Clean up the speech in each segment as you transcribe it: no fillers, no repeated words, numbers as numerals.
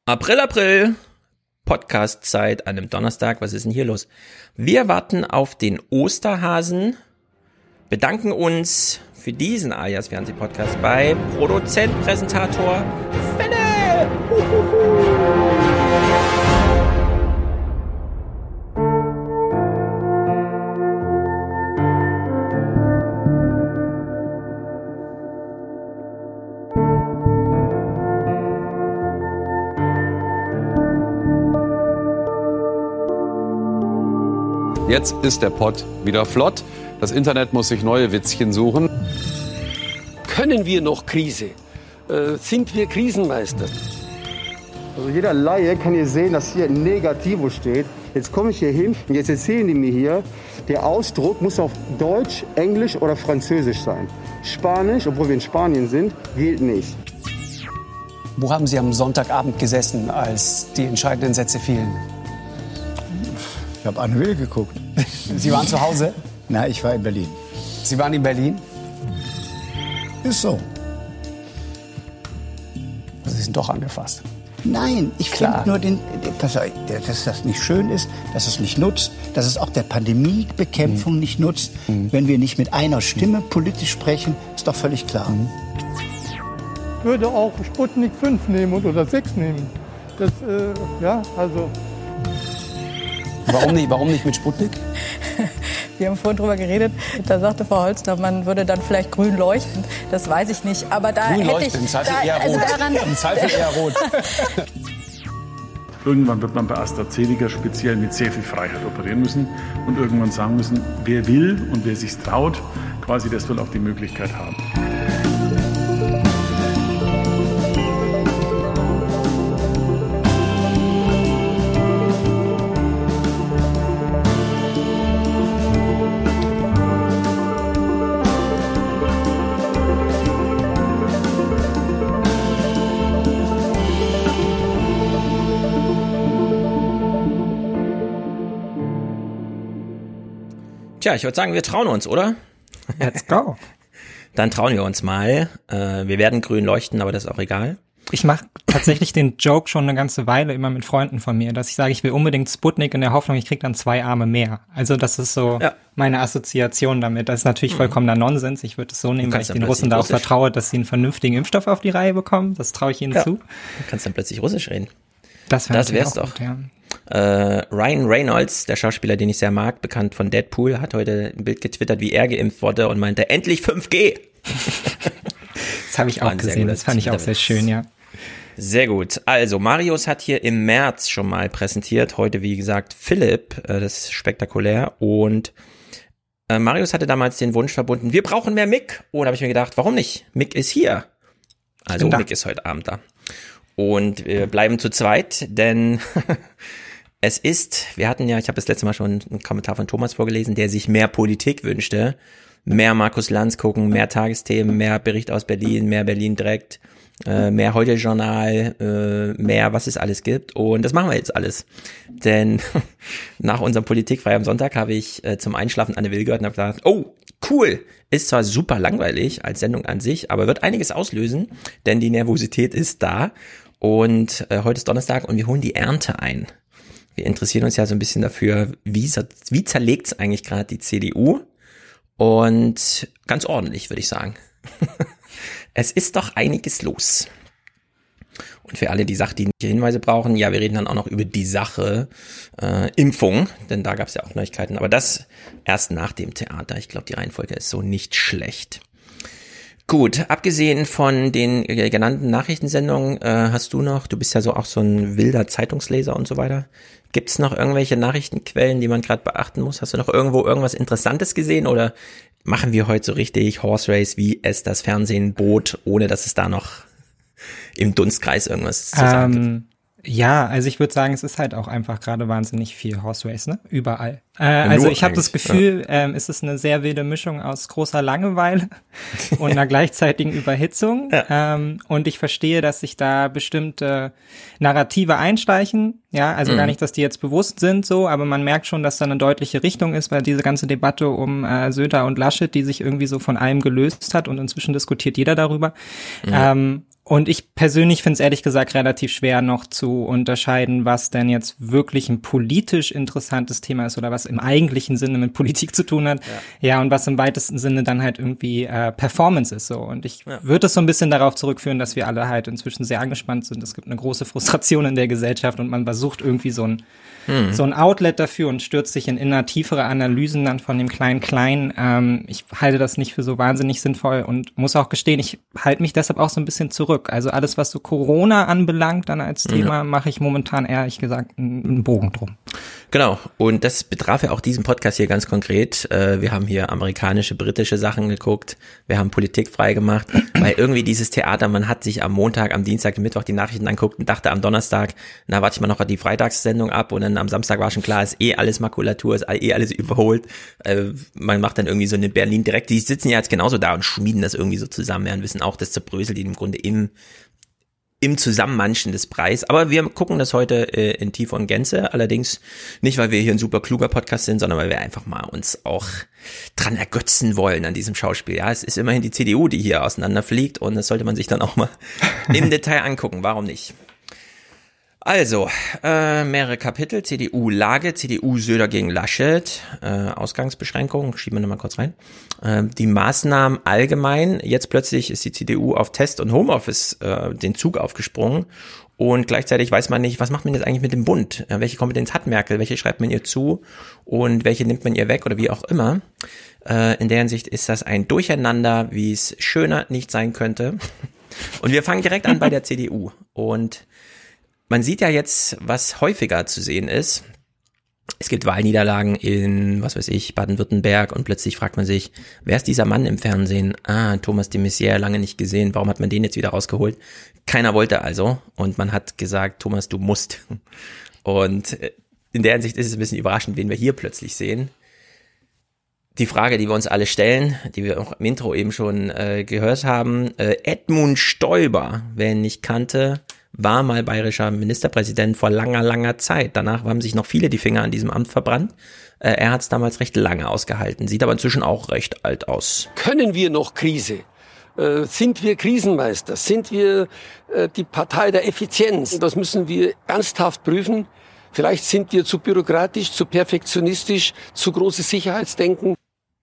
April, April, Podcast-Zeit an einem Donnerstag. Was ist denn hier los? Wir warten auf den Osterhasen, bedanken uns für diesen Alias Fernsehpodcast bei Produzent, Präsentator Fenne. Jetzt ist der Pott wieder flott. Das Internet muss sich neue Witzchen suchen. Können wir noch Krise? Sind wir Krisenmeister? Also jeder Laie kann hier sehen, dass hier Negativo steht. Jetzt komme ich hier hin und jetzt erzählen die mir hier, der Ausdruck muss auf Deutsch, Englisch oder Französisch sein. Spanisch, obwohl wir in Spanien sind, gilt nicht. Wo haben Sie am Sonntagabend gesessen, als die entscheidenden Sätze fielen? Ich habe Anne Will geguckt. Sie waren zu Hause? Na, ich war in Berlin. Sie waren in Berlin? Ist so. Also Sie sind doch angefasst. Nein, ich finde nur, dass das nicht schön ist, dass es nicht nutzt, dass es auch der Pandemiebekämpfung nicht nutzt. Wenn wir nicht mit einer Stimme politisch sprechen, ist doch völlig klar. Ich würde auch Sputnik 5 nehmen oder 6 nehmen. Das, also... Warum nicht mit Sputnik? Wir haben vorhin drüber geredet, da sagte Frau Holzner, man würde dann vielleicht grün leuchten. Das weiß ich nicht, aber da grün hätte ich... Im Zweifel eher rot. Im Zweifel eher rot. Irgendwann wird man bei AstraZeneca speziell mit sehr viel Freiheit operieren müssen und irgendwann sagen müssen, wer will und wer sich traut, quasi das soll auch die Möglichkeit haben. Tja, ich würde sagen, wir trauen uns, oder? Let's go. Dann trauen wir uns mal. Wir werden grün leuchten, aber das ist auch egal. Ich mache tatsächlich den Joke schon eine ganze Weile immer mit Freunden von mir, dass ich sage, ich will unbedingt Sputnik in der Hoffnung, ich krieg dann 2 Arme mehr. Also das ist so meine Assoziation damit. Das ist natürlich vollkommener Nonsens. Ich würde es so nehmen, weil ich den Russen da auch vertraue, dass sie einen vernünftigen Impfstoff auf die Reihe bekommen. Das traue ich ihnen zu. Du kannst dann plötzlich Russisch reden. Das wär's doch. Gut, ja. Ryan Reynolds, der Schauspieler, den ich sehr mag, bekannt von Deadpool, hat heute ein Bild getwittert, wie er geimpft wurde und meinte, endlich 5G. Das habe ich auch gesehen, das fand ich auch sehr schön, ja. Sehr gut. Also, Marius hat hier im März schon mal präsentiert, heute wie gesagt Philipp, das ist spektakulär, und Marius hatte damals den Wunsch verbunden, wir brauchen mehr Mick, und da habe ich mir gedacht, warum nicht? Mick ist hier. Also Mick ist heute Abend da. Und wir bleiben zu zweit, denn ich habe das letzte Mal schon einen Kommentar von Thomas vorgelesen, der sich mehr Politik wünschte, mehr Markus Lanz gucken, mehr Tagesthemen, mehr Bericht aus Berlin, mehr Berlin direkt, mehr Heute-Journal, mehr was es alles gibt, und das machen wir jetzt alles. Denn nach unserem Politikfrei am Sonntag habe ich zum Einschlafen Anne Will gehört und habe gedacht, oh, cool, ist zwar super langweilig als Sendung an sich, aber wird einiges auslösen, denn die Nervosität ist da. Und heute ist Donnerstag und wir holen die Ernte ein. Wir interessieren uns ja so ein bisschen dafür, wie zerlegt es eigentlich gerade die CDU? Und ganz ordentlich, würde ich sagen. Es ist doch einiges los. Und für alle, die sachdienliche Hinweise brauchen, ja, wir reden dann auch noch über die Sache Impfung, denn da gab es ja auch Neuigkeiten. Aber das erst nach dem Theater. Ich glaube, die Reihenfolge ist so nicht schlecht. Gut, abgesehen von den genannten Nachrichtensendungen, du bist ja so auch so ein wilder Zeitungsleser und so weiter. Gibt's noch irgendwelche Nachrichtenquellen, die man gerade beachten muss? Hast du noch irgendwo irgendwas Interessantes gesehen, oder machen wir heute so richtig Horse Race, wie es das Fernsehen bot, ohne dass es da noch im Dunstkreis irgendwas zu sagen gibt? Ja, also ich würde sagen, es ist halt auch einfach gerade wahnsinnig viel Horse Race, ne? Überall. Also ich habe das Gefühl, es ist eine sehr wilde Mischung aus großer Langeweile und einer gleichzeitigen Überhitzung. Ja. Und ich verstehe, dass sich da bestimmte Narrative einschleichen. Ja, also gar nicht, dass die jetzt bewusst sind so, aber man merkt schon, dass da eine deutliche Richtung ist, weil diese ganze Debatte um Söder und Laschet, die sich irgendwie so von allem gelöst hat, und inzwischen diskutiert jeder darüber. Und ich persönlich finde es ehrlich gesagt relativ schwer noch zu unterscheiden, was denn jetzt wirklich ein politisch interessantes Thema ist oder was im eigentlichen Sinne mit Politik zu tun hat. Ja, und was im weitesten Sinne dann halt irgendwie Performance ist so. Und ich würde es so ein bisschen darauf zurückführen, dass wir alle halt inzwischen sehr angespannt sind. Es gibt eine große Frustration in der Gesellschaft und man versucht irgendwie so ein Outlet dafür und stürzt sich in immer tiefere Analysen dann von dem Klein-Klein. Ich halte das nicht für so wahnsinnig sinnvoll und muss auch gestehen, ich halte mich deshalb auch so ein bisschen zurück. Also alles, was so Corona anbelangt, dann als Thema, mache ich momentan ehrlich gesagt einen Bogen drum. Genau, und das betraf ja auch diesen Podcast hier ganz konkret. Wir haben hier amerikanische, britische Sachen geguckt, wir haben Politik frei gemacht, weil irgendwie dieses Theater, man hat sich am Montag, am Dienstag, am Mittwoch die Nachrichten angeguckt und dachte am Donnerstag, na warte ich mal noch die Freitagssendung ab und dann am Samstag war schon klar, ist alles Makulatur, ist alles überholt. Man macht dann irgendwie so eine Berlin direkt, die sitzen ja jetzt genauso da und schmieden das irgendwie so zusammen und wissen auch, das zerbröselt im Grunde im Zusammenmanschen des Preis. Aber wir gucken das heute in Tiefe und Gänze. Allerdings nicht, weil wir hier ein super kluger Podcast sind, sondern weil wir einfach mal uns auch dran ergötzen wollen an diesem Schauspiel. Ja, es ist immerhin die CDU, die hier auseinanderfliegt und das sollte man sich dann auch mal im Detail angucken. Warum nicht? Also, mehrere Kapitel, CDU-Lage, CDU Söder gegen Laschet, Ausgangsbeschränkungen, schieben wir nochmal kurz rein. Die Maßnahmen allgemein, jetzt plötzlich ist die CDU auf Test und Homeoffice den Zug aufgesprungen und gleichzeitig weiß man nicht, was macht man jetzt eigentlich mit dem Bund? Welche Kompetenz hat Merkel, welche schreibt man ihr zu und welche nimmt man ihr weg oder wie auch immer. In der Hinsicht ist das ein Durcheinander, wie es schöner nicht sein könnte. Und wir fangen direkt an bei der CDU und man sieht ja jetzt, was häufiger zu sehen ist. Es gibt Wahlniederlagen in, was weiß ich, Baden-Württemberg und plötzlich fragt man sich, wer ist dieser Mann im Fernsehen? Thomas de Maizière, lange nicht gesehen. Warum hat man den jetzt wieder rausgeholt? Keiner wollte also und man hat gesagt, Thomas, du musst. Und in der Hinsicht ist es ein bisschen überraschend, wen wir hier plötzlich sehen. Die Frage, die wir uns alle stellen, die wir auch im Intro eben schon gehört haben, Edmund Stoiber, wer ihn nicht kannte, war mal bayerischer Ministerpräsident vor langer, langer Zeit. Danach haben sich noch viele die Finger an diesem Amt verbrannt. Er hat es damals recht lange ausgehalten, sieht aber inzwischen auch recht alt aus. Können wir noch Krise? Sind wir Krisenmeister? Sind wir die Partei der Effizienz? Das müssen wir ernsthaft prüfen. Vielleicht sind wir zu bürokratisch, zu perfektionistisch, zu großes Sicherheitsdenken.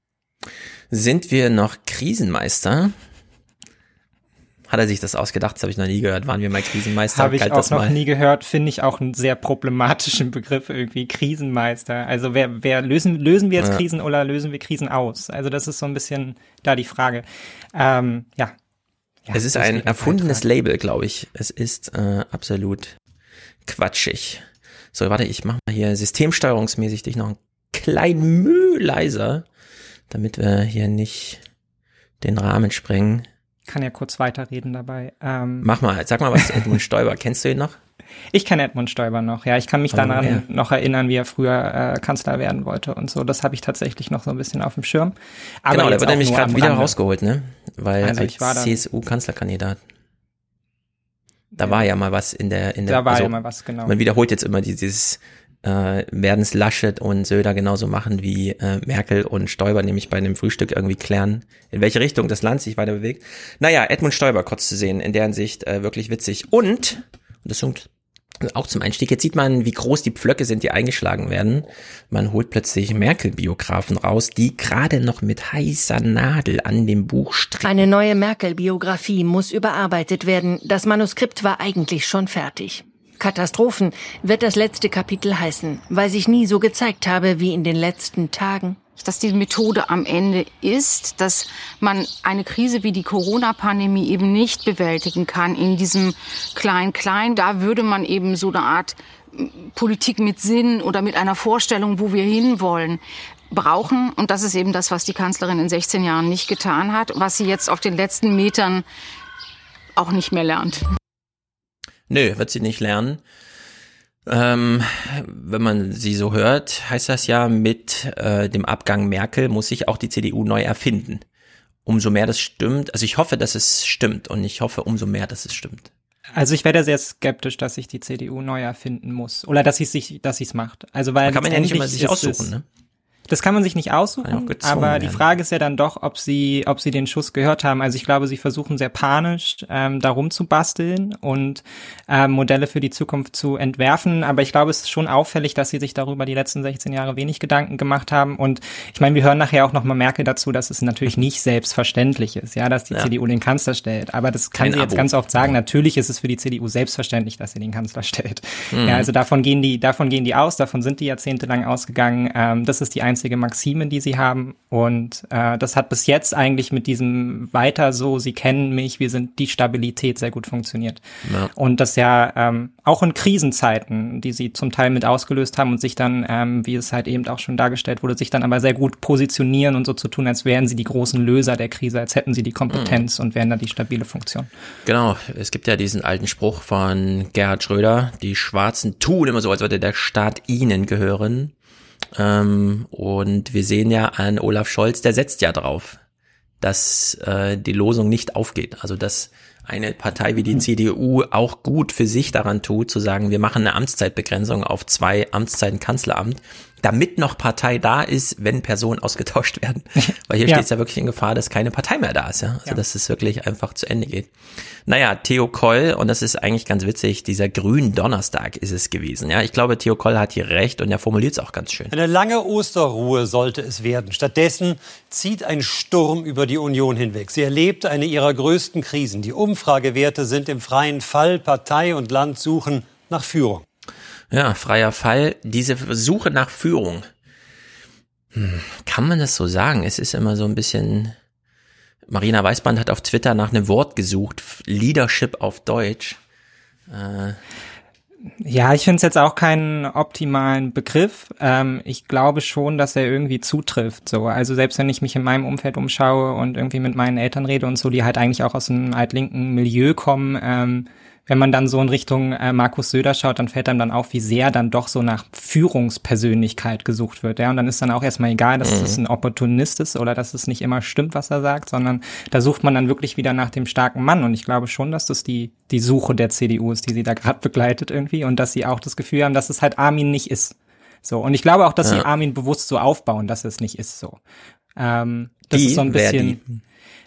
Sind wir noch Krisenmeister? Hat er sich das ausgedacht? Das habe ich noch nie gehört. Waren wir mal Krisenmeister? Habe ich auch noch nie gehört. Finde ich auch einen sehr problematischen Begriff irgendwie. Krisenmeister. Also wer lösen wir jetzt Krisen oder lösen wir Krisen aus? Also das ist so ein bisschen da die Frage. Es ist ein erfundenes Label, glaube ich. Es ist absolut quatschig. So, warte, ich mache mal hier systemsteuerungsmäßig dich noch ein klein Mühe leiser, damit wir hier nicht den Rahmen sprengen. Kann ja kurz weiterreden dabei. Mach mal, sag mal was, Edmund Stoiber, kennst du ihn noch? Ich kenne Edmund Stoiber noch, ja. Ich kann mich daran noch erinnern, wie er früher Kanzler werden wollte und so. Das habe ich tatsächlich noch so ein bisschen auf dem Schirm. Aber genau, der wird nämlich gerade wieder rausgeholt, ne? Weil also als CSU-Kanzlerkandidat. Da war ja mal was in der da war ja mal was, genau. Man wiederholt jetzt immer dieses werden es Laschet und Söder genauso machen wie Merkel und Stoiber, nämlich bei einem Frühstück irgendwie klären, in welche Richtung das Land sich weiter bewegt. Naja, Edmund Stoiber kurz zu sehen, in deren Sicht wirklich witzig. Und das kommt auch zum Einstieg, jetzt sieht man, wie groß die Pflöcke sind, die eingeschlagen werden. Man holt plötzlich Merkel-Biografen raus, die gerade noch mit heißer Nadel an dem Buch stricken. Eine neue Merkel-Biografie muss überarbeitet werden. Das Manuskript war eigentlich schon fertig. Katastrophen wird das letzte Kapitel heißen, weil sich nie so gezeigt habe wie in den letzten Tagen. Dass die Methode am Ende ist, dass man eine Krise wie die Corona-Pandemie eben nicht bewältigen kann in diesem Klein-Klein. Da würde man eben so eine Art Politik mit Sinn oder mit einer Vorstellung, wo wir hinwollen, brauchen. Und das ist eben das, was die Kanzlerin in 16 Jahren nicht getan hat, was sie jetzt auf den letzten Metern auch nicht mehr lernt. Nö, wird sie nicht lernen. Wenn man sie so hört, heißt das ja, mit dem Abgang Merkel muss sich auch die CDU neu erfinden. Umso mehr das stimmt, also ich hoffe, dass es stimmt und ich hoffe umso mehr, dass es stimmt. Also ich werde sehr skeptisch, dass sich die CDU neu erfinden muss oder dass sie es macht. Also weil kann man ja nicht immer sich aussuchen, ne? Das kann man sich nicht aussuchen, aber die Frage ist ja dann doch, ob sie den Schuss gehört haben. Also ich glaube, sie versuchen sehr panisch darum zu basteln und Modelle für die Zukunft zu entwerfen. Aber ich glaube, es ist schon auffällig, dass sie sich darüber die letzten 16 Jahre wenig Gedanken gemacht haben. Und ich meine, wir hören nachher auch nochmal Merkel dazu, dass es natürlich nicht selbstverständlich ist, ja, dass die CDU den Kanzler stellt. Aber das kann sie jetzt ganz oft sagen. Natürlich ist es für die CDU selbstverständlich, dass sie den Kanzler stellt. Ja, also davon gehen die aus, davon sind die jahrzehntelang ausgegangen. Das ist die einzige Maxime, die sie haben, und das hat bis jetzt eigentlich mit diesem weiter so, sie kennen mich, wir sind die Stabilität sehr gut funktioniert. Ja. Und das ja auch in Krisenzeiten, die sie zum Teil mit ausgelöst haben und sich dann, wie es halt eben auch schon dargestellt wurde, sich dann aber sehr gut positionieren und so zu tun, als wären sie die großen Löser der Krise, als hätten sie die Kompetenz und wären da die stabile Funktion. Genau, es gibt ja diesen alten Spruch von Gerhard Schröder, die Schwarzen tun immer so, als würde der Staat ihnen gehören. Und wir sehen ja an Olaf Scholz, der setzt ja drauf, dass die Losung nicht aufgeht. Also dass eine Partei wie die CDU auch gut für sich daran tut, zu sagen, wir machen eine Amtszeitbegrenzung auf 2 Amtszeiten Kanzleramt, damit noch Partei da ist, wenn Personen ausgetauscht werden. Weil hier steht es ja wirklich in Gefahr, dass keine Partei mehr da ist. Ja? Also dass es wirklich einfach zu Ende geht. Naja, Theo Koll, und das ist eigentlich ganz witzig, dieser Gründonnerstag ist es gewesen. Ja, ich glaube, Theo Koll hat hier recht und er formuliert es auch ganz schön. Eine lange Osterruhe sollte es werden. Stattdessen zieht ein Sturm über die Union hinweg. Sie erlebt eine ihrer größten Krisen. Die Umfragewerte sind im freien Fall. Partei und Land suchen nach Führung. Ja, freier Fall. Diese Suche nach Führung. Kann man das so sagen? Es ist immer so ein bisschen... Marina Weißband hat auf Twitter nach einem Wort gesucht. Leadership auf Deutsch. Ja, ich finde es jetzt auch keinen optimalen Begriff. Ich glaube schon, dass er irgendwie zutrifft. So, also selbst wenn ich mich in meinem Umfeld umschaue und irgendwie mit meinen Eltern rede und so, die halt eigentlich auch aus einem altlinken Milieu kommen, wenn man dann so in Richtung Markus Söder schaut, dann fällt einem dann auf, wie sehr dann doch so nach Führungspersönlichkeit gesucht wird. Ja, und dann ist dann auch erstmal egal, dass es ein Opportunist ist oder dass es nicht immer stimmt, was er sagt, sondern da sucht man dann wirklich wieder nach dem starken Mann. Und ich glaube schon, dass das die Suche der CDU ist, die sie da gerade begleitet irgendwie, und dass sie auch das Gefühl haben, dass es halt Armin nicht ist. So, und ich glaube auch, dass sie Armin bewusst so aufbauen, dass es nicht ist so. Das ist so ein bisschen.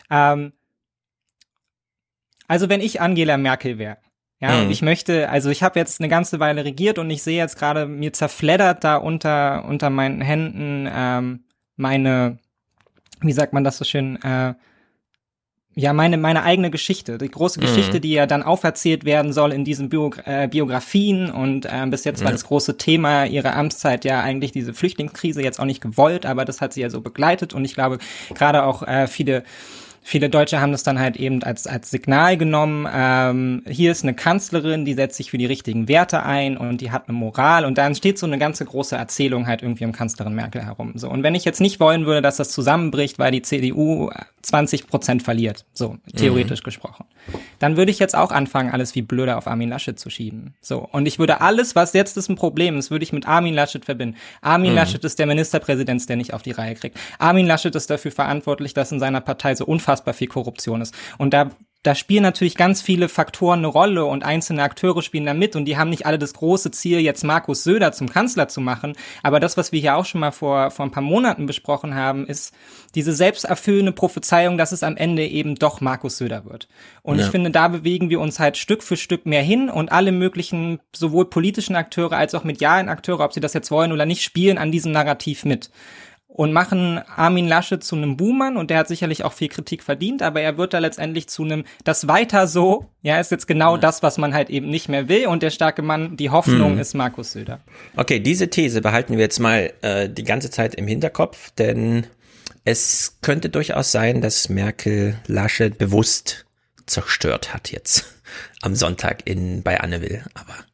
Also wenn ich Angela Merkel wäre, ja, und ich möchte, also ich habe jetzt eine ganze Weile regiert und ich sehe jetzt gerade, mir zerfleddert da unter meinen Händen meine, wie sagt man das so schön, ja, meine eigene Geschichte, die große Geschichte, die ja dann auferzählt werden soll in diesen Biografien, und bis jetzt war das große Thema ihrer Amtszeit ja eigentlich diese Flüchtlingskrise, jetzt auch nicht gewollt, aber das hat sie ja so begleitet, und ich glaube, gerade auch viele Deutsche haben das dann halt eben als Signal genommen, hier ist eine Kanzlerin, die setzt sich für die richtigen Werte ein und die hat eine Moral, und da entsteht so eine ganze große Erzählung halt irgendwie um Kanzlerin Merkel herum. So, und wenn ich jetzt nicht wollen würde, dass das zusammenbricht, weil die CDU 20% verliert, so theoretisch gesprochen, dann würde ich jetzt auch anfangen, alles wie blöder auf Armin Laschet zu schieben. So, und ich würde alles, was jetzt ist ein Problem ist, würde ich mit Armin Laschet verbinden. Armin Laschet ist der Ministerpräsident, der nicht auf die Reihe kriegt. Armin Laschet ist dafür verantwortlich, dass in seiner Partei so unfassbar viel Korruption ist. Und da spielen natürlich ganz viele Faktoren eine Rolle und einzelne Akteure spielen da mit, und die haben nicht alle das große Ziel, jetzt Markus Söder zum Kanzler zu machen. Aber das, was wir hier auch schon mal vor ein paar Monaten besprochen haben, ist diese selbsterfüllende Prophezeiung, dass es am Ende eben doch Markus Söder wird. Und ich finde, da bewegen wir uns halt Stück für Stück mehr hin, und alle möglichen, sowohl politischen Akteure als auch medialen Akteure, ob sie das jetzt wollen oder nicht, spielen an diesem Narrativ mit. Und machen Armin Laschet zu einem Buhmann, und der hat sicherlich auch viel Kritik verdient, aber er wird da letztendlich zu einem, das weiter so, ja, ist jetzt genau das, was man halt eben nicht mehr will, und der starke Mann, die Hoffnung ist Markus Söder. Okay, diese These behalten wir jetzt mal die ganze Zeit im Hinterkopf, denn es könnte durchaus sein, dass Merkel Laschet bewusst zerstört hat jetzt am Sonntag bei Anne Will,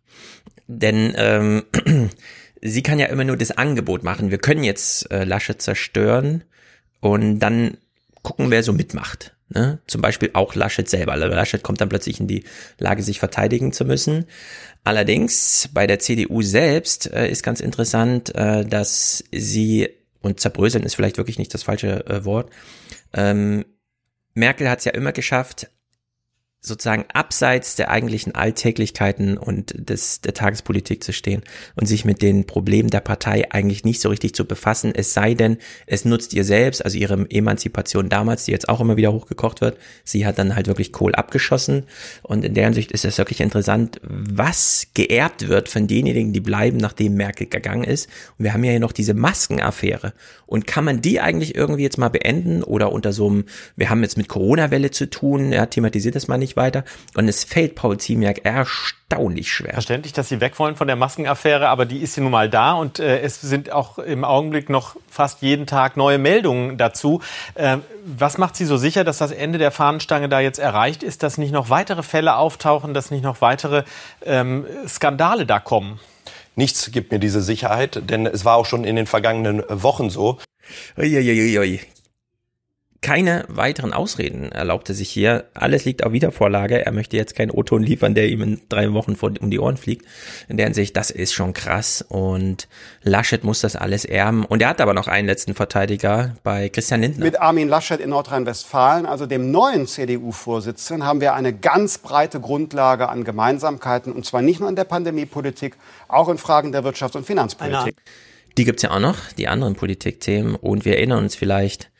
denn sie kann ja immer nur das Angebot machen. Wir können jetzt Laschet zerstören und dann gucken, wer so mitmacht. Ne? Zum Beispiel auch Laschet selber. Also Laschet kommt dann plötzlich in die Lage, sich verteidigen zu müssen. Allerdings bei der CDU selbst ist ganz interessant, dass sie, und zerbröseln ist vielleicht wirklich nicht das falsche Wort, Merkel hat es ja immer geschafft, sozusagen abseits der eigentlichen Alltäglichkeiten und der Tagespolitik zu stehen und sich mit den Problemen der Partei eigentlich nicht so richtig zu befassen, es sei denn, es nutzt ihr selbst, also ihre Emanzipation damals, die jetzt auch immer wieder hochgekocht wird. Sie hat dann halt wirklich Kohl abgeschossen und in der Hinsicht ist es wirklich interessant, was geerbt wird von denjenigen, die bleiben, nachdem Merkel gegangen ist. Und wir haben ja hier noch diese Maskenaffäre. Und kann man die eigentlich irgendwie jetzt mal beenden oder unter so einem, wir haben jetzt mit Corona-Welle zu tun, thematisiert das mal nicht weiter. Und es fällt Paul Ziemiak erstaunlich schwer. Verständlich, dass Sie weg wollen von der Maskenaffäre, aber die ist ja nun mal da und es sind auch im Augenblick noch fast jeden Tag neue Meldungen dazu. Was macht Sie so sicher, dass das Ende der Fahnenstange da jetzt erreicht ist, dass nicht noch weitere Fälle auftauchen, dass nicht noch weitere Skandale da kommen? Nichts gibt mir diese Sicherheit, denn es war auch schon in den vergangenen Wochen so. Uiuiui. Keine weiteren Ausreden erlaubte sich hier. Alles liegt auf Wiedervorlage. Er möchte jetzt keinen O-Ton liefern, der ihm in 3 Wochen um die Ohren fliegt. In der Hinsicht, das ist schon krass. Und Laschet muss das alles erben. Und er hat aber noch einen letzten Verteidiger bei Christian Lindner. Mit Armin Laschet in Nordrhein-Westfalen, also dem neuen CDU-Vorsitzenden, haben wir eine ganz breite Grundlage an Gemeinsamkeiten. Und zwar nicht nur in der Pandemiepolitik, auch in Fragen der Wirtschafts- und Finanzpolitik. Die gibt's ja auch noch, die anderen Politikthemen. Und wir erinnern uns vielleicht,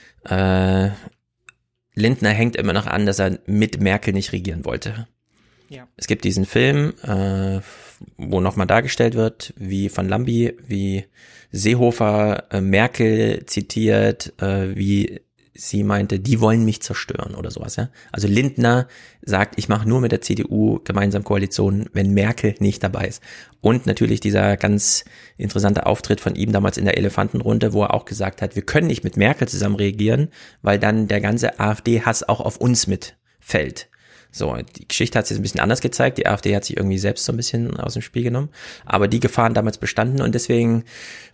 Lindner hängt immer noch an, dass er mit Merkel nicht regieren wollte. Ja. Es gibt diesen Film, wo nochmal dargestellt wird, wie Van Lambi, wie Seehofer Merkel zitiert, wie sie meinte, die wollen mich zerstören oder sowas. Ja? Also Lindner sagt, ich mache nur mit der CDU gemeinsam Koalition, wenn Merkel nicht dabei ist. Und natürlich dieser ganz interessante Auftritt von ihm damals in der Elefantenrunde, wo er auch gesagt hat, wir können nicht mit Merkel zusammen regieren, weil dann der ganze AfD-Hass auch auf uns mitfällt. So, die Geschichte hat sich ein bisschen anders gezeigt. Die AfD hat sich irgendwie selbst so ein bisschen aus dem Spiel genommen. Aber die Gefahren damals bestanden und deswegen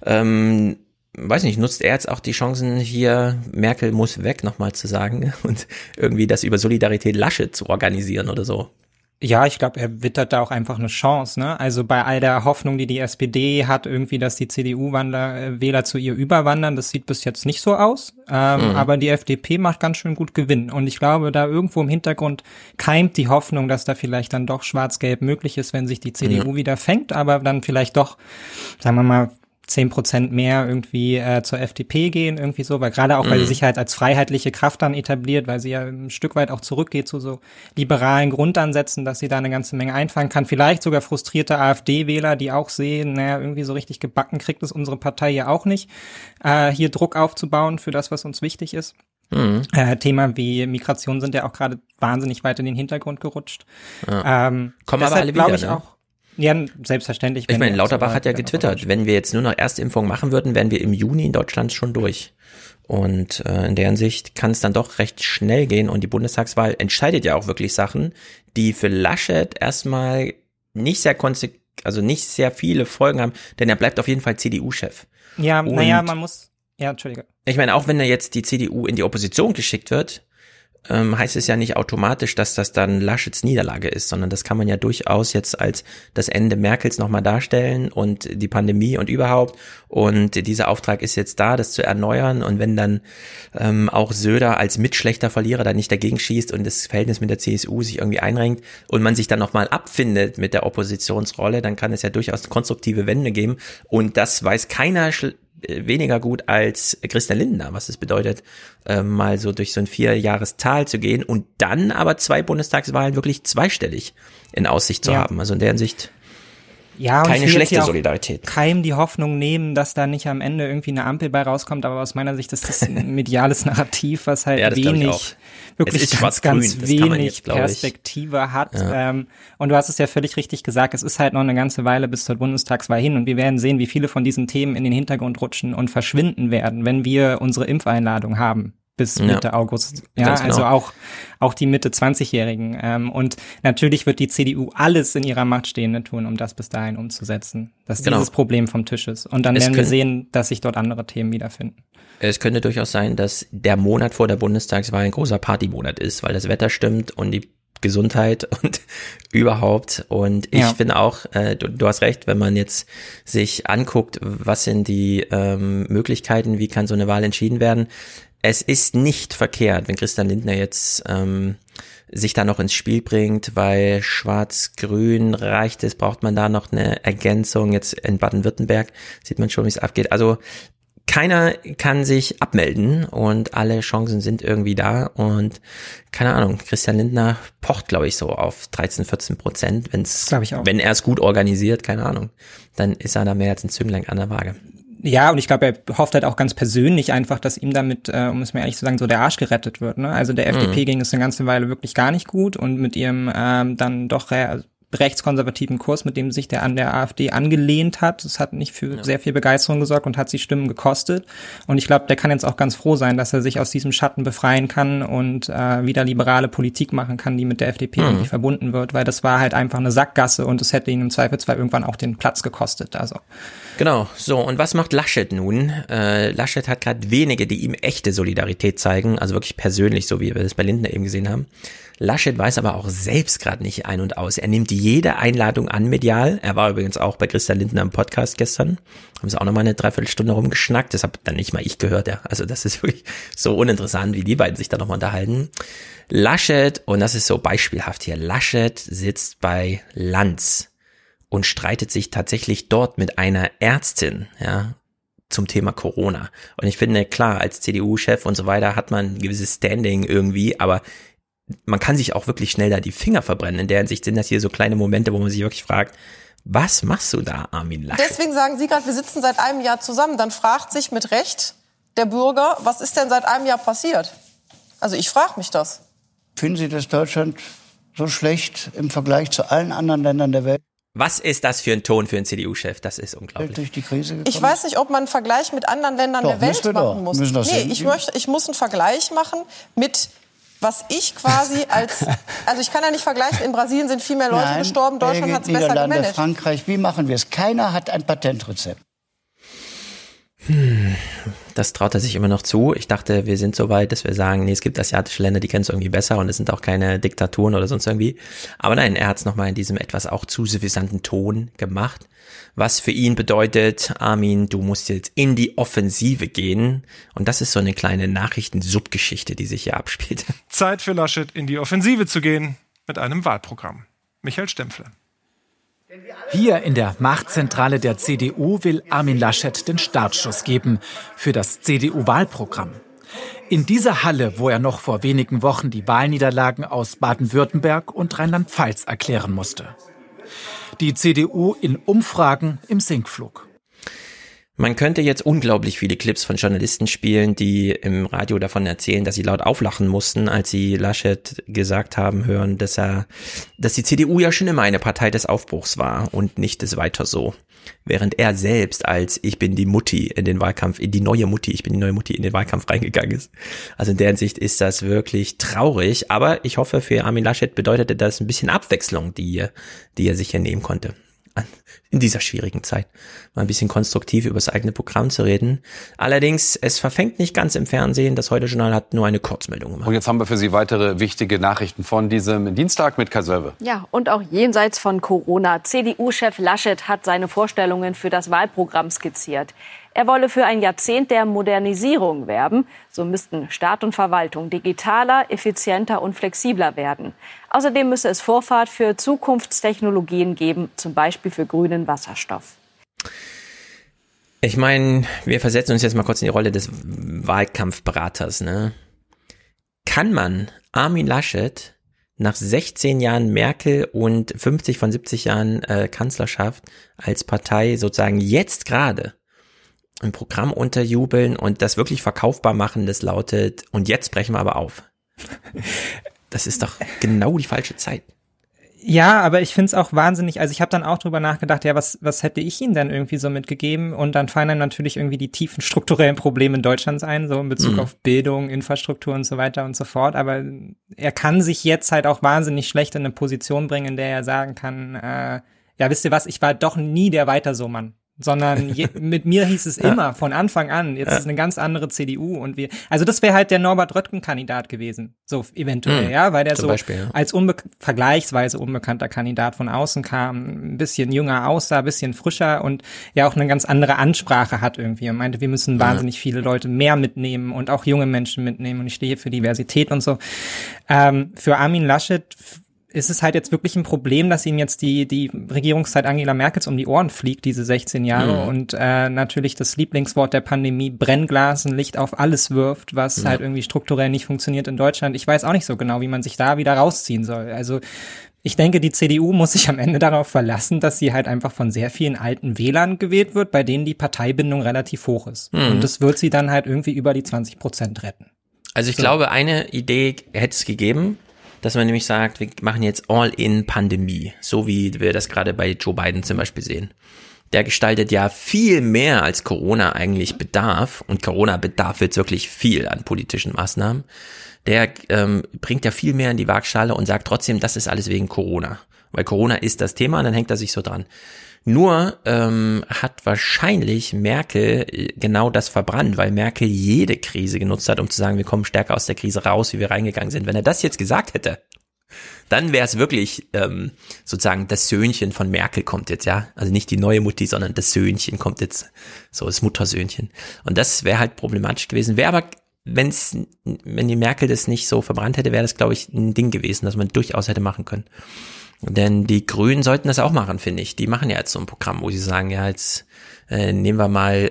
weiß nicht, nutzt er jetzt auch die Chancen hier, Merkel muss weg, nochmal zu sagen und irgendwie das über Solidarität Laschet zu organisieren oder so? Ja, ich glaube, er wittert da auch einfach eine Chance, ne? Also bei all der Hoffnung, die SPD hat, irgendwie, dass die CDU-Wähler zu ihr überwandern, das sieht bis jetzt nicht so aus. Aber die FDP macht ganz schön gut Gewinn. Und ich glaube, da irgendwo im Hintergrund keimt die Hoffnung, dass da vielleicht dann doch Schwarz-Gelb möglich ist, wenn sich die CDU wieder fängt, aber dann vielleicht doch, sagen wir mal, 10% mehr irgendwie zur FDP gehen, irgendwie so, weil gerade auch, weil sie sich halt als freiheitliche Kraft dann etabliert, weil sie ja ein Stück weit auch zurückgeht zu so liberalen Grundansätzen, dass sie da eine ganze Menge einfangen kann. Vielleicht sogar frustrierte AfD-Wähler, die auch sehen, naja, irgendwie so richtig gebacken kriegt es unsere Partei ja auch nicht, hier Druck aufzubauen für das, was uns wichtig ist. Thema wie Migration sind ja auch gerade wahnsinnig weit in den Hintergrund gerutscht. Ja. Kommen aber alle wieder, ne? Auch, ja, selbstverständlich. Ich meine, Lauterbach hat ja getwittert, wenn wir jetzt nur noch Erstimpfung machen würden, wären wir im Juni in Deutschland schon durch. Und in der Hinsicht kann es dann doch recht schnell gehen und die Bundestagswahl entscheidet ja auch wirklich Sachen, die für Laschet erstmal nicht sehr viele Folgen haben, denn er bleibt auf jeden Fall CDU-Chef. Ja, naja, man muss, ja, Entschuldige. Ich meine, auch wenn jetzt die CDU in die Opposition geschickt wird, heißt es ja nicht automatisch, dass das dann Laschets Niederlage ist, sondern das kann man ja durchaus jetzt als das Ende Merkels nochmal darstellen und die Pandemie und überhaupt. Und dieser Auftrag ist jetzt da, das zu erneuern. Und wenn dann auch Söder als mitschlechter Verlierer da nicht dagegen schießt und das Verhältnis mit der CSU sich irgendwie einrenkt und man sich dann nochmal abfindet mit der Oppositionsrolle, dann kann es ja durchaus eine konstruktive Wende geben. Und das weiß keiner weniger gut als Christian Lindner, was es bedeutet, mal so durch so ein 4-Jahres-Tal zu gehen und dann aber 2 Bundestagswahlen wirklich zweistellig in Aussicht zu haben. Also in der Hinsicht keine schlechte Solidarität. Keinem die Hoffnung nehmen, dass da nicht am Ende irgendwie eine Ampel bei rauskommt, aber aus meiner Sicht ist das ein mediales Narrativ, was halt wirklich ganz wenig Perspektive hat. Ja. Und du hast es ja völlig richtig gesagt, es ist halt noch eine ganze Weile bis zur Bundestagswahl hin und wir werden sehen, wie viele von diesen Themen in den Hintergrund rutschen und verschwinden werden, wenn wir unsere Impfeinladung haben. Bis Mitte August. Ja, genau. Also auch die Mitte 20-Jährigen. Und natürlich wird die CDU alles in ihrer Macht Stehende tun, um das bis dahin umzusetzen. Dass dieses Problem vom Tisch ist. Und dann werden wir sehen, dass sich dort andere Themen wiederfinden. Es könnte durchaus sein, dass der Monat vor der Bundestagswahl ein großer Partymonat ist, weil das Wetter stimmt und die Gesundheit und überhaupt. Und ich finde auch, du hast recht, wenn man jetzt sich anguckt, was sind die Möglichkeiten, wie kann so eine Wahl entschieden werden. Es ist nicht verkehrt, wenn Christian Lindner jetzt sich da noch ins Spiel bringt, weil Schwarz-Grün reicht es, braucht man da noch eine Ergänzung. Jetzt in Baden-Württemberg sieht man schon, wie es abgeht. Also keiner kann sich abmelden und alle Chancen sind irgendwie da und keine Ahnung, Christian Lindner pocht, glaube ich, so auf 13-14%, wenn er es gut organisiert, keine Ahnung, dann ist er da mehr als ein Zünglein an der Waage. Ja, und ich glaube, er hofft halt auch ganz persönlich einfach, dass ihm damit, um es mir ehrlich zu sagen, so der Arsch gerettet wird. Ne? Also der FDP ging es eine ganze Weile wirklich gar nicht gut und mit ihrem dann doch rechtskonservativen Kurs, mit dem sich der an der AfD angelehnt hat. Das hat nicht für sehr viel Begeisterung gesorgt und hat sie Stimmen gekostet. Und ich glaube, der kann jetzt auch ganz froh sein, dass er sich aus diesem Schatten befreien kann und wieder liberale Politik machen kann, die mit der FDP irgendwie verbunden wird, weil das war halt einfach eine Sackgasse und es hätte ihn im Zweifelsfall irgendwann auch den Platz gekostet. Also. Genau, so, und was macht Laschet nun? Laschet hat gerade wenige, die ihm echte Solidarität zeigen, also wirklich persönlich, so wie wir das bei Lindner eben gesehen haben. Laschet weiß aber auch selbst gerade nicht ein und aus. Er nimmt jede Einladung an medial. Er war übrigens auch bei Christian Lindner im Podcast gestern. Haben sie auch nochmal eine Dreiviertelstunde rumgeschnackt. Das habe dann nicht mal ich gehört. Ja. Also das ist wirklich so uninteressant, wie die beiden sich da nochmal unterhalten. Laschet, und das ist so beispielhaft hier, Laschet sitzt bei Lanz und streitet sich tatsächlich dort mit einer Ärztin, ja, zum Thema Corona. Und ich finde, klar, als CDU-Chef und so weiter hat man ein gewisses Standing irgendwie, aber man kann sich auch wirklich schnell da die Finger verbrennen. In der Hinsicht sind das hier so kleine Momente, wo man sich wirklich fragt, was machst du da, Armin Laschet? Deswegen sagen Sie gerade, wir sitzen seit einem Jahr zusammen. Dann fragt sich mit Recht der Bürger, was ist denn seit einem Jahr passiert? Also ich frage mich das. Finden Sie, dass Deutschland so schlecht im Vergleich zu allen anderen Ländern der Welt? Was ist das für ein Ton für einen CDU-Chef? Das ist unglaublich. Durch die Krise gekommen? Ich weiß nicht, ob man einen Vergleich mit anderen Ländern der Welt machen muss. Ich muss einen Vergleich machen mit, was ich quasi also ich kann ja nicht vergleichen, in Brasilien sind viel mehr Leute gestorben, Deutschland hat es besser gemanagt. Frankreich, wie machen wir es? Keiner hat ein Patentrezept. Das traut er sich immer noch zu. Ich dachte, wir sind so weit, dass wir sagen, nee, es gibt asiatische Länder, die kennen es irgendwie besser und es sind auch keine Diktaturen oder sonst irgendwie. Aber nein, er hat es nochmal in diesem etwas auch zu suffisanten Ton gemacht. Was für ihn bedeutet, Armin, du musst jetzt in die Offensive gehen. Und das ist so eine kleine Nachrichtensubgeschichte, die sich hier abspielt. Zeit für Laschet, in die Offensive zu gehen mit einem Wahlprogramm. Michael Stempfle. Hier in der Machtzentrale der CDU will Armin Laschet den Startschuss geben für das CDU-Wahlprogramm. In dieser Halle, wo er noch vor wenigen Wochen die Wahlniederlagen aus Baden-Württemberg und Rheinland-Pfalz erklären musste. Die CDU in Umfragen im Sinkflug. Man könnte jetzt unglaublich viele Clips von Journalisten spielen, die im Radio davon erzählen, dass sie laut auflachen mussten, als sie Laschet gesagt haben hören, dass die CDU ja schon immer eine Partei des Aufbruchs war und nicht des Weiter so. Während er selbst als ich bin die Mutti in den Wahlkampf, ich bin die neue Mutti in den Wahlkampf reingegangen ist. Also in der Hinsicht ist das wirklich traurig, aber ich hoffe, für Armin Laschet bedeutete das ein bisschen Abwechslung, die er sich hier nehmen konnte. In dieser schwierigen Zeit mal ein bisschen konstruktiv über das eigene Programm zu reden. Allerdings, es verfängt nicht ganz im Fernsehen. Das Heute-Journal hat nur eine Kurzmeldung gemacht. Und jetzt haben wir für Sie weitere wichtige Nachrichten von diesem Dienstag mit Kai Sölve. Ja, und auch jenseits von Corona. CDU-Chef Laschet hat seine Vorstellungen für das Wahlprogramm skizziert. Er wolle für ein Jahrzehnt der Modernisierung werben. So müssten Staat und Verwaltung digitaler, effizienter und flexibler werden. Außerdem müsse es Vorfahrt für Zukunftstechnologien geben, zum Beispiel für grünen Wasserstoff. Ich meine, wir versetzen uns jetzt mal kurz in die Rolle des Wahlkampfberaters, ne? Kann man Armin Laschet nach 16 Jahren Merkel und 50 von 70 Jahren Kanzlerschaft als Partei sozusagen jetzt gerade ein Programm unterjubeln und das wirklich verkaufbar machen, das lautet, und jetzt brechen wir aber auf. Das ist doch genau die falsche Zeit. Ja, aber ich find's auch wahnsinnig, also ich habe dann auch drüber nachgedacht, ja, was hätte ich ihm denn irgendwie so mitgegeben? Und dann fallen einem natürlich irgendwie die tiefen strukturellen Probleme in Deutschlands ein, so in Bezug auf Bildung, Infrastruktur und so weiter und so fort. Aber er kann sich jetzt halt auch wahnsinnig schlecht in eine Position bringen, in der er sagen kann, ja, wisst ihr was, ich war doch nie der Weiter-so-Mann. sondern mit mir hieß es immer von Anfang an, jetzt ist eine ganz andere CDU und also das wäre halt der Norbert Röttgen-Kandidat gewesen, so eventuell, ja, weil der so Beispiel, als vergleichsweise unbekannter Kandidat von außen kam, ein bisschen jünger aussah, ein bisschen frischer und ja auch eine ganz andere Ansprache hat irgendwie und meinte, wir müssen wahnsinnig viele Leute mehr mitnehmen und auch junge Menschen mitnehmen und ich stehe für Diversität und so. Für Armin Laschet ist es halt jetzt wirklich ein Problem, dass ihm jetzt die Regierungszeit Angela Merkels um die Ohren fliegt, diese 16 Jahre und natürlich das Lieblingswort der Pandemie, Brennglas, ein Licht auf alles wirft, was halt irgendwie strukturell nicht funktioniert in Deutschland. Ich weiß auch nicht so genau, wie man sich da wieder rausziehen soll. Also ich denke, die CDU muss sich am Ende darauf verlassen, dass sie halt einfach von sehr vielen alten Wählern gewählt wird, bei denen die Parteibindung relativ hoch ist. Und das wird sie dann halt irgendwie über die 20% retten. Also ich glaube, eine Idee hätte es gegeben, dass man nämlich sagt, wir machen jetzt All-in-Pandemie, so wie wir das gerade bei Joe Biden zum Beispiel sehen. Der gestaltet ja viel mehr, als Corona eigentlich bedarf. Und Corona bedarf jetzt wirklich viel an politischen Maßnahmen. Der bringt ja viel mehr in die Waagschale und sagt trotzdem, das ist alles wegen Corona. Weil Corona ist das Thema und dann hängt er sich so dran. Nur hat wahrscheinlich Merkel genau das verbrannt, weil Merkel jede Krise genutzt hat, um zu sagen, wir kommen stärker aus der Krise raus, wie wir reingegangen sind. Wenn er das jetzt gesagt hätte, dann wäre es wirklich sozusagen das Söhnchen von Merkel kommt jetzt, ja. Also nicht die neue Mutti, sondern das Söhnchen kommt jetzt, so das Muttersöhnchen. Und das wäre halt problematisch gewesen. Wäre aber, wenn die Merkel das nicht so verbrannt hätte, wäre das, glaube ich, ein Ding gewesen, das man durchaus hätte machen können. Denn die Grünen sollten das auch machen, finde ich. Die machen ja jetzt so ein Programm, wo sie sagen, ja, jetzt nehmen wir mal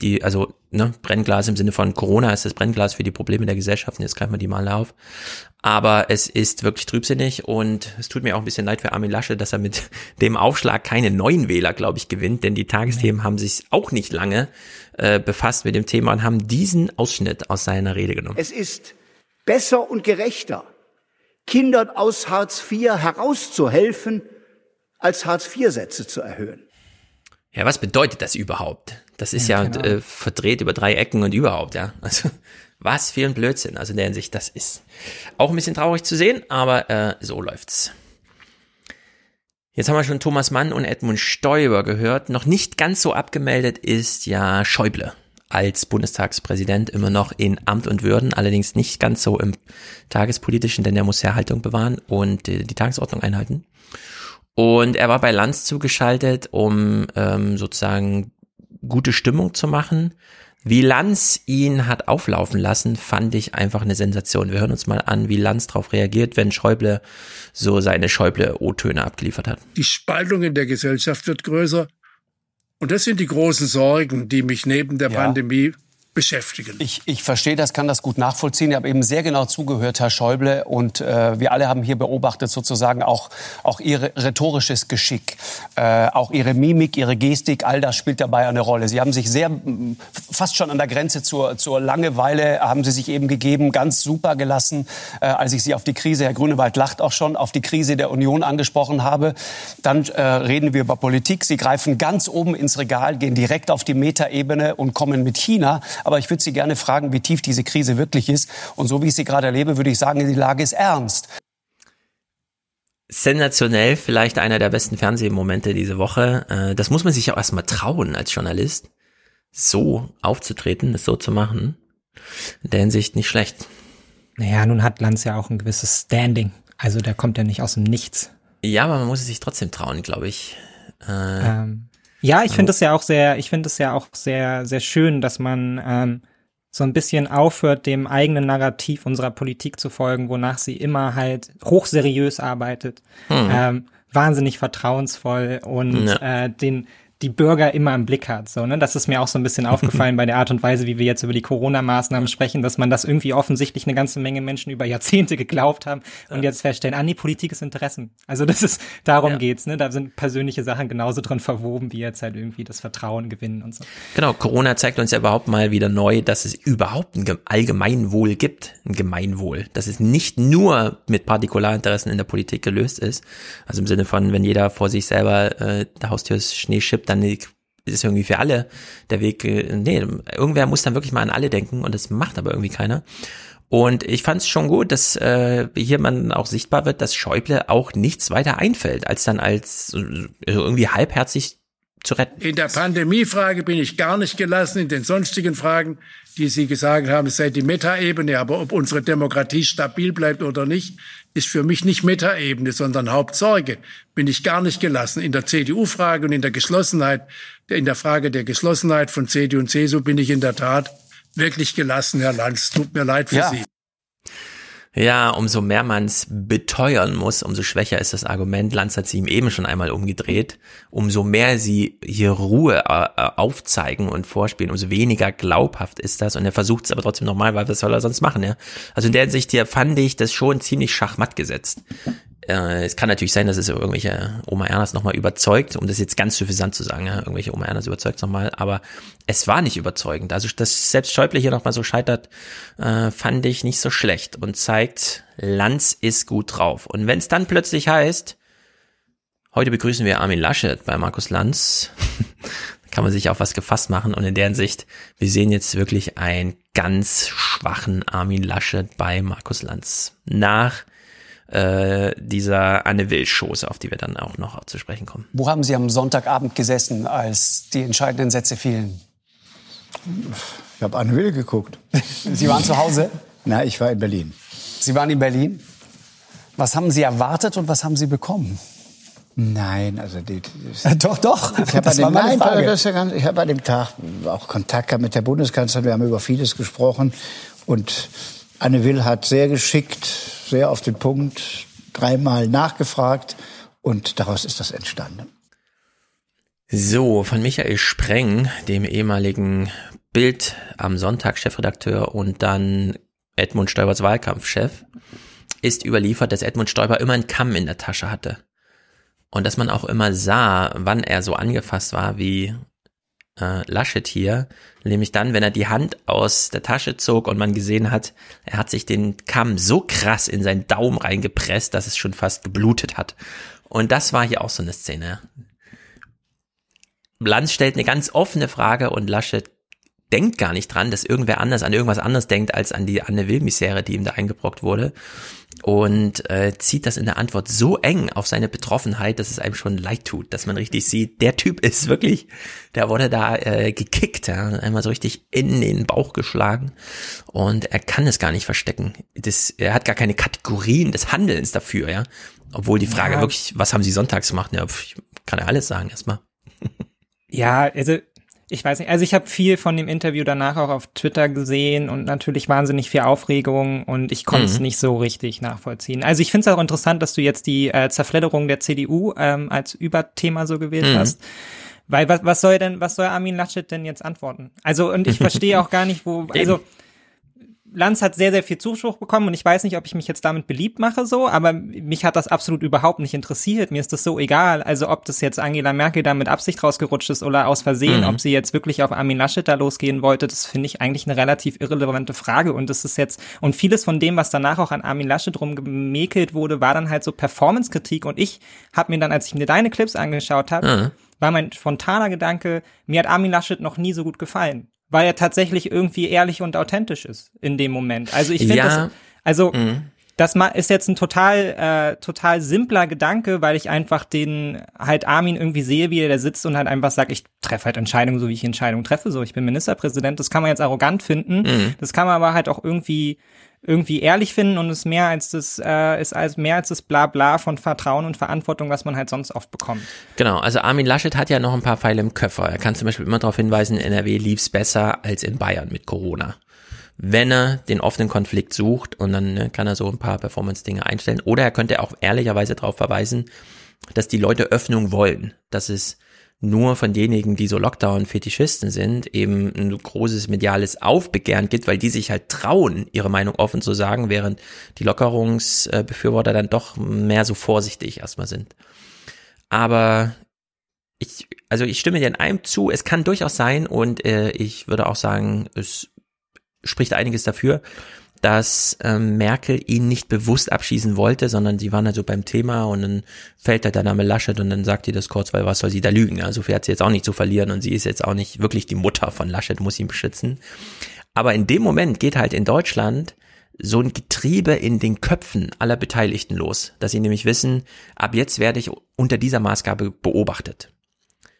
Brennglas im Sinne von Corona ist das Brennglas für die Probleme der Gesellschaft, und jetzt greifen wir die mal auf. Aber es ist wirklich trübsinnig und es tut mir auch ein bisschen leid für Armin Laschet, dass er mit dem Aufschlag keine neuen Wähler, glaube ich, gewinnt, denn die Tagesthemen haben sich auch nicht lange befasst mit dem Thema und haben diesen Ausschnitt aus seiner Rede genommen. Es ist besser und gerechter, Kindern aus Hartz IV herauszuhelfen, als Hartz-IV-Sätze zu erhöhen. Ja, was bedeutet das überhaupt? Das ist ja verdreht über 3 Ecken und überhaupt, ja. Also was für ein Blödsinn. Also in der Hinsicht, das ist auch ein bisschen traurig zu sehen, aber so läuft's. Jetzt haben wir schon Thomas Mann und Edmund Stoiber gehört. Noch nicht ganz so abgemeldet ist ja Schäuble als Bundestagspräsident immer noch in Amt und Würden, allerdings nicht ganz so im Tagespolitischen, denn er muss ja Haltung bewahren und die Tagesordnung einhalten. Und er war bei Lanz zugeschaltet, um sozusagen gute Stimmung zu machen. Wie Lanz ihn hat auflaufen lassen, fand ich einfach eine Sensation. Wir hören uns mal an, wie Lanz darauf reagiert, wenn Schäuble so seine Schäuble-O-Töne abgeliefert hat. Die Spaltung in der Gesellschaft wird größer. Und das sind die großen Sorgen, die mich neben der Pandemie beschäftigen. Ich verstehe das, kann das gut nachvollziehen. Ich habe eben sehr genau zugehört, Herr Schäuble. Und wir alle haben hier beobachtet sozusagen auch Ihr rhetorisches Geschick, auch Ihre Mimik, Ihre Gestik, all das spielt dabei eine Rolle. Sie haben sich fast schon an der Grenze zur Langeweile, haben Sie sich eben gegeben, ganz super gelassen, als ich Sie auf die Krise, Herr Grünewald lacht auch schon, auf die Krise der Union angesprochen habe. Dann reden wir über Politik. Sie greifen ganz oben ins Regal, gehen direkt auf die Metaebene und kommen mit China. Aber ich würde Sie gerne fragen, wie tief diese Krise wirklich ist. Und so wie ich sie gerade erlebe, würde ich sagen, die Lage ist ernst. Sensationell, vielleicht einer der besten Fernsehmomente diese Woche. Das muss man sich auch erstmal trauen als Journalist, so aufzutreten, es so zu machen. In der Hinsicht nicht schlecht. Naja, nun hat Lanz ja auch ein gewisses Standing. Also der kommt ja nicht aus dem Nichts. Ja, aber man muss es sich trotzdem trauen, glaube ich. Ja, ich finde es ja auch sehr, sehr schön, dass man so ein bisschen aufhört, dem eigenen Narrativ unserer Politik zu folgen, wonach sie immer halt hochseriös arbeitet, wahnsinnig vertrauensvoll und die Bürger immer im Blick hat. So, ne? Das ist mir auch so ein bisschen aufgefallen bei der Art und Weise, wie wir jetzt über die Corona-Maßnahmen sprechen, dass man das irgendwie offensichtlich eine ganze Menge Menschen über Jahrzehnte geglaubt haben und jetzt feststellen, nee, Politik ist Interessen. Also darum geht's, ne? Da sind persönliche Sachen genauso drin verwoben, wie jetzt halt irgendwie das Vertrauen gewinnen und so. Genau, Corona zeigt uns ja überhaupt mal wieder neu, dass es überhaupt ein Allgemeinwohl gibt. Ein Gemeinwohl. Dass es nicht nur mit Partikularinteressen in der Politik gelöst ist. Also im Sinne von, wenn jeder vor sich selber der Haustür Schnee schippt, dann ist es irgendwie für alle der Weg, irgendwer muss dann wirklich mal an alle denken und das macht aber irgendwie keiner. Und ich fand es schon gut, dass hier man auch sichtbar wird, dass Schäuble auch nichts weiter einfällt, als dann als irgendwie halbherzig zu retten. In der Pandemiefrage bin ich gar nicht gelassen. In den sonstigen Fragen, die Sie gesagt haben, es sei die Metaebene. Aber ob unsere Demokratie stabil bleibt oder nicht, ist für mich nicht Metaebene, sondern Hauptsorge. Bin ich gar nicht gelassen. In der CDU-Frage und in der Geschlossenheit, in der Frage der Geschlossenheit von CDU und CSU bin ich in der Tat wirklich gelassen, Herr Lanz. Tut mir leid für Sie. Ja, umso mehr man es beteuern muss, umso schwächer ist das Argument. Lanz hat sie ihm eben schon einmal umgedreht. Umso mehr sie hier Ruhe aufzeigen und vorspielen, umso weniger glaubhaft ist das. Und er versucht es aber trotzdem nochmal, weil was soll er sonst machen, ja? Also in der Hinsicht hier fand ich das schon ziemlich schachmatt gesetzt. Es kann natürlich sein, dass es irgendwelche Oma Ernas nochmal überzeugt, um das jetzt ganz suffisant zu sagen, ja, irgendwelche Oma Ernas überzeugt nochmal, aber es war nicht überzeugend. Also, dass selbst Schäuble hier nochmal so scheitert, fand ich nicht so schlecht und zeigt, Lanz ist gut drauf. Und wenn es dann plötzlich heißt, heute begrüßen wir Armin Laschet bei Markus Lanz, kann man sich auf was gefasst machen und in der Hinsicht, wir sehen jetzt wirklich einen ganz schwachen Armin Laschet bei Markus Lanz. Nach dieser Anne Will-Chose, auf die wir dann auch noch zu sprechen kommen. Wo haben Sie am Sonntagabend gesessen, als die entscheidenden Sätze fielen? Ich habe Anne Will geguckt. Sie waren zu Hause? Na, ich war in Berlin. Sie waren in Berlin? Was haben Sie erwartet und was haben Sie bekommen? Nein, also doch. Ich habe an dem Tag auch Kontakt gehabt mit der Bundeskanzlerin. Wir haben über vieles gesprochen und Anne Will hat sehr geschickt, sehr auf den Punkt, 3-mal nachgefragt und daraus ist das entstanden. So, von Michael Spreng, dem ehemaligen Bild am Sonntag Chefredakteur und dann Edmund Stoibers Wahlkampfchef, ist überliefert, dass Edmund Stoiber immer einen Kamm in der Tasche hatte. Und dass man auch immer sah, wann er so angefasst war wie Laschet hier, nämlich dann, wenn er die Hand aus der Tasche zog und man gesehen hat, er hat sich den Kamm so krass in seinen Daumen reingepresst, dass es schon fast geblutet hat. Und das war hier auch so eine Szene. Lanz stellt eine ganz offene Frage und Laschet denkt gar nicht dran, dass irgendwer anders an irgendwas anderes denkt als an die Anne Will-Misere, die ihm da eingebrockt wurde. Und zieht das in der Antwort so eng auf seine Betroffenheit, dass es einem schon leid tut, dass man richtig sieht, der Typ ist wirklich, der wurde da gekickt, ja, einmal so richtig in den Bauch geschlagen und er kann es gar nicht verstecken. Er hat gar keine Kategorien des Handelns dafür, ja. Obwohl die Frage wirklich, was haben Sie sonntags gemacht? Ja, kann er alles sagen erstmal. Ja, also ich weiß nicht, also ich habe viel von dem Interview danach auch auf Twitter gesehen und natürlich wahnsinnig viel Aufregung und ich konnte es nicht so richtig nachvollziehen. Also ich finde es auch interessant, dass du jetzt die Zerfledderung der CDU als Überthema so gewählt hast. Weil was soll Armin Laschet denn jetzt antworten? Also und ich verstehe auch gar nicht, also Lanz hat sehr, sehr viel Zuspruch bekommen und ich weiß nicht, ob ich mich jetzt damit beliebt mache so, aber mich hat das absolut überhaupt nicht interessiert. Mir ist das so egal. Also ob das jetzt Angela Merkel da mit Absicht rausgerutscht ist oder aus Versehen, ob sie jetzt wirklich auf Armin Laschet da losgehen wollte, das finde ich eigentlich eine relativ irrelevante Frage und das ist jetzt, und vieles von dem, was danach auch an Armin Laschet rumgemäkelt wurde, war dann halt so Performance-Kritik und ich habe mir dann, als ich mir deine Clips angeschaut habe, war mein spontaner Gedanke, mir hat Armin Laschet noch nie so gut gefallen. Weil er tatsächlich irgendwie ehrlich und authentisch ist in dem Moment. Also ich finde das ist jetzt ein total simpler Gedanke, weil ich einfach den halt Armin irgendwie sehe, wie er da sitzt und halt einfach sagt, ich treffe halt Entscheidungen, so wie ich Entscheidungen treffe, so ich bin Ministerpräsident. Das kann man jetzt arrogant finden, das kann man aber halt auch irgendwie ehrlich finden und ist mehr als das Blabla von Vertrauen und Verantwortung, was man halt sonst oft bekommt. Genau, also Armin Laschet hat ja noch ein paar Pfeile im Köffer. Er kann zum Beispiel immer darauf hinweisen, in NRW lief's besser als in Bayern mit Corona. Wenn er den offenen Konflikt sucht und dann kann er so ein paar Performance-Dinge einstellen. Oder er könnte auch ehrlicherweise darauf verweisen, dass die Leute Öffnung wollen, dass es nur von denjenigen, die so Lockdown-Fetischisten sind, eben ein großes mediales Aufbegehren gibt, weil die sich halt trauen, ihre Meinung offen zu sagen, während die Lockerungsbefürworter dann doch mehr so vorsichtig erstmal sind. Aber ich stimme dir in einem zu, es kann durchaus sein und ich würde auch sagen, es spricht einiges dafür, dass Merkel ihn nicht bewusst abschießen wollte, sondern sie waren halt so beim Thema und dann fällt halt der Name Laschet und dann sagt die das kurz, weil was soll sie da lügen? Ja, so viel hat sie jetzt auch nicht zu verlieren und sie ist jetzt auch nicht wirklich die Mutter von Laschet, muss ihn beschützen. Aber in dem Moment geht halt in Deutschland so ein Getriebe in den Köpfen aller Beteiligten los, dass sie nämlich wissen, ab jetzt werde ich unter dieser Maßgabe beobachtet.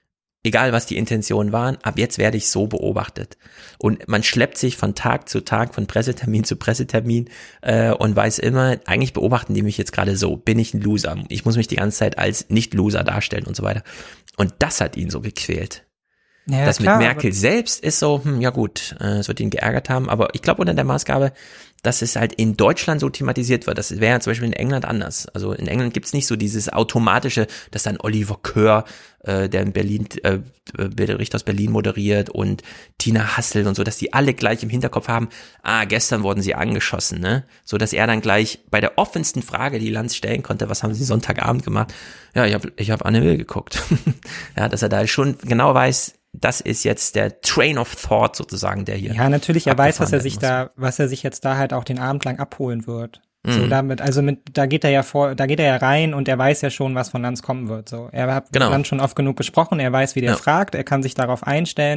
egal was die Intentionen waren, ab jetzt werde ich so beobachtet. Und man schleppt sich von Tag zu Tag, von Pressetermin zu Pressetermin und weiß immer, eigentlich beobachten die mich jetzt gerade so, bin ich ein Loser, ich muss mich die ganze Zeit als Nicht-Loser darstellen und so weiter. Und das hat ihn so gequält. Ja, das klar, mit Merkel selbst ist so, ja gut, es wird ihn geärgert haben, aber ich glaube unter der Maßgabe, dass es halt in Deutschland so thematisiert wird. Das wäre zum Beispiel in England anders. Also in England gibt's nicht so dieses automatische, dass dann Oliver Kör, der in Berlin, Bericht aus Berlin moderiert und Tina Hassel und so, dass die alle gleich im Hinterkopf haben, gestern wurden sie angeschossen, ne? So dass er dann gleich bei der offensten Frage, die Lanz stellen konnte, was haben sie Sonntagabend gemacht? Ja, ich hab Anne Will geguckt. Ja, dass er da schon genau weiß, das ist jetzt der Train of Thought sozusagen, der hier. Ja, natürlich, er weiß, was er sich jetzt da halt auch den Abend lang abholen wird. So damit, da geht er ja rein und er weiß ja schon, was von Lanz kommen wird. So, er hat mit Lanz schon oft genug gesprochen, er weiß, wie der fragt, er kann sich darauf einstellen.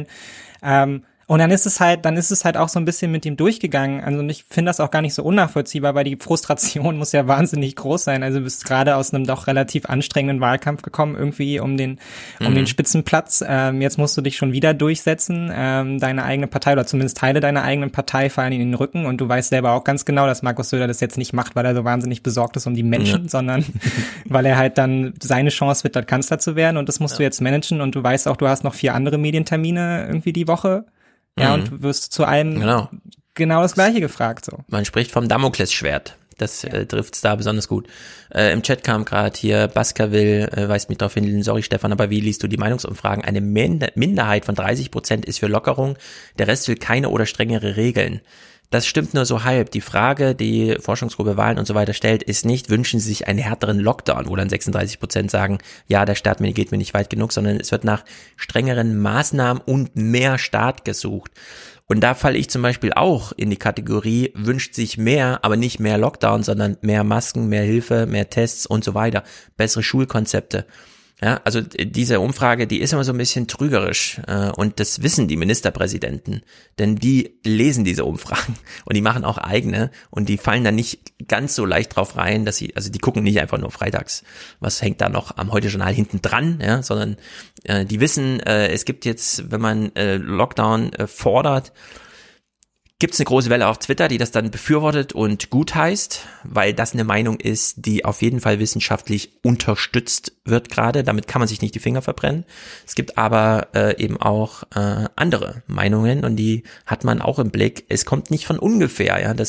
Und dann ist es halt auch so ein bisschen mit ihm durchgegangen. Also ich finde das auch gar nicht so unnachvollziehbar, weil die Frustration muss ja wahnsinnig groß sein. Also du bist gerade aus einem doch relativ anstrengenden Wahlkampf gekommen, irgendwie um den Spitzenplatz. Jetzt musst du dich schon wieder durchsetzen. Deine eigene Partei oder zumindest Teile deiner eigenen Partei fallen in den Rücken und du weißt selber auch ganz genau, dass Markus Söder das jetzt nicht macht, weil er so wahnsinnig besorgt ist um die Menschen, sondern weil er halt dann seine Chance wittert, Kanzler zu werden und das musst du jetzt managen und du weißt auch, du hast noch 4 andere Medientermine irgendwie die Woche. Ja, und du wirst zu allem genau das Gleiche gefragt. So. Man spricht vom Damoklesschwert. Das trifft's da besonders gut. Im Chat kam gerade hier, Baskerville weist mich darauf hin, sorry Stefan, aber wie liest du die Meinungsumfragen? Eine Minderheit von 30% ist für Lockerung, der Rest will keine oder strengere Regeln. Das stimmt nur so halb. Die Frage, die Forschungsgruppe Wahlen und so weiter stellt, ist nicht, wünschen Sie sich einen härteren Lockdown, wo dann 36% sagen, ja, der Staat geht mir nicht weit genug, sondern es wird nach strengeren Maßnahmen und mehr Staat gesucht. Und da falle ich zum Beispiel auch in die Kategorie, wünscht sich mehr, aber nicht mehr Lockdown, sondern mehr Masken, mehr Hilfe, mehr Tests und so weiter, bessere Schulkonzepte. Ja, also diese Umfrage, die ist immer so ein bisschen trügerisch und das wissen die Ministerpräsidenten, denn die lesen diese Umfragen und die machen auch eigene und die fallen dann nicht ganz so leicht drauf rein, dass die gucken nicht einfach nur freitags, was hängt da noch am Heute-Journal hinten dran, ja, sondern die wissen, es gibt jetzt, wenn man Lockdown fordert, gibt's eine große Welle auf Twitter, die das dann befürwortet und gut heißt, weil das eine Meinung ist, die auf jeden Fall wissenschaftlich unterstützt wird gerade. Damit kann man sich nicht die Finger verbrennen. Es gibt aber eben auch andere Meinungen und die hat man auch im Blick. Es kommt nicht von ungefähr, ja.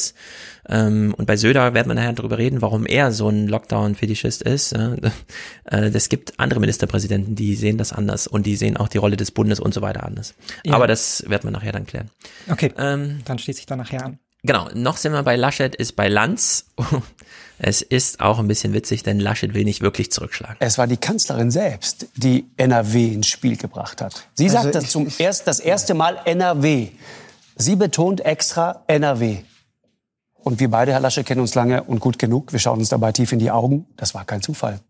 Und bei Söder werden wir nachher darüber reden, warum er so ein Lockdown-Fetischist ist. Es gibt andere Ministerpräsidenten, die sehen das anders und die sehen auch die Rolle des Bundes und so weiter anders. Ja. Aber das werden wir nachher dann klären. Okay, dann schließe ich da nachher an. Genau, noch sind wir bei Laschet, ist bei Lanz. Es ist auch ein bisschen witzig, denn Laschet will nicht wirklich zurückschlagen. Es war die Kanzlerin selbst, die NRW ins Spiel gebracht hat. Sie sagt das das erste Mal NRW. Sie betont extra NRW. Und wir beide, Herr Laschet, kennen uns lange und gut genug. Wir schauen uns dabei tief in die Augen. Das war kein Zufall.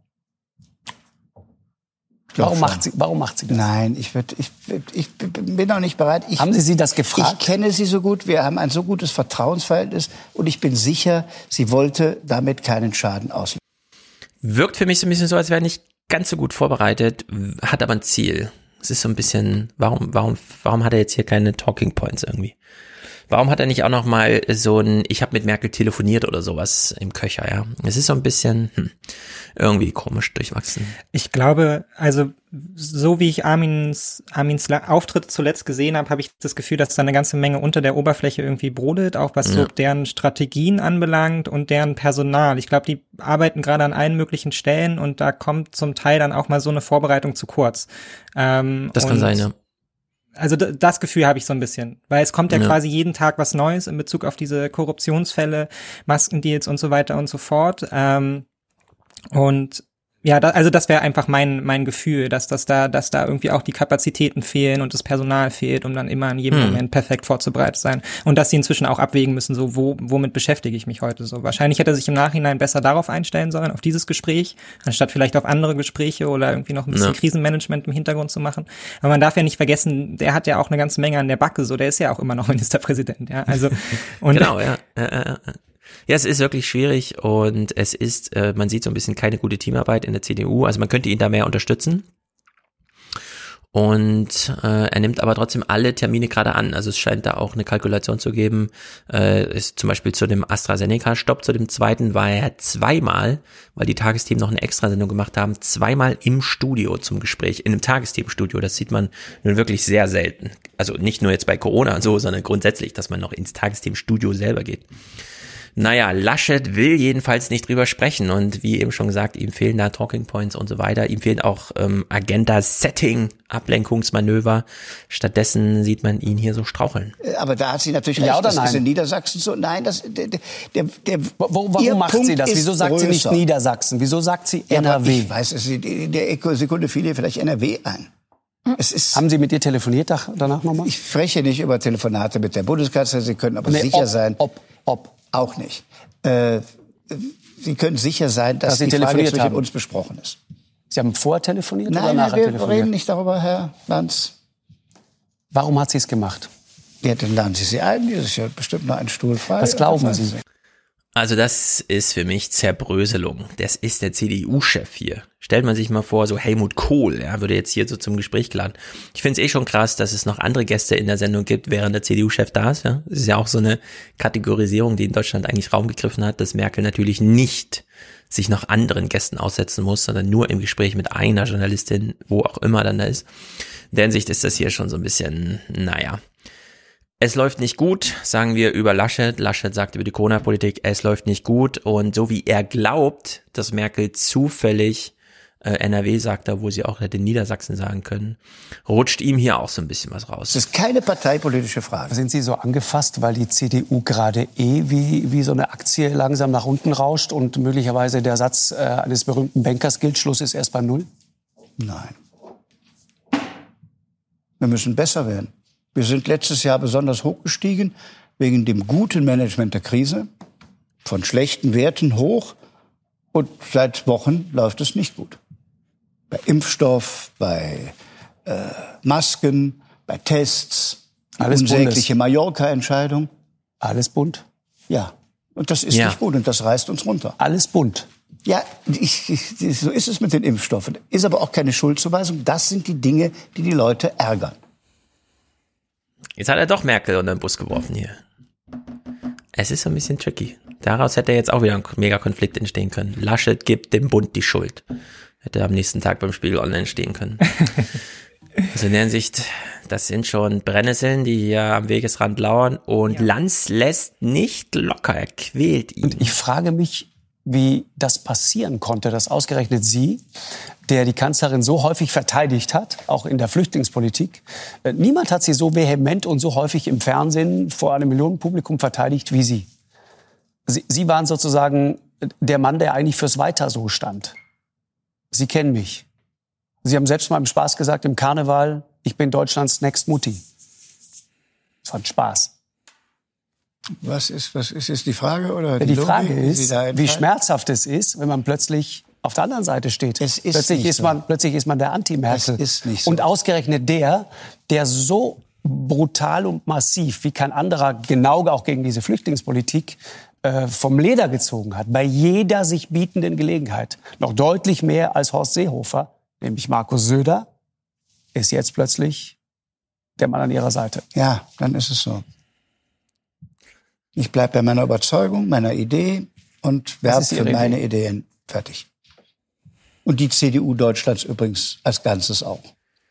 Warum macht sie das? Nein, ich bin noch nicht bereit. Haben Sie das gefragt? Ich kenne sie so gut. Wir haben ein so gutes Vertrauensverhältnis. Und ich bin sicher, sie wollte damit keinen Schaden auslösen. Wirkt für mich so ein bisschen so, als wäre nicht ganz so gut vorbereitet, hat aber ein Ziel. Es ist so ein bisschen, warum hat er jetzt hier keine Talking Points irgendwie? Warum hat er nicht auch noch mal so ein, ich habe mit Merkel telefoniert oder sowas im Köcher, ja? Es ist so ein bisschen irgendwie komisch durchwachsen. Ich glaube, also so wie ich Armins Auftritt zuletzt gesehen habe, habe ich das Gefühl, dass da eine ganze Menge unter der Oberfläche irgendwie brodelt, auch was so deren Strategien anbelangt und deren Personal. Ich glaube, die arbeiten gerade an allen möglichen Stellen und da kommt zum Teil dann auch mal so eine Vorbereitung zu kurz. Das kann sein, ja. Also das Gefühl habe ich so ein bisschen, weil es kommt ja quasi jeden Tag was Neues in Bezug auf diese Korruptionsfälle, Maskendeals und so weiter und so fort. Und ja, also das wäre einfach mein Gefühl, dass da irgendwie auch die Kapazitäten fehlen und das Personal fehlt, um dann immer in jedem Moment perfekt vorzubereitet zu sein. Und dass sie inzwischen auch abwägen müssen, so womit beschäftige ich mich heute so. Wahrscheinlich hätte er sich im Nachhinein besser darauf einstellen sollen, auf dieses Gespräch, anstatt vielleicht auf andere Gespräche oder irgendwie noch ein bisschen Krisenmanagement im Hintergrund zu machen. Aber man darf ja nicht vergessen, der hat ja auch eine ganze Menge an der Backe, so, der ist ja auch immer noch Ministerpräsident, ja. Also und genau, ja. Ja, es ist wirklich schwierig und es ist, man sieht so ein bisschen keine gute Teamarbeit in der CDU. Also man könnte ihn da mehr unterstützen. Und er nimmt aber trotzdem alle Termine gerade an. Also es scheint da auch eine Kalkulation zu geben. Ist zum Beispiel zu dem AstraZeneca-Stopp, zu dem zweiten, war er zweimal, weil die Tagesteam noch eine Extrasendung gemacht haben, zweimal im Studio zum Gespräch, in einem Tagesteam-Studio. Das sieht man nun wirklich sehr selten. Also nicht nur jetzt bei Corona und so, sondern grundsätzlich, dass man noch ins Tagesteam-Studio selber geht. Naja, Laschet will jedenfalls nicht drüber sprechen und wie eben schon gesagt, ihm fehlen da Talking Points und so weiter. Ihm fehlen auch Agenda-Setting, Ablenkungsmanöver. Stattdessen sieht man ihn hier so straucheln. Aber da hat sie natürlich recht. Ja oder das nein? Ist in Niedersachsen so. Nein, Warum macht sie das? Wieso sagt sie nicht Niedersachsen? Wieso sagt sie NRW? Ich weiß es, in der Sekunde fiel ihr vielleicht NRW ein. Haben Sie mit ihr telefoniert danach nochmal? Ich spreche nicht über Telefonate mit der Bundeskanzlerin. Sie können aber sicher sein. Auch nicht. Sie können sicher sein, dass die Frage zwischen uns besprochen ist. Sie haben vorher telefoniert oder nachher telefoniert? Nein, wir reden nicht darüber, Herr Lanz. Warum hat sie es gemacht? Ja, dann laden Sie sie ein. Hier ist ja bestimmt noch ein Stuhl frei. Was glauben Sie? Also das ist für mich Zerbröselung. Das ist der CDU-Chef hier. Stellt man sich mal vor, so Helmut Kohl, ja, würde jetzt hier so zum Gespräch geladen. Ich finde es schon krass, dass es noch andere Gäste in der Sendung gibt, während der CDU-Chef da ist. Ja. Das ist ja auch so eine Kategorisierung, die in Deutschland eigentlich Raum gegriffen hat, dass Merkel natürlich nicht sich noch anderen Gästen aussetzen muss, sondern nur im Gespräch mit einer Journalistin, wo auch immer dann da ist. In der Hinsicht ist das hier schon so ein bisschen, naja. Es läuft nicht gut, sagen wir über Laschet. Laschet sagt über die Corona-Politik, es läuft nicht gut. Und so wie er glaubt, dass Merkel zufällig NRW sagt, wo sie auch hätte Niedersachsen sagen können, rutscht ihm hier auch so ein bisschen was raus. Das ist keine parteipolitische Frage. Sind Sie so angefasst, weil die CDU gerade wie so eine Aktie langsam nach unten rauscht und möglicherweise der Satz eines berühmten Bankers gilt, Schluss ist erst bei Null? Nein. Wir müssen besser werden. Wir sind letztes Jahr besonders hochgestiegen wegen dem guten Management der Krise, von schlechten Werten hoch. Und seit Wochen läuft es nicht gut. Bei Impfstoff, bei Masken, bei Tests, die unsägliche Mallorca-Entscheidung. Alles bunt. Ja, und das ist nicht gut und das reißt uns runter. Alles bunt. Ja, so ist es mit den Impfstoffen. Ist aber auch keine Schuldzuweisung. Das sind die Dinge, die die Leute ärgern. Jetzt hat er doch Merkel unter den Bus geworfen hier. Es ist so ein bisschen tricky. Daraus hätte jetzt auch wieder ein Megakonflikt entstehen können. Laschet gibt dem Bund die Schuld. Hätte am nächsten Tag beim Spiegel Online stehen können. Also in der Hinsicht, das sind schon Brennnesseln, die hier am Wegesrand lauern. Und Lanz lässt nicht locker, er quält ihn. Und ich frage mich, wie das passieren konnte, dass ausgerechnet Sie, der die Kanzlerin so häufig verteidigt hat, auch in der Flüchtlingspolitik, niemand hat sie so vehement und so häufig im Fernsehen vor einem Millionenpublikum verteidigt wie Sie. Sie waren sozusagen der Mann, der eigentlich fürs Weiter so stand. Sie kennen mich. Sie haben selbst mal im Spaß gesagt, im Karneval, ich bin Deutschlands Next Mutti. Das war ein Spaß. Was ist jetzt die Frage? Oder die Frage ist, wie schmerzhaft es ist, wenn man plötzlich auf der anderen Seite steht. Plötzlich ist man der Anti-Merkel. Es ist nicht so. Und ausgerechnet der so brutal und massiv wie kein anderer genau auch gegen diese Flüchtlingspolitik vom Leder gezogen hat, bei jeder sich bietenden Gelegenheit, noch deutlich mehr als Horst Seehofer, nämlich Markus Söder, ist jetzt plötzlich der Mann an ihrer Seite. Ja, dann ist es so. Ich bleibe bei meiner Überzeugung, meiner Idee und werbe für meine Ideen. Fertig. Und die CDU Deutschlands übrigens als Ganzes auch.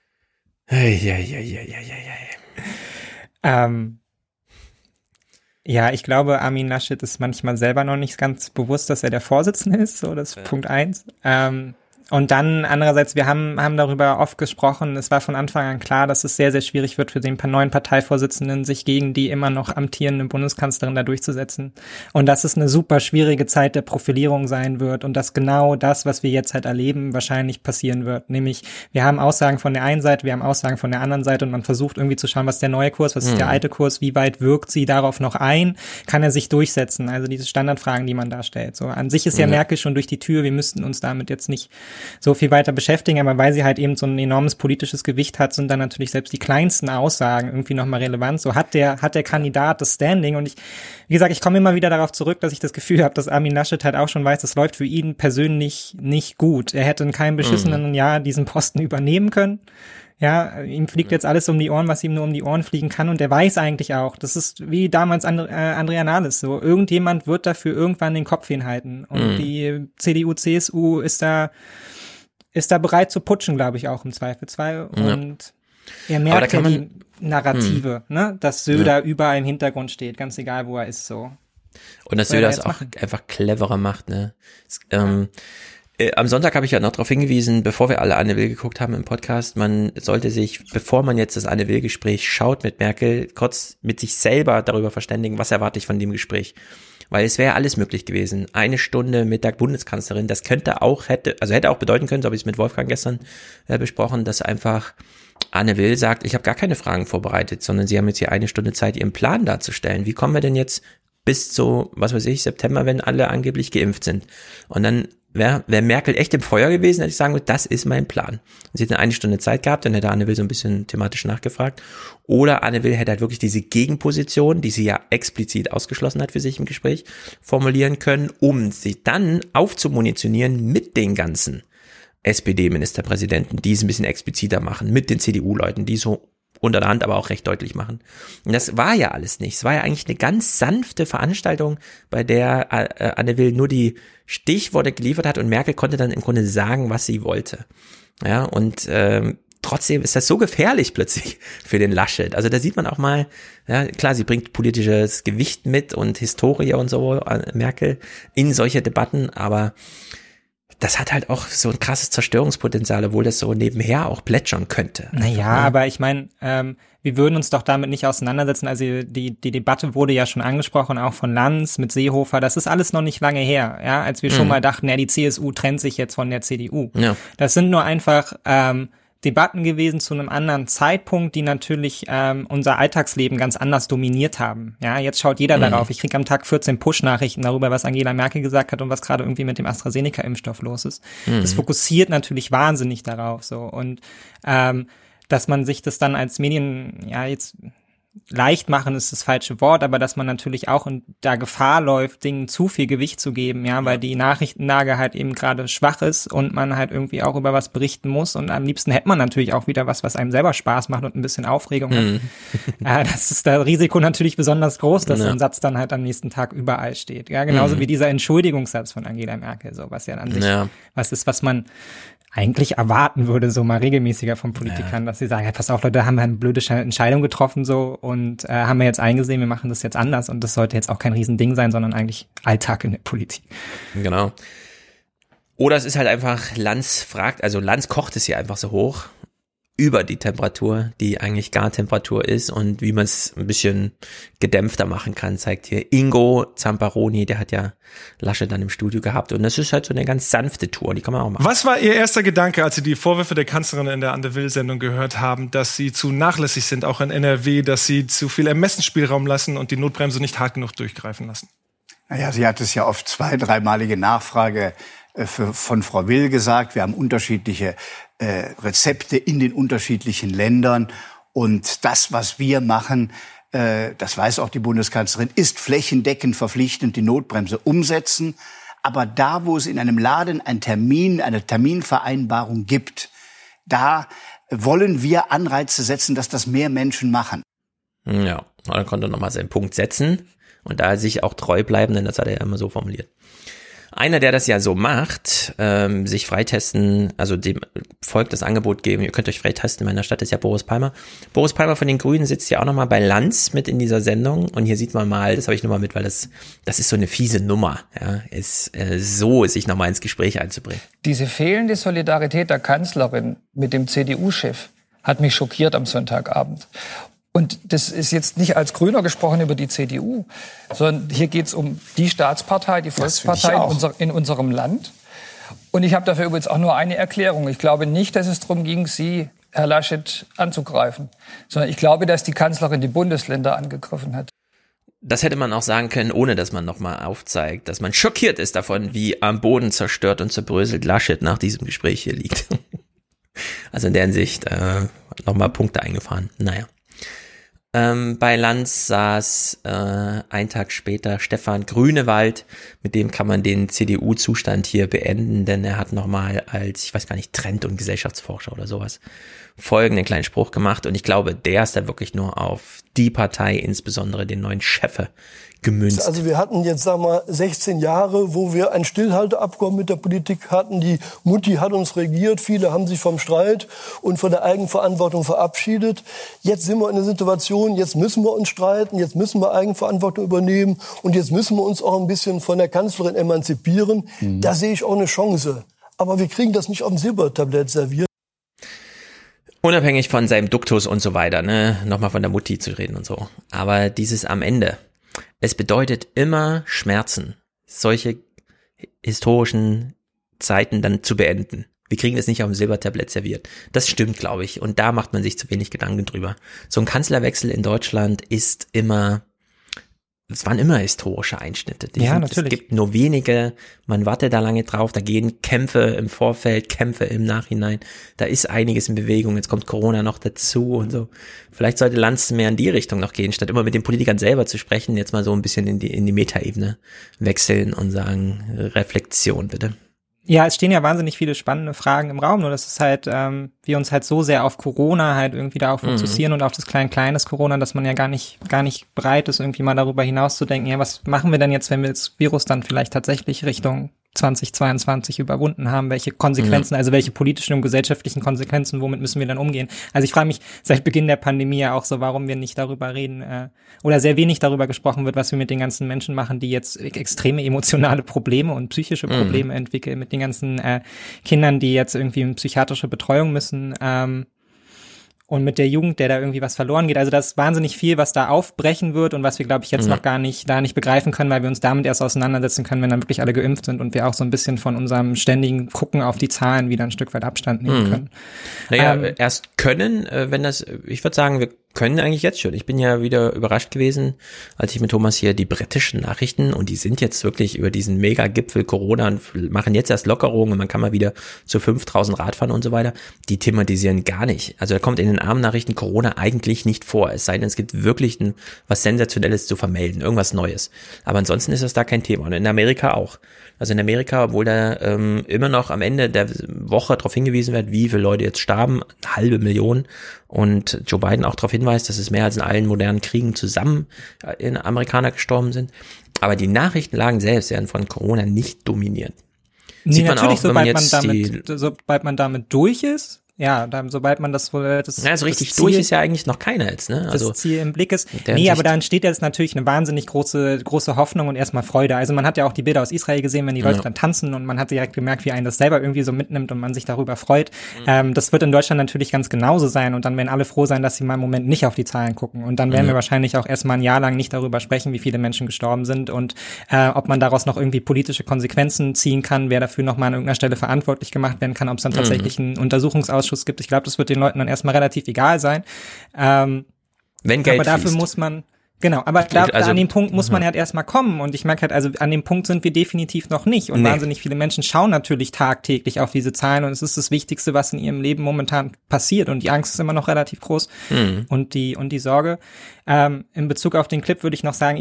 Ja, ich glaube, Armin Laschet ist manchmal selber noch nicht ganz bewusst, dass er der Vorsitzende ist, so das ist Punkt 1. Und dann andererseits, wir haben darüber oft gesprochen, es war von Anfang an klar, dass es sehr, sehr schwierig wird für den neuen Parteivorsitzenden, sich gegen die immer noch amtierende Bundeskanzlerin da durchzusetzen. Und dass es eine super schwierige Zeit der Profilierung sein wird und dass genau das, was wir jetzt halt erleben, wahrscheinlich passieren wird. Nämlich, wir haben Aussagen von der einen Seite, wir haben Aussagen von der anderen Seite und man versucht irgendwie zu schauen, was ist der neue Kurs, was ist der alte Kurs, wie weit wirkt sie darauf noch ein, kann er sich durchsetzen? Also diese Standardfragen, die man da stellt. So, an sich ist ja Merkel schon durch die Tür, wir müssten uns damit jetzt nicht so viel weiter beschäftigen, aber weil sie halt eben so ein enormes politisches Gewicht hat, sind dann natürlich selbst die kleinsten Aussagen irgendwie nochmal relevant. So hat der Kandidat das Standing und wie gesagt, ich komme immer wieder darauf zurück, dass ich das Gefühl habe, dass Armin Laschet halt auch schon weiß, das läuft für ihn persönlich nicht gut. Er hätte in keinem beschissenen Jahr diesen Posten übernehmen können. Ja, ihm fliegt jetzt alles um die Ohren, was ihm nur um die Ohren fliegen kann und er weiß eigentlich auch, das ist wie damals Andrea Nahles so, irgendjemand wird dafür irgendwann den Kopf hinhalten und die CDU, CSU ist da bereit zu putschen, glaube ich auch im Zweifelsfall und er merkt ja die Narrative, ne, dass Söder überall im Hintergrund steht, ganz egal wo er ist so. Und dass Söder es auch einfach cleverer macht, ne. Am Sonntag habe ich ja noch darauf hingewiesen, bevor wir alle Anne Will geguckt haben im Podcast, man sollte sich, bevor man jetzt das Anne Will-Gespräch schaut mit Merkel, kurz mit sich selber darüber verständigen, was erwarte ich von dem Gespräch. Weil es wäre alles möglich gewesen. 1 Stunde mit der Bundeskanzlerin, das hätte auch bedeuten können, so habe ich es mit Wolfgang gestern besprochen, dass einfach Anne Will sagt, ich habe gar keine Fragen vorbereitet, sondern sie haben jetzt hier 1 Stunde Zeit, ihren Plan darzustellen. Wie kommen wir denn jetzt bis zu, was weiß ich, September, wenn alle angeblich geimpft sind? Und dann wäre Merkel echt im Feuer gewesen, hätte ich sagen, das ist mein Plan. Sie hätte 1 Stunde Zeit gehabt, dann hätte Anne Will so ein bisschen thematisch nachgefragt. Oder Anne Will hätte halt wirklich diese Gegenposition, die sie ja explizit ausgeschlossen hat für sich im Gespräch, formulieren können, um sie dann aufzumunitionieren mit den ganzen SPD-Ministerpräsidenten, die es ein bisschen expliziter machen, mit den CDU-Leuten, die so unter der Hand aber auch recht deutlich machen. Und das war ja alles nicht. Es war ja eigentlich eine ganz sanfte Veranstaltung, bei der Anne Will nur die Stichworte geliefert hat und Merkel konnte dann im Grunde sagen, was sie wollte. Ja, und trotzdem ist das so gefährlich plötzlich für den Laschet. Also da sieht man auch mal, ja klar, sie bringt politisches Gewicht mit und Historie und so, Merkel, in solche Debatten, aber das hat halt auch so ein krasses Zerstörungspotenzial, obwohl das so nebenher auch plätschern könnte. Naja, aber ich meine, wir würden uns doch damit nicht auseinandersetzen. Also die Debatte wurde ja schon angesprochen, auch von Lanz mit Seehofer. Das ist alles noch nicht lange her, ja, als wir schon mal dachten, ja, die CSU trennt sich jetzt von der CDU. Ja. Das sind nur einfach Debatten gewesen zu einem anderen Zeitpunkt, die natürlich unser Alltagsleben ganz anders dominiert haben. Ja, jetzt schaut jeder darauf. Ich kriege am Tag 14 Push-Nachrichten darüber, was Angela Merkel gesagt hat und was gerade irgendwie mit dem AstraZeneca-Impfstoff los ist. Das fokussiert natürlich wahnsinnig darauf. So und dass man sich das dann als Medien jetzt leicht machen ist das falsche Wort, aber dass man natürlich auch in der Gefahr läuft, Dingen zu viel Gewicht zu geben, ja, weil die Nachrichtenlage halt eben gerade schwach ist und man halt irgendwie auch über was berichten muss und am liebsten hätte man natürlich auch wieder was einem selber Spaß macht und ein bisschen Aufregung hat. Das ist das Risiko natürlich besonders groß, dass so ein Satz dann halt am nächsten Tag überall steht. Ja, genauso wie dieser Entschuldigungssatz von Angela Merkel, so was ja an sich was ist, was man eigentlich erwarten würde, so mal regelmäßiger von Politikern, dass sie sagen, ja, pass auf Leute, haben wir eine blöde Entscheidung getroffen so und haben wir jetzt eingesehen, wir machen das jetzt anders und das sollte jetzt auch kein Riesending sein, sondern eigentlich Alltag in der Politik. Genau. Oder es ist halt einfach, Lanz kocht es hier einfach so hoch über die Temperatur, die eigentlich Gartemperatur ist und wie man es ein bisschen gedämpfter machen kann, zeigt hier Ingo Zamparoni, der hat ja Laschet dann im Studio gehabt und das ist halt so eine ganz sanfte Tour, die kann man auch machen. Was war Ihr erster Gedanke, als Sie die Vorwürfe der Kanzlerin in der Anne Will-Sendung gehört haben, dass sie zu nachlässig sind, auch in NRW, dass sie zu viel Ermessensspielraum lassen und die Notbremse nicht hart genug durchgreifen lassen? Naja, sie hat es ja auf 2-, 3-malige Nachfrage von Frau Will gesagt. Wir haben unterschiedliche Rezepte in den unterschiedlichen Ländern. Und das, was wir machen, das weiß auch die Bundeskanzlerin, ist flächendeckend verpflichtend die Notbremse umsetzen. Aber da, wo es in einem Laden eine Terminvereinbarung gibt, da wollen wir Anreize setzen, dass das mehr Menschen machen. Ja, er konnte nochmal seinen Punkt setzen und da sich auch treu bleiben, denn das hat er ja immer so formuliert. Einer, der das ja so macht, sich freitesten, also dem folgt das Angebot geben, ihr könnt euch freitesten in meiner Stadt, ist ja Boris Palmer. Boris Palmer von den Grünen sitzt ja auch nochmal bei Lanz mit in dieser Sendung und hier sieht man mal, das habe ich nur mal mit, weil das ist so eine fiese Nummer, ja, sich nochmal ins Gespräch einzubringen. Diese fehlende Solidarität der Kanzlerin mit dem CDU-Chef hat mich schockiert am Sonntagabend. Und das ist jetzt nicht als Grüner gesprochen über die CDU, sondern hier geht es um die Staatspartei, die Volkspartei in unserem Land. Und ich habe dafür übrigens auch nur eine Erklärung. Ich glaube nicht, dass es darum ging, Sie, Herr Laschet, anzugreifen, sondern ich glaube, dass die Kanzlerin die Bundesländer angegriffen hat. Das hätte man auch sagen können, ohne dass man nochmal aufzeigt, dass man schockiert ist davon, wie am Boden zerstört und zerbröselt Laschet nach diesem Gespräch hier liegt. Also in der Hinsicht nochmal Punkte eingefahren. Naja. Bei Lanz saß einen Tag später Stefan Grünewald, mit dem kann man den CDU-Zustand hier beenden, denn er hat nochmal als, ich weiß gar nicht, Trend- und Gesellschaftsforscher oder sowas folgenden kleinen Spruch gemacht und ich glaube, der ist da wirklich nur auf die Partei, insbesondere den neuen Chef, gemünzt. Also wir hatten jetzt, sagen wir mal, 16 Jahre, wo wir ein Stillhalteabkommen mit der Politik hatten. Die Mutti hat uns regiert, viele haben sich vom Streit und von der Eigenverantwortung verabschiedet. Jetzt sind wir in der Situation, jetzt müssen wir uns streiten, jetzt müssen wir Eigenverantwortung übernehmen und jetzt müssen wir uns auch ein bisschen von der Kanzlerin emanzipieren. Da sehe ich auch eine Chance. Aber wir kriegen das nicht auf dem Silbertablett serviert. Unabhängig von seinem Duktus und so weiter, ne, nochmal von der Mutti zu reden und so. Aber dieses am Ende, es bedeutet immer Schmerzen, solche historischen Zeiten dann zu beenden. Wir kriegen es nicht auf dem Silbertablett serviert. Das stimmt, glaube ich. Und da macht man sich zu wenig Gedanken drüber. So ein Kanzlerwechsel in Deutschland ist immer, es waren immer historische Einschnitte. Natürlich. Es gibt nur wenige, man wartet da lange drauf, da gehen Kämpfe im Vorfeld, Kämpfe im Nachhinein, da ist einiges in Bewegung, jetzt kommt Corona noch dazu und so. Vielleicht sollte Lanz mehr in die Richtung noch gehen, statt immer mit den Politikern selber zu sprechen, jetzt mal so ein bisschen in die Metaebene wechseln und sagen, Reflexion bitte. Ja, es stehen ja wahnsinnig viele spannende Fragen im Raum, nur dass es halt, wir uns halt so sehr auf Corona halt irgendwie darauf fokussieren und auf das kleines Corona, dass man ja gar nicht bereit ist, irgendwie mal darüber hinaus zu denken, ja, was machen wir denn jetzt, wenn wir das Virus dann vielleicht tatsächlich Richtung 2022 überwunden haben, welche Konsequenzen, also welche politischen und gesellschaftlichen Konsequenzen, womit müssen wir dann umgehen? Also ich frage mich seit Beginn der Pandemie ja auch so, warum wir nicht darüber reden oder sehr wenig darüber gesprochen wird, was wir mit den ganzen Menschen machen, die jetzt extreme emotionale Probleme und psychische Probleme entwickeln, mit den ganzen Kindern, die jetzt irgendwie in psychiatrische Betreuung müssen, und mit der Jugend, der da irgendwie was verloren geht. Also da ist wahnsinnig viel, was da aufbrechen wird und was wir, glaube ich, jetzt noch gar nicht begreifen können, weil wir uns damit erst auseinandersetzen können, wenn dann wirklich alle geimpft sind und wir auch so ein bisschen von unserem ständigen Gucken auf die Zahlen wieder ein Stück weit Abstand nehmen können. Naja, erst können, wenn das, ich würde sagen, wir können eigentlich jetzt schon. Ich bin ja wieder überrascht gewesen, als ich mit Thomas hier die britischen Nachrichten, und die sind jetzt wirklich über diesen Mega-Gipfel Corona und machen jetzt erst Lockerungen und man kann mal wieder zu 5.000 Rad fahren und so weiter. Die thematisieren gar nicht. Also da kommt in den Abendnachrichten Corona eigentlich nicht vor. Es sei denn, es gibt wirklich was Sensationelles zu vermelden, irgendwas Neues. Aber ansonsten ist das da kein Thema. Und in Amerika auch. Also in Amerika, obwohl da immer noch am Ende der Woche darauf hingewiesen wird, wie viele Leute jetzt starben, 500.000, und Joe Biden auch darauf hinweist, dass es mehr als in allen modernen Kriegen zusammen in Amerikaner gestorben sind. Aber die Nachrichtenlagen selbst werden von Corona nicht dominiert. Nee, sieht man natürlich, auch, sobald man damit durch ist. Ja, sobald man das wohl, so richtig durch ist ja eigentlich noch keiner jetzt, ne? Also das Ziel im Blick ist. Nee, aber da entsteht jetzt natürlich eine wahnsinnig große Hoffnung und erstmal Freude. Also man hat ja auch die Bilder aus Israel gesehen, wenn die Leute dann tanzen, und man hat direkt gemerkt, wie einen das selber irgendwie so mitnimmt und man sich darüber freut. Das wird in Deutschland natürlich ganz genauso sein, und dann werden alle froh sein, dass sie mal im Moment nicht auf die Zahlen gucken. Und dann werden wir wahrscheinlich auch erstmal ein Jahr lang nicht darüber sprechen, wie viele Menschen gestorben sind und ob man daraus noch irgendwie politische Konsequenzen ziehen kann, wer dafür nochmal an irgendeiner Stelle verantwortlich gemacht werden kann, ob es dann tatsächlich einen Untersuchungsausschuss gibt. Ich glaube, das wird den Leuten dann erstmal relativ egal sein. Wenn Geld aber dafür fließt. muss man, genau, aber an dem Punkt muss man halt erstmal kommen, und ich merke halt, also an dem Punkt sind wir definitiv noch nicht, und wahnsinnig viele Menschen schauen natürlich tagtäglich auf diese Zahlen, und es ist das Wichtigste, was in ihrem Leben momentan passiert, und die Angst ist immer noch relativ groß und die Sorge. In Bezug auf den Clip würde ich noch sagen,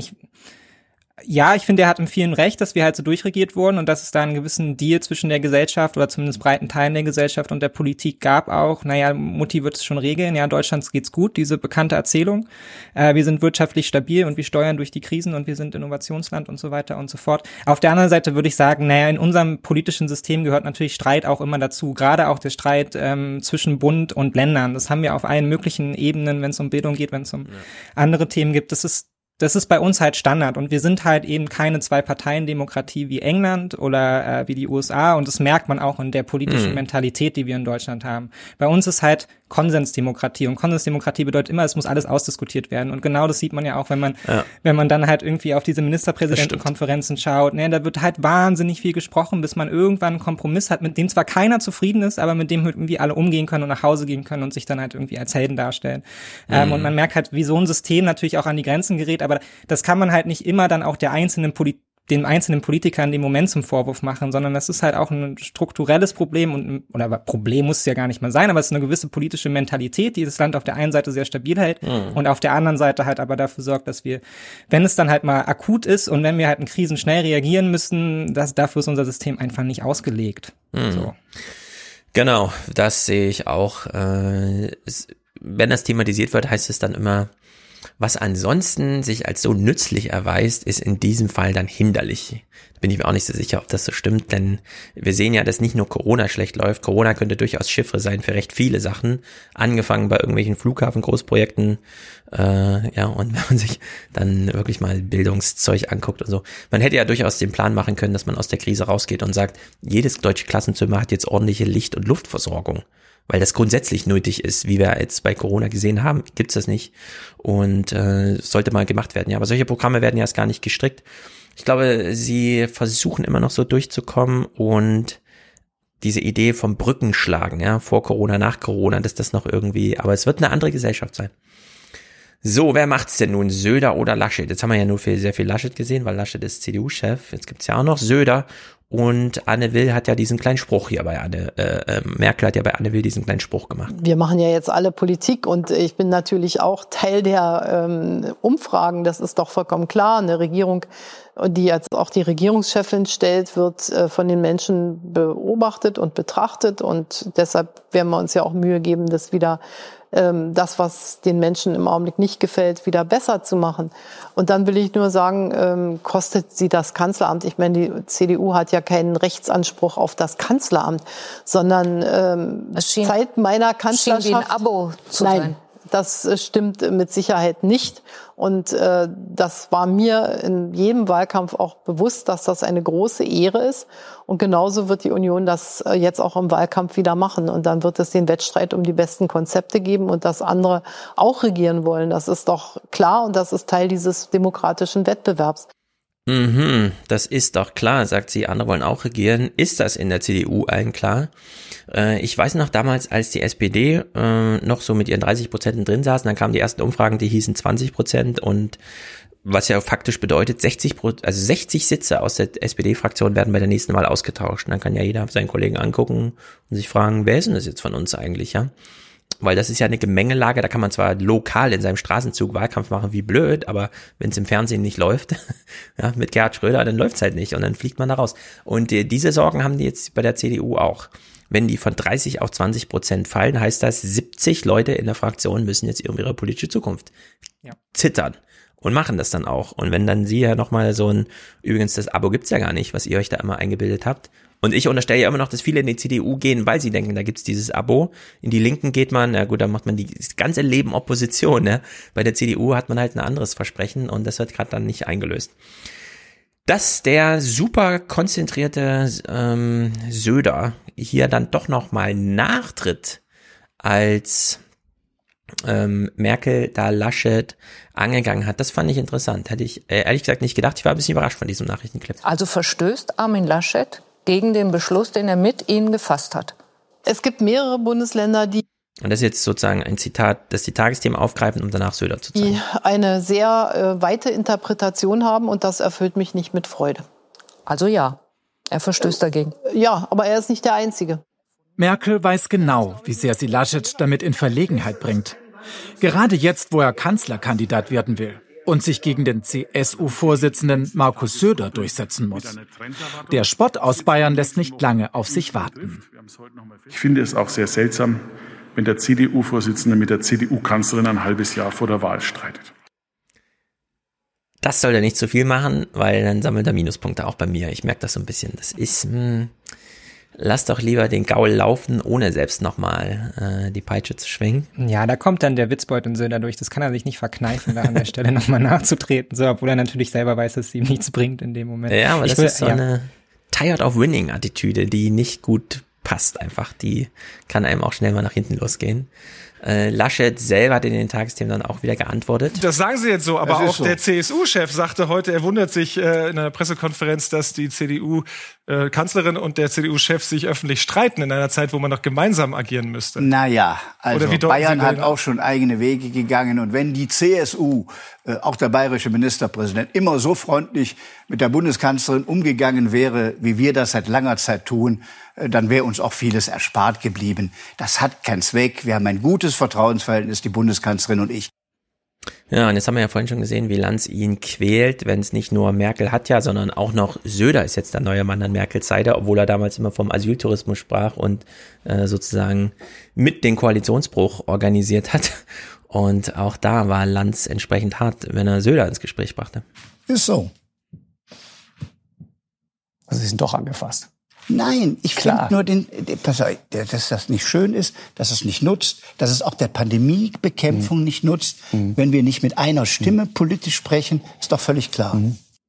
ich finde, er hat in vielen recht, dass wir halt so durchregiert wurden und dass es da einen gewissen Deal zwischen der Gesellschaft oder zumindest breiten Teilen der Gesellschaft und der Politik gab auch. Naja, Mutti wird es schon regeln. Ja, Deutschland geht's gut, diese bekannte Erzählung. Wir sind wirtschaftlich stabil und wir steuern durch die Krisen und wir sind Innovationsland und so weiter und so fort. Auf der anderen Seite würde ich sagen, naja, in unserem politischen System gehört natürlich Streit auch immer dazu. Gerade auch der Streit zwischen Bund und Ländern. Das haben wir auf allen möglichen Ebenen, wenn es um Bildung geht, wenn es um andere Themen gibt. Das ist bei uns halt Standard, und wir sind halt eben keine Zwei-Parteien-Demokratie wie England oder wie die USA, und das merkt man auch in der politischen Mentalität, die wir in Deutschland haben. Bei uns ist halt Konsensdemokratie, und Konsensdemokratie bedeutet immer, es muss alles ausdiskutiert werden, und genau das sieht man ja auch, wenn man dann halt irgendwie auf diese Ministerpräsidentenkonferenzen schaut, ne, da wird halt wahnsinnig viel gesprochen, bis man irgendwann einen Kompromiss hat, mit dem zwar keiner zufrieden ist, aber mit dem halt irgendwie alle umgehen können und nach Hause gehen können und sich dann halt irgendwie als Helden darstellen. Und man merkt halt, wie so ein System natürlich auch an die Grenzen gerät, aber das kann man halt nicht immer dann auch der einzelnen den einzelnen Politikern im Moment zum Vorwurf machen, sondern das ist halt auch ein strukturelles Problem oder Problem muss es ja gar nicht mal sein, aber es ist eine gewisse politische Mentalität, die das Land auf der einen Seite sehr stabil hält und auf der anderen Seite halt aber dafür sorgt, dass wir, wenn es dann halt mal akut ist und wenn wir halt in Krisen schnell reagieren müssen, dafür ist unser System einfach nicht ausgelegt. So. Genau, das sehe ich auch. Wenn das thematisiert wird, heißt es dann immer, was ansonsten sich als so nützlich erweist, ist in diesem Fall dann hinderlich. Da bin ich mir auch nicht so sicher, ob das so stimmt, denn wir sehen ja, dass nicht nur Corona schlecht läuft. Corona könnte durchaus Chiffre sein für recht viele Sachen, angefangen bei irgendwelchen Flughafen-Großprojekten, und wenn man sich dann wirklich mal Bildungszeug anguckt und so. Man hätte ja durchaus den Plan machen können, dass man aus der Krise rausgeht und sagt, jedes deutsche Klassenzimmer hat jetzt ordentliche Licht- und Luftversorgung. Weil das grundsätzlich nötig ist, wie wir jetzt bei Corona gesehen haben, gibt's das nicht und sollte mal gemacht werden. Ja, aber solche Programme werden ja erst gar nicht gestrickt. Ich glaube, sie versuchen immer noch so durchzukommen und diese Idee vom Brückenschlagen, ja, vor Corona, nach Corona, dass das noch irgendwie, aber es wird eine andere Gesellschaft sein. So, wer macht's denn nun? Söder oder Laschet? Jetzt haben wir ja nur sehr viel Laschet gesehen, weil Laschet ist CDU-Chef. Jetzt gibt's ja auch noch Söder. Und Anne Will hat ja diesen kleinen Spruch hier bei Merkel hat ja bei Anne Will diesen kleinen Spruch gemacht. Wir machen ja jetzt alle Politik und ich bin natürlich auch Teil der Umfragen. Das ist doch vollkommen klar. Eine Regierung, die jetzt auch die Regierungschefin stellt, wird von den Menschen beobachtet und betrachtet. Und deshalb werden wir uns ja auch Mühe geben, das wieder das, was den Menschen im Augenblick nicht gefällt, wieder besser zu machen. Und dann will ich nur sagen, kostet sie das Kanzleramt? Ich meine, die CDU hat ja keinen Rechtsanspruch auf das Kanzleramt, sondern Zeit meiner Kanzlerschaft... Schien wie ein Abo zu sein. Das stimmt mit Sicherheit nicht. Und das war mir in jedem Wahlkampf auch bewusst, dass das eine große Ehre ist. Und genauso wird die Union das jetzt auch im Wahlkampf wieder machen. Und dann wird es den Wettstreit um die besten Konzepte geben und dass andere auch regieren wollen. Das ist doch klar und das ist Teil dieses demokratischen Wettbewerbs. Das ist doch klar, sagt sie, andere wollen auch regieren. Ist das in der CDU allen klar? Ich weiß noch damals, als die SPD noch so mit ihren 30% drin saßen, dann kamen die ersten Umfragen, die hießen 20% und was ja faktisch bedeutet, 60 Sitze aus der SPD-Fraktion werden bei der nächsten Wahl ausgetauscht. Und dann kann ja jeder seinen Kollegen angucken und sich fragen, wer ist denn das jetzt von uns eigentlich, ja? Weil das ist ja eine Gemengelage, da kann man zwar lokal in seinem Straßenzug Wahlkampf machen, wie blöd, aber wenn es im Fernsehen nicht läuft, ja, mit Gerhard Schröder, dann läuft's halt nicht und dann fliegt man da raus. Und diese Sorgen haben die jetzt bei der CDU auch. Wenn die von 30 auf 20% fallen, heißt das, 70 Leute in der Fraktion müssen jetzt irgendwie ihre politische Zukunft zittern und machen das dann auch. Und wenn dann sie ja nochmal übrigens das Abo gibt's ja gar nicht, was ihr euch da immer eingebildet habt. Und ich unterstelle ja immer noch, dass viele in die CDU gehen, weil sie denken, da gibt's dieses Abo. In die Linken geht man, na gut, dann macht man das ganze Leben Opposition, ne? Bei der CDU hat man halt ein anderes Versprechen und das wird gerade dann nicht eingelöst. Dass der super konzentrierte Söder hier dann doch nochmal nachtritt, als Merkel da Laschet angegangen hat, das fand ich interessant. Hätte ich ehrlich gesagt nicht gedacht. Ich war ein bisschen überrascht von diesem Nachrichtenclip. Also verstößt Armin Laschet gegen den Beschluss, den er mit Ihnen gefasst hat? Es gibt mehrere Bundesländer, die und das ist jetzt sozusagen ein Zitat, dass die Tagesthemen aufgreifen, um danach Söder zu zeigen. Die eine sehr weite Interpretation haben und das erfüllt mich nicht mit Freude. Also ja, er verstößt dagegen. Ja, aber er ist nicht der Einzige. Merkel weiß genau, wie sehr sie Laschet damit in Verlegenheit bringt. Gerade jetzt, wo er Kanzlerkandidat werden will und sich gegen den CSU-Vorsitzenden Markus Söder durchsetzen muss. Der Spott aus Bayern lässt nicht lange auf sich warten. Ich finde es auch sehr seltsam, wenn der CDU-Vorsitzende mit der CDU-Kanzlerin ein halbes Jahr vor der Wahl streitet. Das soll er nicht zu viel machen, weil dann sammelt er Minuspunkte auch bei mir. Ich merke das so ein bisschen. Das ist, lass doch lieber den Gaul laufen, ohne selbst nochmal die Peitsche zu schwingen. Ja, da kommt dann der Witzbold in Söder durch. Das kann er sich nicht verkneifen, da an der Stelle nochmal nachzutreten. So, obwohl er natürlich selber weiß, dass es ihm nichts bringt in dem Moment. Ja, aber das ist so eine Tired of Winning-Attitüde, die nicht gut passt einfach. Die kann einem auch schnell mal nach hinten losgehen. Laschet selber hat in den Tagesthemen dann auch wieder geantwortet. Das sagen sie jetzt so, aber auch der CSU-Chef sagte heute, er wundert sich in einer Pressekonferenz, dass die CDU-Kanzlerin und der CDU-Chef sich öffentlich streiten in einer Zeit, wo man noch gemeinsam agieren müsste. Naja, also Bayern hat auch schon eigene Wege gegangen und wenn die CSU auch der bayerische Ministerpräsident, immer so freundlich mit der Bundeskanzlerin umgegangen wäre, wie wir das seit langer Zeit tun, dann wäre uns auch vieles erspart geblieben. Das hat keinen Zweck. Wir haben ein gutes Vertrauensverhältnis, die Bundeskanzlerin und ich. Ja, und jetzt haben wir ja vorhin schon gesehen, wie Lanz ihn quält, wenn es nicht nur Merkel hat ja, sondern auch noch Söder ist jetzt der neue Mann an Merkels Seite, obwohl er damals immer vom Asyltourismus sprach und sozusagen mit den Koalitionsbruch organisiert hat. Und auch da war Lanz entsprechend hart, wenn er Söder ins Gespräch brachte. Ist so. Also sie sind doch angefasst. Nein, ich finde nur, dass das nicht schön ist, dass es nicht nutzt, dass es auch der Pandemiebekämpfung nicht nutzt. Wenn wir nicht mit einer Stimme politisch sprechen, ist doch völlig klar.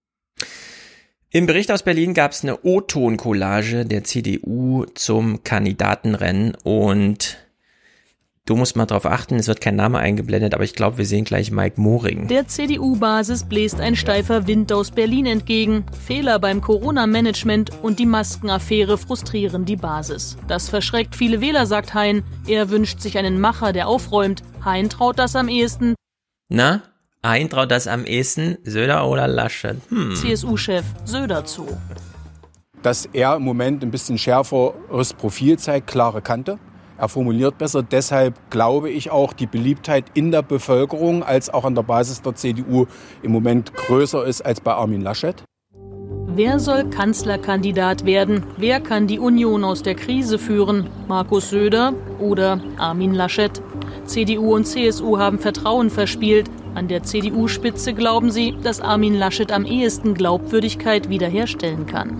Im Bericht aus Berlin gab es eine O-Ton-Collage der CDU zum Kandidatenrennen und du musst mal drauf achten, es wird kein Name eingeblendet, aber ich glaube, wir sehen gleich Mike Moring. Der CDU-Basis bläst ein steifer Wind aus Berlin entgegen. Fehler beim Corona-Management und die Maskenaffäre frustrieren die Basis. Das verschreckt viele Wähler, sagt Hein. Er wünscht sich einen Macher, der aufräumt. Hein traut das am ehesten. Na, Hein traut das am ehesten, Söder oder Laschet? CSU-Chef Söder zu. Dass er im Moment ein bisschen schärferes Profil zeigt, klare Kante. Er formuliert besser, deshalb glaube ich auch, die Beliebtheit in der Bevölkerung als auch an der Basis der CDU im Moment größer ist als bei Armin Laschet. Wer soll Kanzlerkandidat werden? Wer kann die Union aus der Krise führen? Markus Söder oder Armin Laschet? CDU und CSU haben Vertrauen verspielt. An der CDU-Spitze glauben sie, dass Armin Laschet am ehesten Glaubwürdigkeit wiederherstellen kann.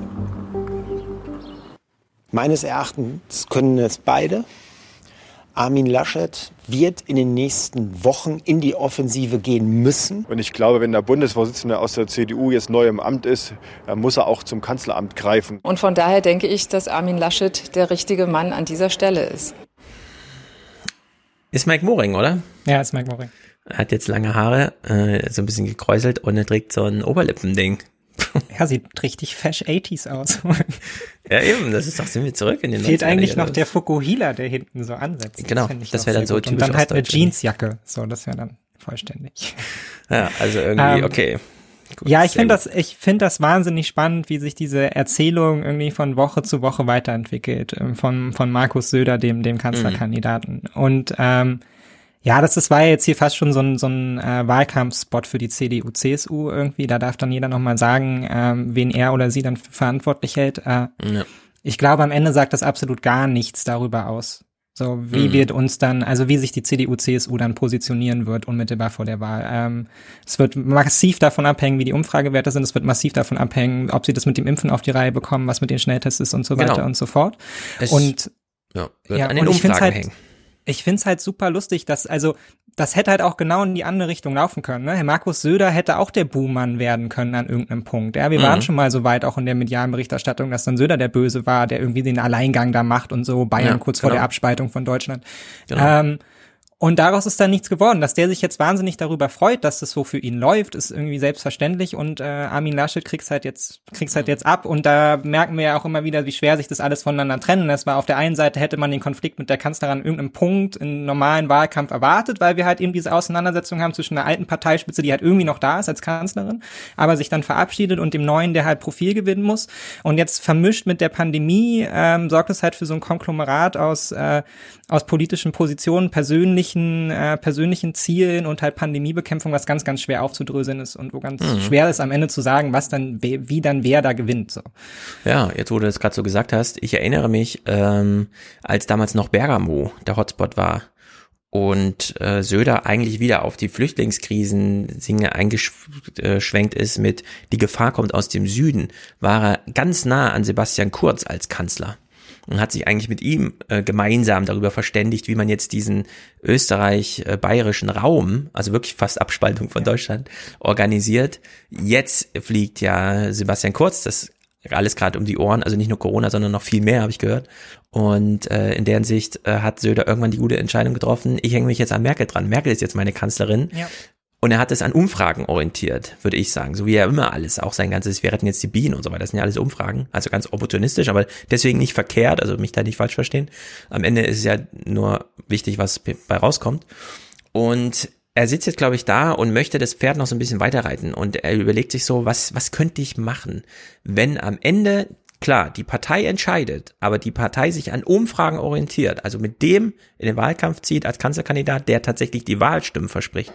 Meines Erachtens können es beide. Armin Laschet wird in den nächsten Wochen in die Offensive gehen müssen. Und ich glaube, wenn der Bundesvorsitzende aus der CDU jetzt neu im Amt ist, dann muss er auch zum Kanzleramt greifen. Und von daher denke ich, dass Armin Laschet der richtige Mann an dieser Stelle ist. Ist Mike Moring, oder? Ja, ist Mike Moring. Er hat jetzt lange Haare, so ein bisschen gekräuselt und er trägt so ein Oberlippending. Ja, sieht richtig fesch 80s aus. Ja, eben, das ist doch, sind wir zurück in den 90er. Fehlt eigentlich noch der Fukuhila, der hinten so ansetzt. Genau, das wäre dann so typisch. Und dann halt eine Jeansjacke, so, das wäre dann vollständig. Ja, also irgendwie, okay. Gut, ja, ich finde das wahnsinnig spannend, wie sich diese Erzählung irgendwie von Woche zu Woche weiterentwickelt, von Markus Söder, dem Kanzlerkandidaten. Und, ja, war ja jetzt hier fast schon so ein Wahlkampfspot für die CDU, CSU irgendwie. Da darf dann jeder nochmal sagen, wen er oder sie dann für verantwortlich hält. Ja. Ich glaube, am Ende sagt das absolut gar nichts darüber aus. So, wie wird uns dann, also wie sich die CDU, CSU dann positionieren wird unmittelbar vor der Wahl. Es wird massiv davon abhängen, wie die Umfragewerte sind. Es wird massiv davon abhängen, ob sie das mit dem Impfen auf die Reihe bekommen, was mit den Schnelltests ist und so weiter und so fort. Wird an den Umfragen hängen. Ich find's halt super lustig, das hätte halt auch genau in die andere Richtung laufen können. Ne? Herr Markus Söder hätte auch der Buhmann werden können an irgendeinem Punkt. Ja, wir waren schon mal so weit, auch in der medialen Berichterstattung, dass dann Söder der Böse war, der irgendwie den Alleingang da macht und so Bayern kurz vor der Abspaltung von Deutschland. Genau. Und daraus ist dann nichts geworden. Dass der sich jetzt wahnsinnig darüber freut, dass das so für ihn läuft, ist irgendwie selbstverständlich. Und Armin Laschet kriegt's halt jetzt ab. Und da merken wir ja auch immer wieder, wie schwer sich das alles voneinander trennen. Das war auf der einen Seite, hätte man den Konflikt mit der Kanzlerin an irgendeinem Punkt im normalen Wahlkampf erwartet, weil wir halt eben diese Auseinandersetzung haben zwischen einer alten Parteispitze, die halt irgendwie noch da ist als Kanzlerin, aber sich dann verabschiedet, und dem Neuen, der halt Profil gewinnen muss. Und jetzt vermischt mit der Pandemie sorgt es halt für so ein Konglomerat aus politischen Positionen, persönlichen Zielen und halt Pandemiebekämpfung, was ganz, ganz schwer aufzudröseln ist und wo ganz schwer ist am Ende zu sagen, was dann, wie dann wer da gewinnt. So. Ja, jetzt wo du das gerade so gesagt hast, ich erinnere mich, als damals noch Bergamo der Hotspot war und Söder eigentlich wieder auf die Flüchtlingskrisensinge eingeschwenkt ist mit die Gefahr kommt aus dem Süden, war er ganz nah an Sebastian Kurz als Kanzler. Und hat sich eigentlich mit ihm gemeinsam darüber verständigt, wie man jetzt diesen österreich-bayerischen Raum, also wirklich fast Abspaltung von Deutschland, organisiert. Jetzt fliegt ja Sebastian Kurz das alles gerade um die Ohren, also nicht nur Corona, sondern noch viel mehr, habe ich gehört. Und in deren Sicht hat Söder irgendwann die gute Entscheidung getroffen, ich hänge mich jetzt an Merkel dran. Merkel ist jetzt meine Kanzlerin. Ja. Und er hat es an Umfragen orientiert, würde ich sagen. So wie er immer alles, auch sein ganzes, wir retten jetzt die Bienen und so weiter. Das sind ja alles Umfragen. Also ganz opportunistisch, aber deswegen nicht verkehrt. Also mich da nicht falsch verstehen. Am Ende ist es ja nur wichtig, was bei rauskommt. Und er sitzt jetzt, glaube ich, da und möchte das Pferd noch so ein bisschen weiterreiten und er überlegt sich so, was könnte ich machen, wenn am Ende, klar, die Partei entscheidet, aber die Partei sich an Umfragen orientiert, also mit dem in den Wahlkampf zieht als Kanzlerkandidat, der tatsächlich die Wahlstimmen verspricht.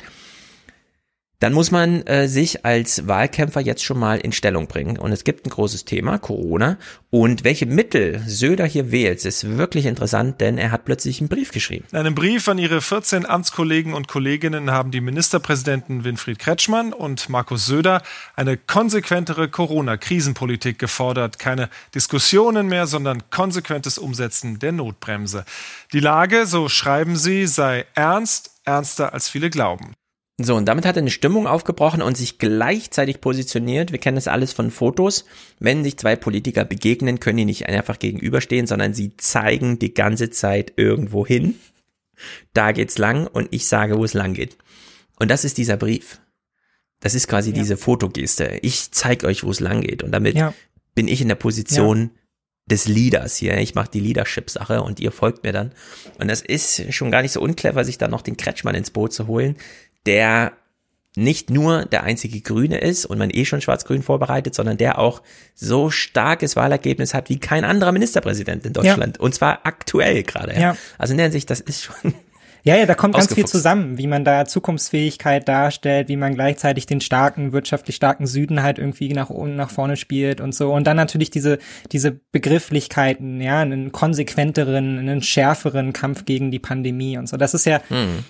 Dann muss man sich als Wahlkämpfer jetzt schon mal in Stellung bringen. Und es gibt ein großes Thema, Corona. Und welche Mittel Söder hier wählt, ist wirklich interessant, denn er hat plötzlich einen Brief geschrieben. In einem Brief an ihre 14 Amtskollegen und Kolleginnen haben die Ministerpräsidenten Winfried Kretschmann und Markus Söder eine konsequentere Corona-Krisenpolitik gefordert. Keine Diskussionen mehr, sondern konsequentes Umsetzen der Notbremse. Die Lage, so schreiben sie, sei ernster als viele glauben. So, und damit hat er eine Stimmung aufgebrochen und sich gleichzeitig positioniert. Wir kennen das alles von Fotos. Wenn sich zwei Politiker begegnen, können die nicht einfach gegenüberstehen, sondern sie zeigen die ganze Zeit irgendwo hin. Da geht's lang und ich sage, wo es lang geht. Und das ist dieser Brief. Das ist quasi diese Fotogeste. Ich zeige euch, wo es lang geht. Und damit bin ich in der Position des Leaders hier. Ich mache die Leadership-Sache und ihr folgt mir dann. Und das ist schon gar nicht so unclever, sich dann noch den Kretschmann ins Boot zu holen, der nicht nur der einzige Grüne ist und man schon schwarz-grün vorbereitet, sondern der auch so starkes Wahlergebnis hat wie kein anderer Ministerpräsident in Deutschland. Und zwar aktuell gerade. Ja. Also in der Hinsicht, das ist schon... Ja, da kommt ganz viel zusammen, wie man da Zukunftsfähigkeit darstellt, wie man gleichzeitig den wirtschaftlich starken Süden halt irgendwie nach vorne spielt und so. Und dann natürlich diese Begrifflichkeiten, einen konsequenteren, einen schärferen Kampf gegen die Pandemie und so. Das ist ja...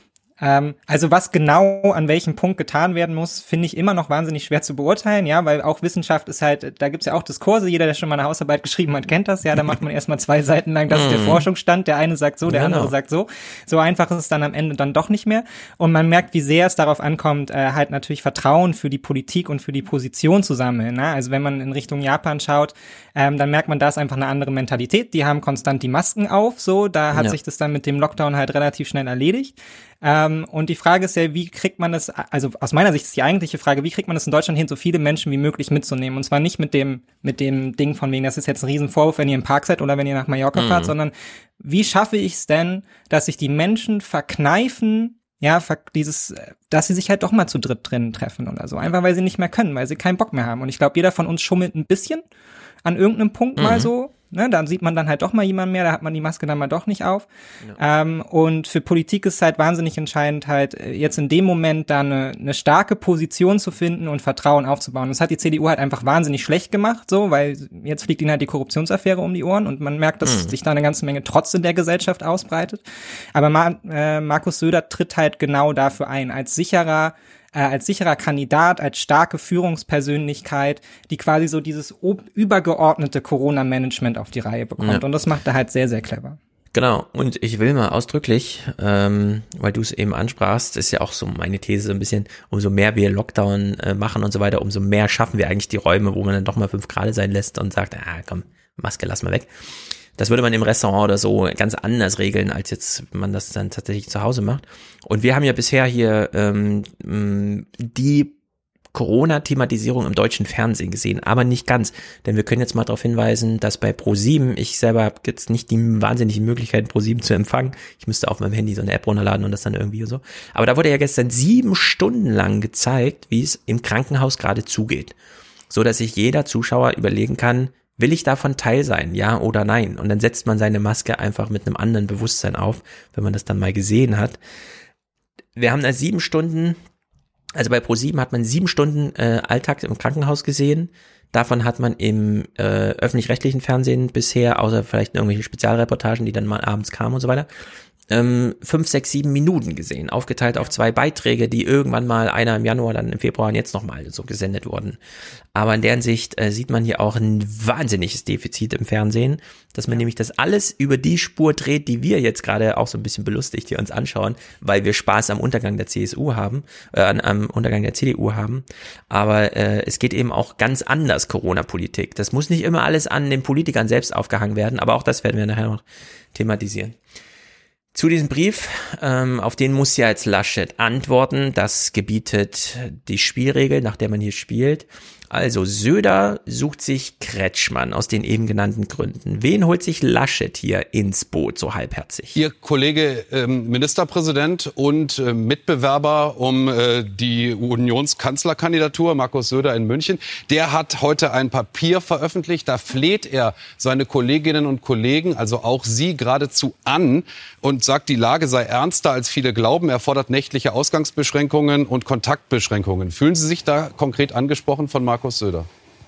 Also was genau an welchem Punkt getan werden muss, finde ich immer noch wahnsinnig schwer zu beurteilen, weil auch Wissenschaft ist halt, da gibt's ja auch Diskurse, jeder, der schon mal eine Hausarbeit geschrieben hat, kennt das, da macht man erstmal 2 Seiten lang, das ist der Forschungsstand, der eine sagt so, der andere sagt so. So einfach ist es dann am Ende dann doch nicht mehr. Und man merkt, wie sehr es darauf ankommt, halt natürlich Vertrauen für die Politik und für die Position zu sammeln. Ne? Also wenn man in Richtung Japan schaut, dann merkt man, da ist einfach eine andere Mentalität. Die haben konstant die Masken auf, so, da hat sich das dann mit dem Lockdown halt relativ schnell erledigt. Und die Frage ist ja, wie kriegt man das, also aus meiner Sicht ist die eigentliche Frage, wie kriegt man es in Deutschland hin, so viele Menschen wie möglich mitzunehmen? Und zwar nicht mit dem Ding von wegen, das ist jetzt ein Riesenvorwurf, wenn ihr im Park seid oder wenn ihr nach Mallorca fahrt, sondern wie schaffe ich es denn, dass sich die Menschen verkneifen, dass sie sich halt doch mal zu dritt drinnen treffen oder so. Einfach weil sie nicht mehr können, weil sie keinen Bock mehr haben. Und ich glaube, jeder von uns schummelt ein bisschen an irgendeinem Punkt mal so. Ne, dann sieht man dann halt doch mal jemanden mehr, da hat man die Maske dann mal doch nicht auf. Ja. Und für Politik ist halt wahnsinnig entscheidend, halt jetzt in dem Moment da eine starke Position zu finden und Vertrauen aufzubauen. Das hat die CDU halt einfach wahnsinnig schlecht gemacht, so, weil jetzt fliegt ihnen halt die Korruptionsaffäre um die Ohren und man merkt, dass sich da eine ganze Menge Trotz in der Gesellschaft ausbreitet. Aber Markus Söder tritt halt genau dafür ein, als sicherer Kandidat, als starke Führungspersönlichkeit, die quasi so dieses übergeordnete Corona-Management auf die Reihe bekommt. Ja. Und das macht er halt sehr, sehr clever. Genau. Und ich will mal ausdrücklich, weil du es eben ansprachst, ist ja auch so meine These so ein bisschen, umso mehr wir Lockdown machen und so weiter, umso mehr schaffen wir eigentlich die Räume, wo man dann doch mal 5 Grad sein lässt und sagt, komm, Maske lass mal weg. Das würde man im Restaurant oder so ganz anders regeln, als jetzt man das dann tatsächlich zu Hause macht. Und wir haben ja bisher hier die Corona-Thematisierung im deutschen Fernsehen gesehen, aber nicht ganz. Denn wir können jetzt mal darauf hinweisen, dass bei ProSieben, ich selber habe jetzt nicht die wahnsinnigen Möglichkeiten, ProSieben zu empfangen. Ich müsste auf meinem Handy so eine App runterladen und das dann irgendwie so. Aber da wurde ja gestern 7 Stunden lang gezeigt, wie es im Krankenhaus gerade zugeht. So dass sich jeder Zuschauer überlegen kann, will ich davon Teil sein, ja oder nein? Und dann setzt man seine Maske einfach mit einem anderen Bewusstsein auf, wenn man das dann mal gesehen hat. Wir haben da 7 Stunden, also bei ProSieben hat man 7 Stunden Alltag im Krankenhaus gesehen. Davon hat man im öffentlich-rechtlichen Fernsehen bisher, außer vielleicht irgendwelche Spezialreportagen, die dann mal abends kamen und so weiter, 5, 6, 7 Minuten gesehen, aufgeteilt auf 2 Beiträge, die irgendwann mal, einer im Januar, dann im Februar und jetzt nochmal so gesendet wurden. Aber in deren Sicht sieht man hier auch ein wahnsinniges Defizit im Fernsehen, dass man nämlich das alles über die Spur dreht, die wir jetzt gerade auch so ein bisschen belustigt hier uns anschauen, weil wir Spaß am Untergang der CSU haben, am Untergang der CDU haben. Aber es geht eben auch ganz anders, Corona-Politik. Das muss nicht immer alles an den Politikern selbst aufgehangen werden, aber auch das werden wir nachher noch thematisieren. Zu diesem Brief, auf den muss ja jetzt Laschet antworten. Das gebietet die Spielregel, nach der man hier spielt. Also Söder sucht sich Kretschmann aus den eben genannten Gründen. Wen holt sich Laschet hier ins Boot so halbherzig? Ihr Kollege Ministerpräsident und Mitbewerber um die Unionskanzlerkandidatur, Markus Söder in München, der hat heute ein Papier veröffentlicht. Da fleht er seine Kolleginnen und Kollegen, also auch Sie, geradezu an und sagt, die Lage sei ernster, als viele glauben. Er fordert nächtliche Ausgangsbeschränkungen und Kontaktbeschränkungen. Fühlen Sie sich da konkret angesprochen von Markus Söder?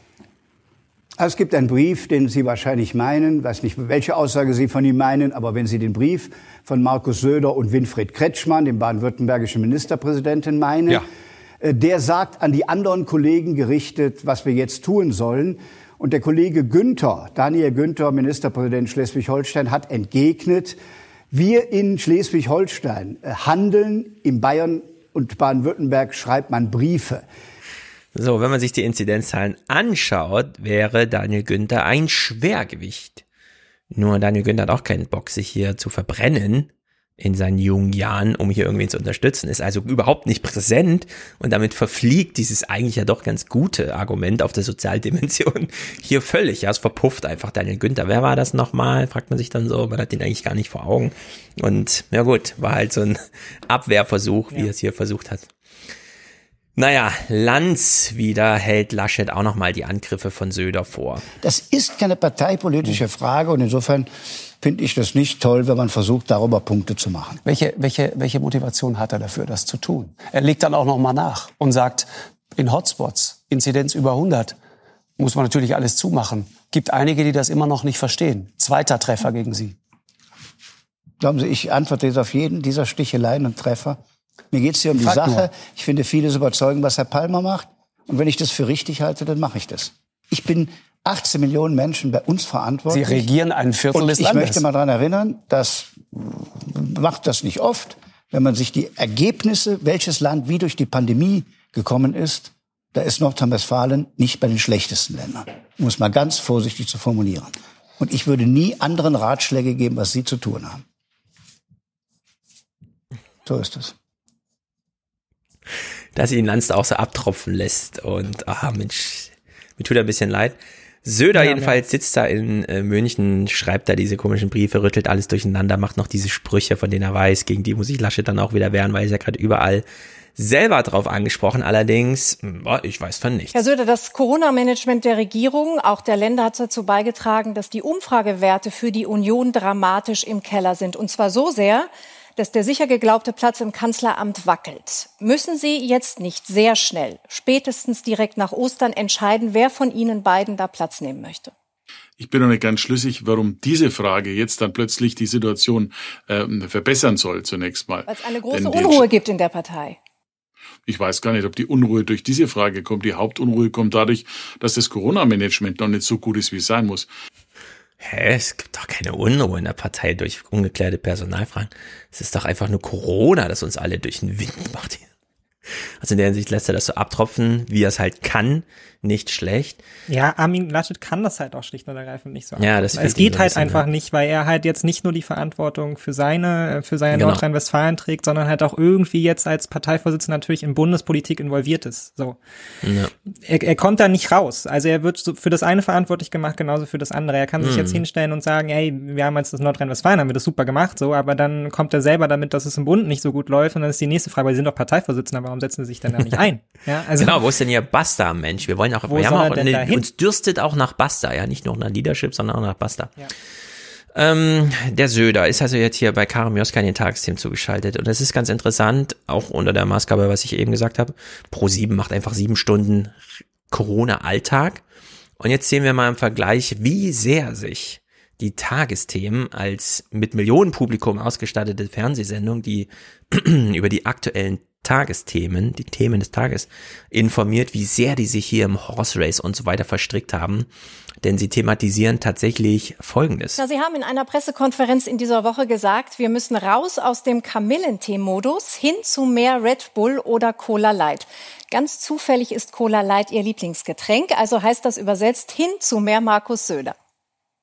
Also es gibt einen Brief, den Sie wahrscheinlich meinen, weiß nicht, welche Aussage Sie von ihm meinen, aber wenn Sie den Brief von Markus Söder und Winfried Kretschmann, dem baden-württembergischen Ministerpräsidenten, meinen, ja. Der sagt an die anderen Kollegen gerichtet, was wir jetzt tun sollen. Und der Kollege Günther, Daniel Günther, Ministerpräsident Schleswig-Holstein, hat entgegnet, wir in Schleswig-Holstein handeln, in Bayern und Baden-Württemberg schreibt man Briefe. So, wenn man sich die Inzidenzzahlen anschaut, wäre Daniel Günther ein Schwergewicht. Nur Daniel Günther hat auch keinen Bock, sich hier zu verbrennen in seinen jungen Jahren, um hier irgendwen zu unterstützen, ist also überhaupt nicht präsent und damit verfliegt dieses eigentlich ja doch ganz gute Argument auf der Sozialdimension hier völlig. Ja, es verpufft einfach Daniel Günther. Wer war das nochmal? Fragt man sich dann so, man hat den eigentlich gar nicht vor Augen. Und ja gut, war halt so ein Abwehrversuch, wie er es hier versucht hat. Naja, Lanz wieder hält Laschet auch nochmal die Angriffe von Söder vor. Das ist keine parteipolitische Frage und insofern finde ich das nicht toll, wenn man versucht, darüber Punkte zu machen. Welche Motivation hat er dafür, das zu tun? Er legt dann auch noch mal nach und sagt, in Hotspots, Inzidenz über 100, muss man natürlich alles zumachen. Gibt einige, die das immer noch nicht verstehen. Zweiter Treffer gegen Sie. Glauben Sie, ich antworte jetzt auf jeden dieser Sticheleien und Treffer. Mir geht es hier um die Sache. Ich finde vieles überzeugend, was Herr Palmer macht. Und wenn ich das für richtig halte, dann mache ich das. Ich bin 18 Millionen Menschen bei uns verantwortlich. Sie regieren ein Viertel des Landes. Ich möchte mal daran erinnern, das macht das nicht oft, wenn man sich die Ergebnisse, welches Land wie durch die Pandemie gekommen ist, da ist Nordrhein-Westfalen nicht bei den schlechtesten Ländern. Um es mal ganz vorsichtig zu formulieren. Und ich würde nie anderen Ratschläge geben, was Sie zu tun haben. So ist es. Dass ihn Lanz auch so abtropfen lässt und, Mensch, mir tut er ein bisschen leid. Söder jedenfalls sitzt da in München, schreibt da diese komischen Briefe, rüttelt alles durcheinander, macht noch diese Sprüche, von denen er weiß, gegen die muss sich Laschet dann auch wieder wehren, weil er ja gerade überall selber drauf angesprochen. Allerdings, ich weiß von nichts. Herr Söder, das Corona-Management der Regierung, auch der Länder, hat dazu beigetragen, dass die Umfragewerte für die Union dramatisch im Keller sind. Und zwar so sehr, dass der sicher geglaubte Platz im Kanzleramt wackelt. Müssen Sie jetzt nicht sehr schnell, spätestens direkt nach Ostern, entscheiden, wer von Ihnen beiden da Platz nehmen möchte? Ich bin noch nicht ganz schlüssig, warum diese Frage jetzt dann plötzlich die Situation verbessern soll zunächst mal. Weil es eine große Unruhe gibt in der Partei. Ich weiß gar nicht, ob die Unruhe durch diese Frage kommt. Die Hauptunruhe kommt dadurch, dass das Corona-Management noch nicht so gut ist, wie es sein muss. Es gibt doch keine Unruhe in der Partei durch ungeklärte Personalfragen. Es ist doch einfach nur Corona, das uns alle durch den Wind macht. Also in der Hinsicht lässt er das so abtropfen, wie er es halt kann. Nicht schlecht. Ja, Armin Laschet kann das halt auch schlicht und ergreifend nicht so. Ja, das es geht halt einfach nicht, weil er halt jetzt nicht nur die Verantwortung für seine Nordrhein-Westfalen trägt, sondern halt auch irgendwie jetzt als Parteivorsitzender natürlich in Bundespolitik involviert ist. So. Ja. Er kommt da nicht raus. Also er wird so für das eine verantwortlich gemacht, genauso für das andere. Er kann sich jetzt hinstellen und sagen, hey, wir haben jetzt das Nordrhein-Westfalen, haben wir das super gemacht, so, aber dann kommt er selber damit, dass es im Bund nicht so gut läuft und dann ist die nächste Frage, weil sie sind doch Parteivorsitzender, warum setzen sie sich dann da nicht ein? Ja, also genau, wo ist denn hier Basta, Mensch? Wir wollen auch, uns dürstet auch nach Basta, ja, nicht nur nach Leadership, sondern auch nach Basta. Ja. Der Söder ist also jetzt hier bei Karim Yoska in den Tagesthemen zugeschaltet und das ist ganz interessant, auch unter der Maßgabe, was ich eben gesagt habe. Pro7 macht einfach 7 Stunden Corona-Alltag und jetzt sehen wir mal im Vergleich, wie sehr sich die Tagesthemen als mit Millionenpublikum ausgestattete Fernsehsendung, die über die aktuellen Tagesthemen, die Themen des Tages informiert, wie sehr die sich hier im Horse Race und so weiter verstrickt haben, denn sie thematisieren tatsächlich Folgendes. Na, Sie haben in einer Pressekonferenz in dieser Woche gesagt, wir müssen raus aus dem Kamillentee-Modus hin zu mehr Red Bull oder Cola Light. Ganz zufällig ist Cola Light Ihr Lieblingsgetränk, also heißt das übersetzt hin zu mehr Markus Söder.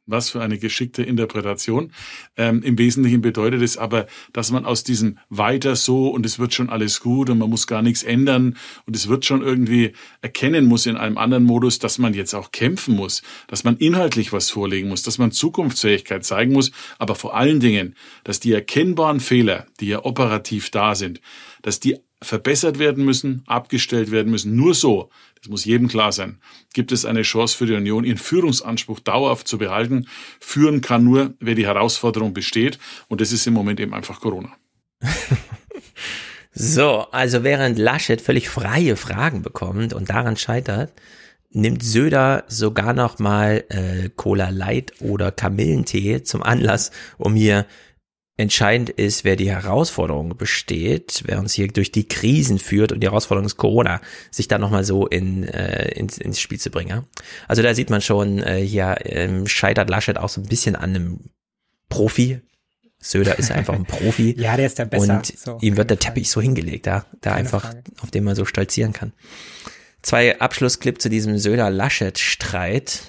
Was für eine geschickte Interpretation. Im Wesentlichen bedeutet es aber, dass man aus diesem weiter so und es wird schon alles gut und man muss gar nichts ändern und es wird schon irgendwie erkennen muss in einem anderen Modus, dass man jetzt auch kämpfen muss, dass man inhaltlich was vorlegen muss, dass man Zukunftsfähigkeit zeigen muss, aber vor allen Dingen, dass die erkennbaren Fehler, die ja operativ da sind, dass die verbessert werden müssen, abgestellt werden müssen. Nur so, das muss jedem klar sein, gibt es eine Chance für die Union, ihren Führungsanspruch dauerhaft zu behalten. Führen kann nur, wer die Herausforderung besteht. Und das ist im Moment eben einfach Corona. So, also während Laschet völlig freie Fragen bekommt und daran scheitert, nimmt Söder sogar noch mal Cola Light oder Kamillentee zum Anlass, um hier entscheidend ist, wer die Herausforderung besteht, wer uns hier durch die Krisen führt und die Herausforderung ist Corona, sich da nochmal so ins Spiel zu bringen. Also da sieht man schon, hier scheitert Laschet auch so ein bisschen an einem Profi. Söder ist einfach ein Profi. Ja, der ist der besser. Und so, ihm wird der Teppich so hingelegt, da einfach, Frage. Auf dem man so stolzieren kann. 2 Abschlussclip zu diesem Söder-Laschet-Streit.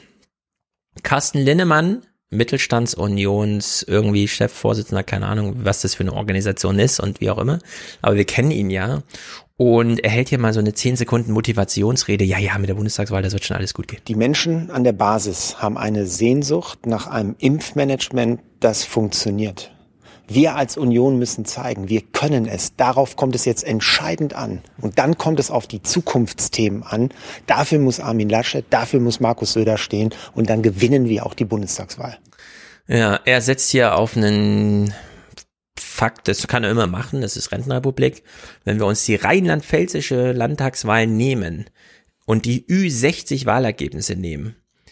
Carsten Linnemann, Mittelstandsunions, irgendwie Chefvorsitzender, keine Ahnung, was das für eine Organisation ist und wie auch immer. Aber wir kennen ihn ja. Und er hält hier mal so eine 10 Sekunden Motivationsrede. Ja, mit der Bundestagswahl, das wird schon alles gut gehen. Die Menschen an der Basis haben eine Sehnsucht nach einem Impfmanagement, das funktioniert. Wir als Union müssen zeigen, wir können es. Darauf kommt es jetzt entscheidend an. Und dann kommt es auf die Zukunftsthemen an. Dafür muss Armin Laschet, dafür muss Markus Söder stehen. Und dann gewinnen wir auch die Bundestagswahl. Ja, er setzt hier auf einen Fakt, das kann er immer machen, das ist Rentenrepublik. Wenn wir uns die rheinland-pfälzische Landtagswahl nehmen und die Ü60-Wahlergebnisse nehmen,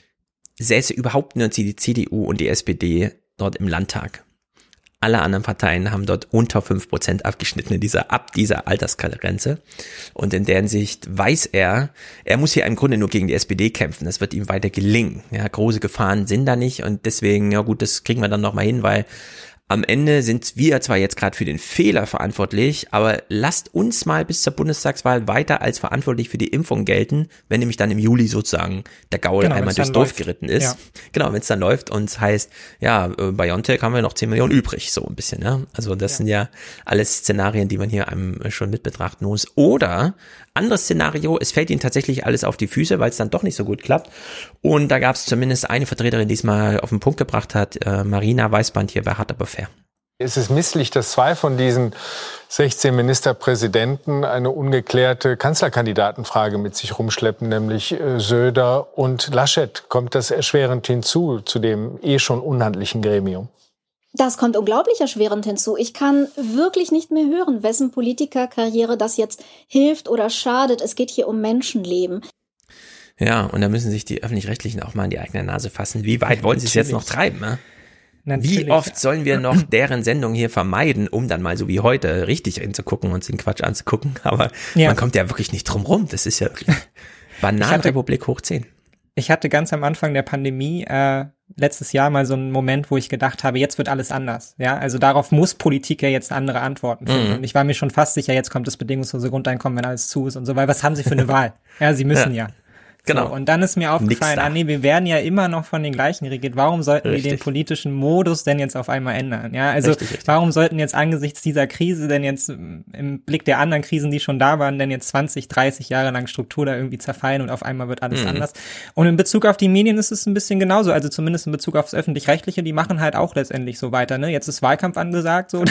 säße überhaupt nur die CDU und die SPD dort im Landtag. Alle anderen Parteien haben dort unter 5% abgeschnitten ab dieser Altersgrenze. Und in der Hinsicht weiß er muss hier im Grunde nur gegen die SPD kämpfen. Das wird ihm weiter gelingen. Ja, große Gefahren sind da nicht. Und deswegen, ja gut, das kriegen wir dann nochmal hin, weil am Ende sind wir zwar jetzt gerade für den Fehler verantwortlich, aber lasst uns mal bis zur Bundestagswahl weiter als verantwortlich für die Impfung gelten, wenn nämlich dann im Juli sozusagen der Gaul einmal durchs Dorf geritten ist. Ja. Genau, wenn es dann läuft und es heißt, ja, BioNTech haben wir noch 10 Millionen übrig, so ein bisschen. Ja? Also das sind ja alles Szenarien, die man hier einem schon mit betrachten muss. Oder anderes Szenario, es fällt ihnen tatsächlich alles auf die Füße, weil es dann doch nicht so gut klappt. Und da gab es zumindest eine Vertreterin, die es mal auf den Punkt gebracht hat, Marina Weißband hier bei Hart aber fair. Es ist misslich, dass 2 von diesen 16 Ministerpräsidenten eine ungeklärte Kanzlerkandidatenfrage mit sich rumschleppen, nämlich Söder und Laschet. Kommt das erschwerend hinzu zu dem schon unhandlichen Gremium? Das kommt unglaublich erschwerend hinzu. Ich kann wirklich nicht mehr hören, wessen Politikerkarriere das jetzt hilft oder schadet. Es geht hier um Menschenleben. Ja, und da müssen sich die Öffentlich-Rechtlichen auch mal in die eigene Nase fassen. Wie weit wollen sie es jetzt noch treiben? Ne? Wie oft sollen wir noch deren Sendung hier vermeiden, um dann mal so wie heute richtig hinzugucken und den Quatsch anzugucken? Aber man kommt ja wirklich nicht drum rum. Das ist ja wirklich Bananenrepublik hoch 10. Ich hatte ganz am Anfang der Pandemie letztes Jahr mal so einen Moment, wo ich gedacht habe, jetzt wird alles anders. Ja, also darauf muss Politik ja jetzt andere Antworten finden. Und ich war mir schon fast sicher, jetzt kommt das bedingungslose Grundeinkommen, wenn alles zu ist und so, weil was haben sie für eine Wahl? Ja, sie müssen ja. Genau. So, und dann ist mir aufgefallen, wir werden ja immer noch von den gleichen regiert. Warum sollten wir den politischen Modus denn jetzt auf einmal ändern? Ja, also warum sollten jetzt angesichts dieser Krise denn jetzt im Blick der anderen Krisen, die schon da waren, denn jetzt 20, 30 Jahre lang Struktur da irgendwie zerfallen und auf einmal wird alles anders? Und in Bezug auf die Medien ist es ein bisschen genauso. Also zumindest in Bezug auf das Öffentlich-Rechtliche, die machen halt auch letztendlich so weiter. Ne? Jetzt ist Wahlkampf angesagt, so.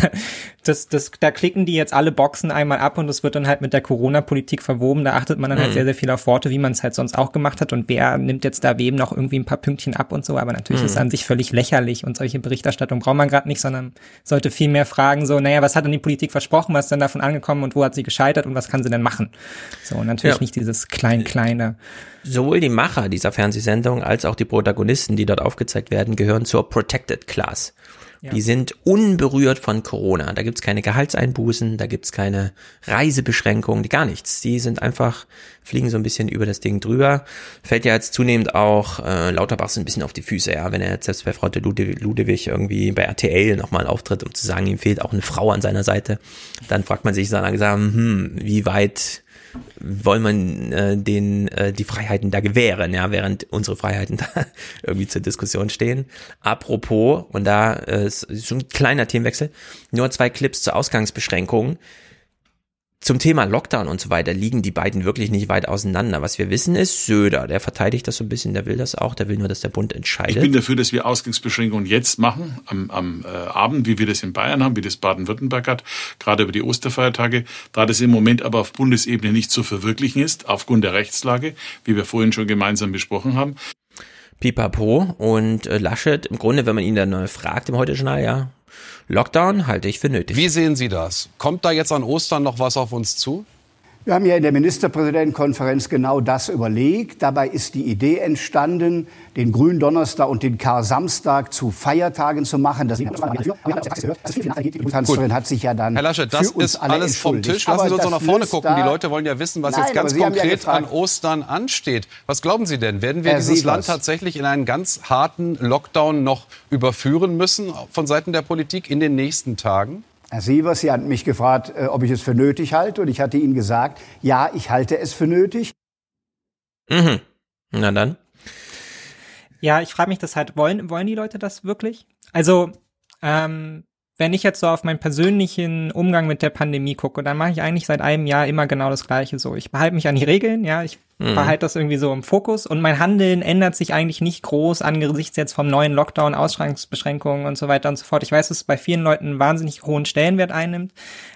Da klicken die jetzt alle Boxen einmal ab und das wird dann halt mit der Corona-Politik verwoben. Da achtet man dann halt sehr, sehr viel auf Worte, wie man es halt sonst auch gemacht hat und wer nimmt jetzt da wem noch irgendwie ein paar Pünktchen ab und so, aber natürlich ist es an sich völlig lächerlich und solche Berichterstattung braucht man gerade nicht, sondern sollte viel mehr fragen, so, naja, was hat denn die Politik versprochen, was ist denn davon angekommen und wo hat sie gescheitert und was kann sie denn machen? So, und natürlich nicht dieses Kleine. Sowohl die Macher dieser Fernsehsendung als auch die Protagonisten, die dort aufgezeigt werden, gehören zur Protected Class. Ja. Die sind unberührt von Corona. Da gibt's keine Gehaltseinbußen, da gibt's keine Reisebeschränkungen, gar nichts. Die sind einfach, fliegen so ein bisschen über das Ding drüber. Fällt ja jetzt zunehmend auch Lauterbach so ein bisschen auf die Füße, ja, wenn er jetzt selbst bei Frau Ludewig irgendwie bei RTL nochmal auftritt, um zu sagen, ihm fehlt auch eine Frau an seiner Seite. Dann fragt man sich so langsam, wie weit wollen wir die Freiheiten da gewähren, ja, während unsere Freiheiten da irgendwie zur Diskussion stehen. Apropos, und da ist schon ein kleiner Themenwechsel, nur 2 Clips zur Ausgangsbeschränkung. Zum Thema Lockdown und so weiter liegen die beiden wirklich nicht weit auseinander. Was wir wissen ist, Söder, der verteidigt das so ein bisschen, der will das auch, der will nur, dass der Bund entscheidet. Ich bin dafür, dass wir Ausgangsbeschränkungen jetzt machen, am Abend, wie wir das in Bayern haben, wie das Baden-Württemberg hat, gerade über die Osterfeiertage. Da das im Moment aber auf Bundesebene nicht zu verwirklichen ist, aufgrund der Rechtslage, wie wir vorhin schon gemeinsam besprochen haben. Pipapo und Laschet, im Grunde, wenn man ihn dann fragt im Heute-Journal, ja, Lockdown halte ich für nötig. Wie sehen Sie das? Kommt da jetzt an Ostern noch was auf uns zu? Wir haben ja in der Ministerpräsidentenkonferenz genau das überlegt. Dabei ist die Idee entstanden, den Gründonnerstag und den Kar-Samstag zu Feiertagen zu machen. Die Kanzlerin hat sich ja dann Herr Laschet, das ist alles vom Tisch. Lassen Sie uns doch nach vorne gucken. Die Leute wollen ja wissen, was jetzt ganz konkret an Ostern ansteht. Was glauben Sie denn? Werden wir dieses Land tatsächlich in einen ganz harten Lockdown noch überführen müssen von Seiten der Politik in den nächsten Tagen? Herr Sievers, Sie hatten mich gefragt, ob ich es für nötig halte. Und ich hatte Ihnen gesagt, ja, ich halte es für nötig. Mhm. Na dann. Ja, ich frage mich das halt, wollen die Leute das wirklich? Also, wenn ich jetzt so auf meinen persönlichen Umgang mit der Pandemie gucke, dann mache ich eigentlich seit einem Jahr immer genau das Gleiche so. Ich behalte mich an die Regeln, ja, ich behalte das irgendwie so im Fokus und mein Handeln ändert sich eigentlich nicht groß angesichts jetzt vom neuen Lockdown, Ausgangsbeschränkungen und so weiter und so fort. Ich weiß, dass es bei vielen Leuten einen wahnsinnig hohen Stellenwert einnimmt,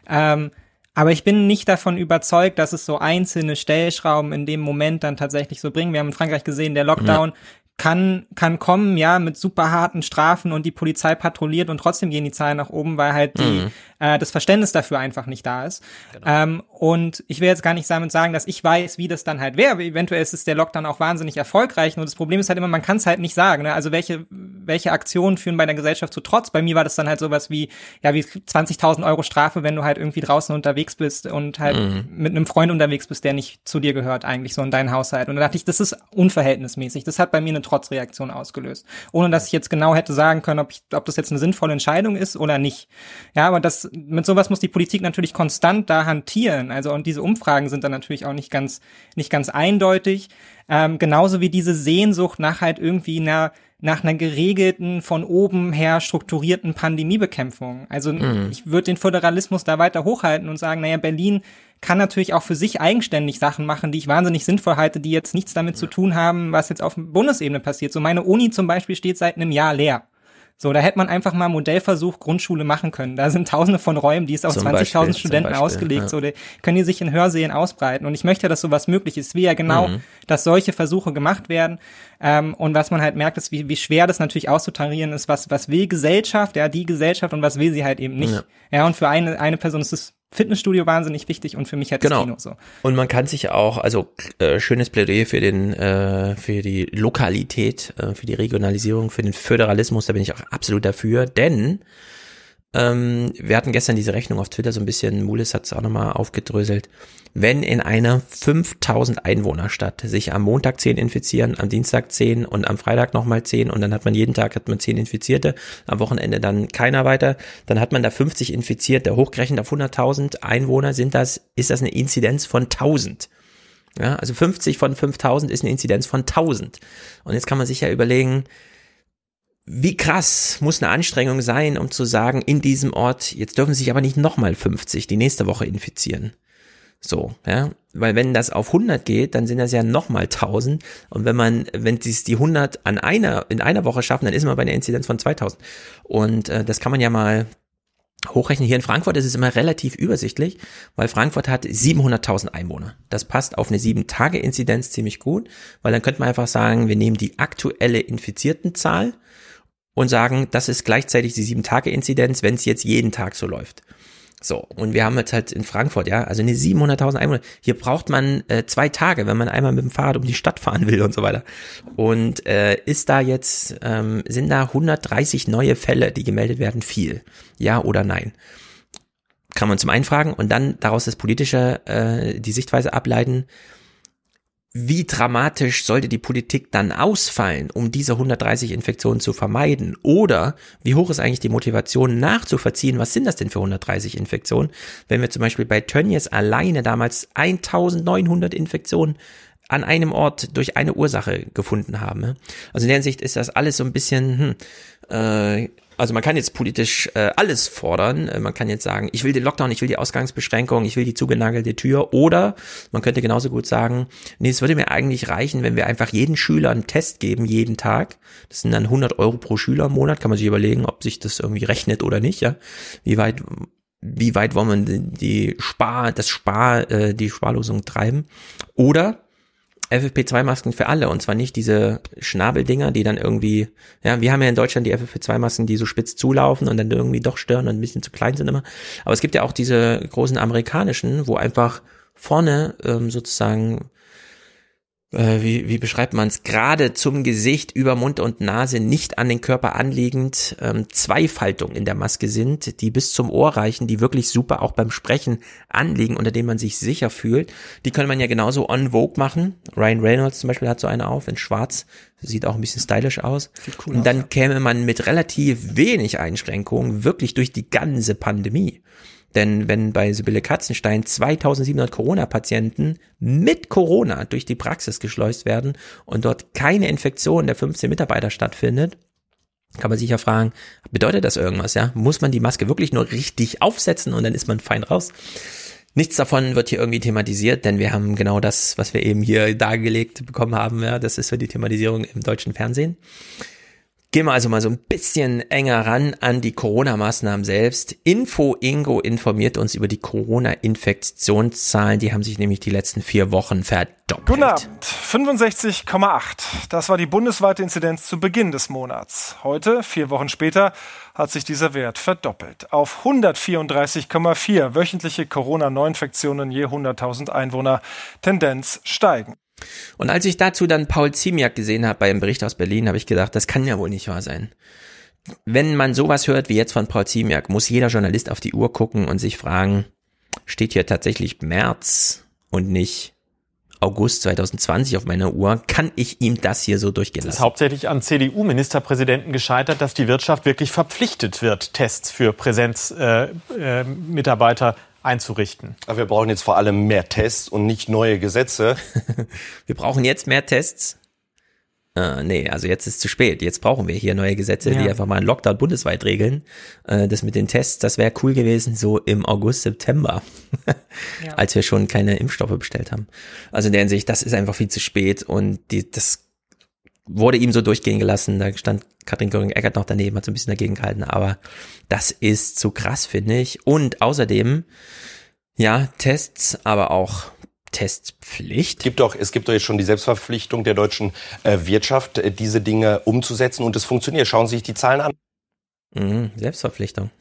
aber ich bin nicht davon überzeugt, dass es so einzelne Stellschrauben in dem Moment dann tatsächlich so bringen. Wir haben in Frankreich gesehen, der Lockdown kann kommen, ja, mit super harten Strafen und die Polizei patrouilliert und trotzdem gehen die Zahlen nach oben, weil halt das Verständnis dafür einfach nicht da ist. Genau. Und ich will jetzt gar nicht damit sagen, dass ich weiß, wie das dann halt wäre. Eventuell ist der Lockdown auch wahnsinnig erfolgreich. Nur das Problem ist halt immer, man kann es halt nicht sagen. Ne? Also welche Aktionen führen bei der Gesellschaft zu Trotz? Bei mir war das dann halt sowas wie 20.000 Euro Strafe, wenn du halt irgendwie draußen unterwegs bist und halt mit einem Freund unterwegs bist, der nicht zu dir gehört eigentlich so in deinen Haushalt. Und da dachte ich, das ist unverhältnismäßig. Das hat bei mir eine Trotzreaktion ausgelöst. Ohne dass ich jetzt genau hätte sagen können, ob das jetzt eine sinnvolle Entscheidung ist oder nicht. Ja, aber mit sowas muss die Politik natürlich konstant da hantieren. Also, und diese Umfragen sind dann natürlich auch nicht ganz eindeutig. Genauso wie diese Sehnsucht nach halt irgendwie nach einer geregelten, von oben her strukturierten Pandemiebekämpfung. Also ich würde den Föderalismus da weiter hochhalten und sagen, naja, Berlin kann natürlich auch für sich eigenständig Sachen machen, die ich wahnsinnig sinnvoll halte, die jetzt nichts damit zu tun haben, was jetzt auf Bundesebene passiert. So meine Uni zum Beispiel steht seit einem Jahr leer. So, da hätte man einfach mal Modellversuch Grundschule machen können. Da sind tausende von Räumen, die ist auf 20.000 Studenten ausgelegt. Ja. So, da können die sich in Hörsälen ausbreiten. Und ich möchte ja, dass sowas möglich ist. Ich will ja genau, dass solche Versuche gemacht werden. Und was man halt merkt, ist, wie schwer das natürlich auszutarieren ist, was will Gesellschaft, ja, die Gesellschaft und was will sie halt eben nicht. Ja, und für eine Person ist das Fitnessstudio wahnsinnig wichtig und für mich halt das Kino so. Und man kann sich auch, also schönes Plädoyer für die Lokalität, für die Regionalisierung, für den Föderalismus, da bin ich auch absolut dafür, denn wir hatten gestern diese Rechnung auf Twitter so ein bisschen, Mulis hat es auch nochmal aufgedröselt, wenn in einer 5000 Einwohnerstadt sich am Montag 10 infizieren, am Dienstag 10 und am Freitag nochmal 10 und dann hat man jeden Tag 10 Infizierte, am Wochenende dann keiner weiter, dann hat man da 50 Infizierte, hochgerechnet auf 100.000 Einwohner ist das eine Inzidenz von 1000. Ja, also 50 von 5000 ist eine Inzidenz von 1000. Und jetzt kann man sich ja überlegen, wie krass muss eine Anstrengung sein, um zu sagen, in diesem Ort, jetzt dürfen sich aber nicht nochmal 50 die nächste Woche infizieren. So, ja, weil wenn das auf 100 geht, dann sind das ja nochmal 1000 und wenn sie es die 100 in einer Woche schaffen, dann ist man bei einer Inzidenz von 2000 und das kann man ja mal hochrechnen. Hier in Frankfurt ist es immer relativ übersichtlich, weil Frankfurt hat 700.000 Einwohner. Das passt auf eine 7-Tage-Inzidenz ziemlich gut, weil dann könnte man einfach sagen, wir nehmen die aktuelle Infiziertenzahl und sagen, das ist gleichzeitig die 7-Tage-Inzidenz, wenn es jetzt jeden Tag so läuft. So, und wir haben jetzt halt in Frankfurt, ja, also eine 700.000 Einwohner. Hier braucht man 2 Tage, wenn man einmal mit dem Fahrrad um die Stadt fahren will und so weiter. Und sind da 130 neue Fälle, die gemeldet werden, viel? Ja oder nein? Kann man zum einen fragen und dann daraus das politische, die Sichtweise ableiten. wie dramatisch sollte die Politik dann ausfallen, um diese 130 Infektionen zu vermeiden? Oder wie hoch ist eigentlich die Motivation nachzuvollziehen? Was sind das denn für 130 Infektionen? Wenn wir zum Beispiel bei Tönnies alleine damals 1900 Infektionen an einem Ort durch eine Ursache gefunden haben. Also in der Hinsicht ist das alles so ein bisschen, also man kann jetzt politisch alles fordern. Man kann jetzt sagen, ich will den Lockdown, ich will die Ausgangsbeschränkung, ich will die zugenagelte Tür. Oder man könnte genauso gut sagen, nee, es würde mir eigentlich reichen, wenn wir einfach jeden Schüler einen Test geben, jeden Tag. Das sind dann 100 € pro Schüler im Monat. Kann man sich überlegen, ob sich das irgendwie rechnet oder nicht. Ja, wie weit wollen wir die Sparlosung treiben? Oder FFP2-Masken für alle, und zwar nicht diese Schnabeldinger, die dann irgendwie, ja, wir haben ja in Deutschland die FFP2-Masken, die so spitz zulaufen und dann irgendwie doch stören und ein bisschen zu klein sind immer. Aber es gibt ja auch diese großen amerikanischen, wo einfach vorne sozusagen, wie beschreibt man es, gerade zum Gesicht, über Mund und Nase, nicht an den Körper anliegend, zwei Faltungen in der Maske sind, die bis zum Ohr reichen, die wirklich super auch beim Sprechen anliegen, unter denen man sich sicher fühlt. Die kann man ja genauso en vogue machen. Ryan Reynolds zum Beispiel hat so eine auf, in schwarz, sieht auch ein bisschen stylisch aus. Sieht cool und dann käme man mit relativ wenig Einschränkungen wirklich durch die ganze Pandemie. Denn wenn bei Sibylle Katzenstein 2700 Corona-Patienten mit Corona durch die Praxis geschleust werden und dort keine Infektion der 15 Mitarbeiter stattfindet, kann man sich ja fragen, bedeutet das irgendwas, ja? Muss man die Maske wirklich nur richtig aufsetzen und dann ist man fein raus? Nichts davon wird hier irgendwie thematisiert, denn wir haben genau das, was wir eben hier dargelegt bekommen haben, ja, das ist so die Thematisierung im deutschen Fernsehen. Gehen wir also mal so ein bisschen enger ran an die Corona-Maßnahmen selbst. Ingo informiert uns über die Corona-Infektionszahlen. Die haben sich nämlich die letzten 4 Wochen verdoppelt. Guten Abend. 65,8. Das war die bundesweite Inzidenz zu Beginn des Monats. Heute, 4 Wochen später, hat sich dieser Wert verdoppelt. Auf 134,4 wöchentliche Corona-Neuinfektionen je 100.000 Einwohner. Tendenz steigen. Und als ich dazu dann Paul Ziemiak gesehen habe bei einem Bericht aus Berlin, habe ich gedacht, das kann ja wohl nicht wahr sein. Wenn man sowas hört wie jetzt von Paul Ziemiak, muss jeder Journalist auf die Uhr gucken und sich fragen, steht hier tatsächlich März und nicht August 2020 auf meiner Uhr? Kann ich ihm das hier so durchgehen lassen? Es ist hauptsächlich an CDU-Ministerpräsidenten gescheitert, dass die Wirtschaft wirklich verpflichtet wird, Tests für Präsenzmitarbeiter einzurichten. Aber wir brauchen jetzt vor allem mehr Tests und nicht neue Gesetze. Wir brauchen jetzt mehr Tests? Nee, also jetzt ist zu spät. Jetzt brauchen wir hier neue Gesetze, die einfach mal einen Lockdown bundesweit regeln. Das mit den Tests, das wäre cool gewesen, so im August, September, als wir schon keine Impfstoffe bestellt haben. Also in der Hinsicht, das ist einfach viel zu spät und das wurde ihm so durchgehen gelassen. Da stand Katrin Göring-Eckardt noch daneben, hat so ein bisschen dagegen gehalten, aber das ist zu krass, finde ich. Und außerdem, ja, Tests, aber auch Testpflicht. Es gibt doch jetzt schon die Selbstverpflichtung der deutschen Wirtschaft, diese Dinge umzusetzen und es funktioniert. Schauen Sie sich die Zahlen an. Selbstverpflichtung.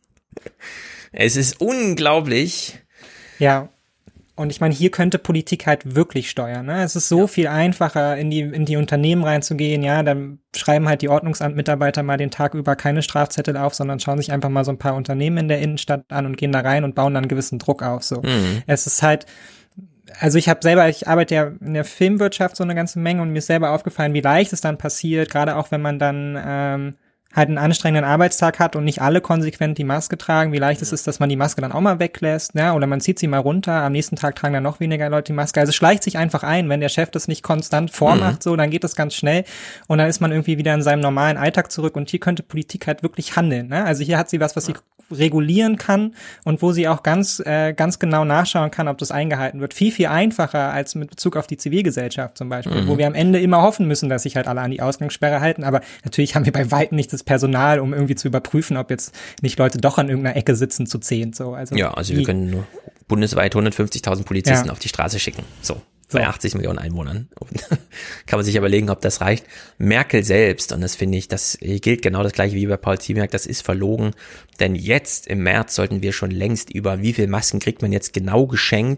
Es ist unglaublich. Ja. Und ich meine, hier könnte Politik halt wirklich steuern. Ne? Es ist so viel einfacher, in die Unternehmen reinzugehen. Ja, dann schreiben halt die Ordnungsamtmitarbeiter mal den Tag über keine Strafzettel auf, sondern schauen sich einfach mal so ein paar Unternehmen in der Innenstadt an und gehen da rein und bauen dann einen gewissen Druck auf. So, Es ist halt, also ich arbeite ja in der Filmwirtschaft so eine ganze Menge und mir ist selber aufgefallen, wie leicht es dann passiert, gerade auch wenn man dann halt einen anstrengenden Arbeitstag hat und nicht alle konsequent die Maske tragen, wie leicht es ist, dass man die Maske dann auch mal weglässt, ja, oder man zieht sie mal runter, am nächsten Tag tragen dann noch weniger Leute die Maske. Also es schleicht sich einfach ein, wenn der Chef das nicht konstant vormacht, so, dann geht das ganz schnell und dann ist man irgendwie wieder in seinem normalen Alltag zurück und hier könnte Politik halt wirklich handeln, ne? Also hier hat sie was sie regulieren kann und wo sie auch ganz genau nachschauen kann, ob das eingehalten wird. Viel, viel einfacher als mit Bezug auf die Zivilgesellschaft zum Beispiel, wo wir am Ende immer hoffen müssen, dass sich halt alle an die Ausgangssperre halten, aber natürlich haben wir bei weitem nicht das Personal, um irgendwie zu überprüfen, ob jetzt nicht Leute doch an irgendeiner Ecke sitzen zu 10. So. Also ja, also wir können nur bundesweit 150.000 Polizisten auf die Straße schicken. So. Bei 80 Millionen Einwohnern. Kann man sich überlegen, ob das reicht. Merkel selbst, und das finde ich, das gilt genau das gleiche wie bei Paul Ziemiak, das ist verlogen. Denn jetzt im März sollten wir schon längst über wie viel Masken kriegt man jetzt genau geschenkt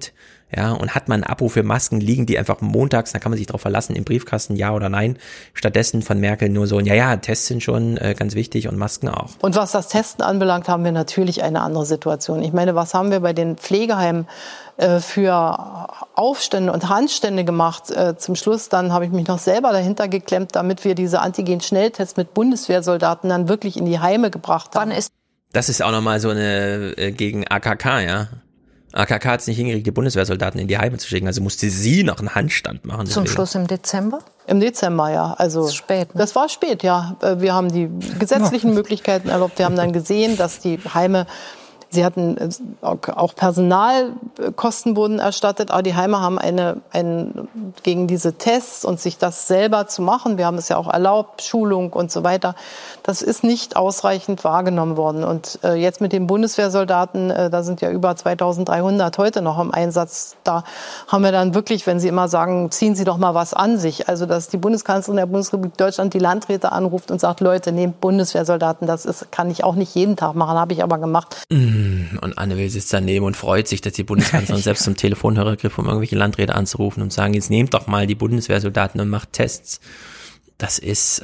Ja, und hat man ein Abo für Masken, liegen die einfach montags, da kann man sich drauf verlassen, im Briefkasten, ja oder nein. Stattdessen von Merkel nur so, ja, Tests sind schon ganz wichtig und Masken auch. Und was das Testen anbelangt, haben wir natürlich eine andere Situation. Ich meine, was haben wir bei den Pflegeheimen für Aufstände und Handstände gemacht? Zum Schluss dann habe ich mich noch selber dahinter geklemmt, damit wir diese Antigen-Schnelltests mit Bundeswehrsoldaten dann wirklich in die Heime gebracht haben. Das ist auch nochmal so eine gegen AKK, ja. AKK hat es nicht hingekriegt, die Bundeswehrsoldaten in die Heime zu schicken, also musste sie noch einen Handstand machen. Zum Schluss im Dezember? Im Dezember, ja. Also das ist spät, ne? Das war spät, ja. Wir haben die gesetzlichen Möglichkeiten erlaubt. Wir haben dann gesehen, dass die Heime, sie hatten auch Personalkosten wurden erstattet, aber die Heime haben gegen diese Tests und sich das selber zu machen, wir haben es ja auch erlaubt, Schulung und so weiter, das ist nicht ausreichend wahrgenommen worden. Und jetzt mit den Bundeswehrsoldaten, da sind ja über 2300 heute noch im Einsatz, da haben wir dann wirklich, wenn sie immer sagen, ziehen Sie doch mal was an sich, also dass die Bundeskanzlerin der Bundesrepublik Deutschland die Landräte anruft und sagt, Leute, nehmt Bundeswehrsoldaten, kann ich auch nicht jeden Tag machen, habe ich aber gemacht. Und Anne Will sitzt daneben und freut sich, dass die Bundeskanzlerin selbst zum Telefonhörer griff, um irgendwelche Landräte anzurufen und sagen, jetzt nehmt doch mal die Bundeswehrsoldaten und macht Tests. Das ist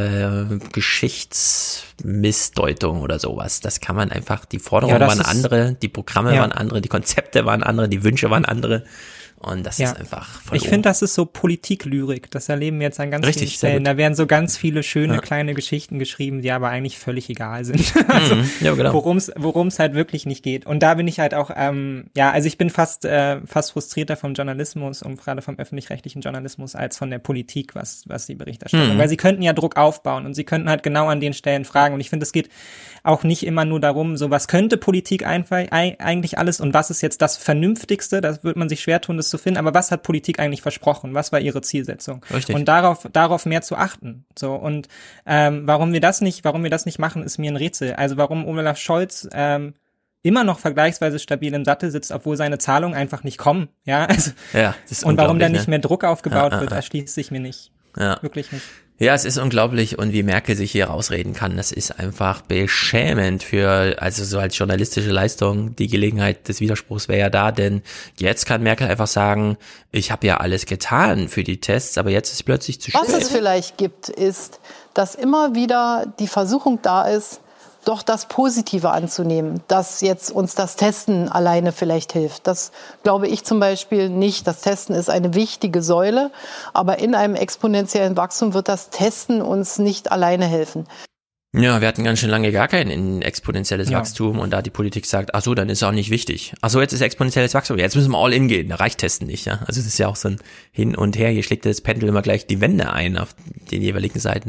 Geschichtsmissdeutung oder sowas. Das kann man einfach, die Forderungen waren andere, die Programme waren andere, die Konzepte waren andere, die Wünsche waren andere. Und das ist einfach voll. Ich finde, das ist so Politiklyrik. Das erleben wir jetzt an ganz vielen Stellen. Da werden so ganz viele schöne kleine Geschichten geschrieben, die aber eigentlich völlig egal sind. Also, genau. Worum es halt wirklich nicht geht. Und da bin ich halt auch, also ich bin fast frustrierter vom Journalismus und gerade vom öffentlich-rechtlichen Journalismus als von der Politik, was die Berichterstattung. Weil sie könnten ja Druck aufbauen und sie könnten halt genau an den Stellen fragen. Und ich finde, es geht auch nicht immer nur darum, so was könnte Politik eigentlich alles und was ist jetzt das Vernünftigste, das wird man sich schwer tun, das zu finden, aber was hat Politik eigentlich versprochen, was war ihre Zielsetzung? Richtig. Und darauf mehr zu achten. So, und warum wir das nicht machen, ist mir ein Rätsel. Also warum Olaf Scholz immer noch vergleichsweise stabil im Sattel sitzt, obwohl seine Zahlungen einfach nicht kommen. Ja, also, das ist und warum da nicht mehr Druck aufgebaut wird, erschließt sich mir nicht. Ja. Wirklich nicht. Ja, es ist unglaublich und wie Merkel sich hier rausreden kann, das ist einfach beschämend also so als journalistische Leistung, die Gelegenheit des Widerspruchs wäre ja da, denn jetzt kann Merkel einfach sagen, ich habe ja alles getan für die Tests, aber jetzt ist plötzlich zu spät. Was es vielleicht gibt, ist, dass immer wieder die Versuchung da ist, doch das Positive anzunehmen, dass jetzt uns das Testen alleine vielleicht hilft. Das glaube ich zum Beispiel nicht. Das Testen ist eine wichtige Säule, aber in einem exponentiellen Wachstum wird das Testen uns nicht alleine helfen. Ja, wir hatten ganz schön lange gar kein exponentielles Wachstum und da die Politik sagt, ach so, dann ist es auch nicht wichtig. Ach so, jetzt ist exponentielles Wachstum, jetzt müssen wir all in gehen, da reicht Testen nicht, ja. Also es ist ja auch so ein Hin und Her, hier schlägt das Pendel immer gleich die Wände ein auf den jeweiligen Seiten.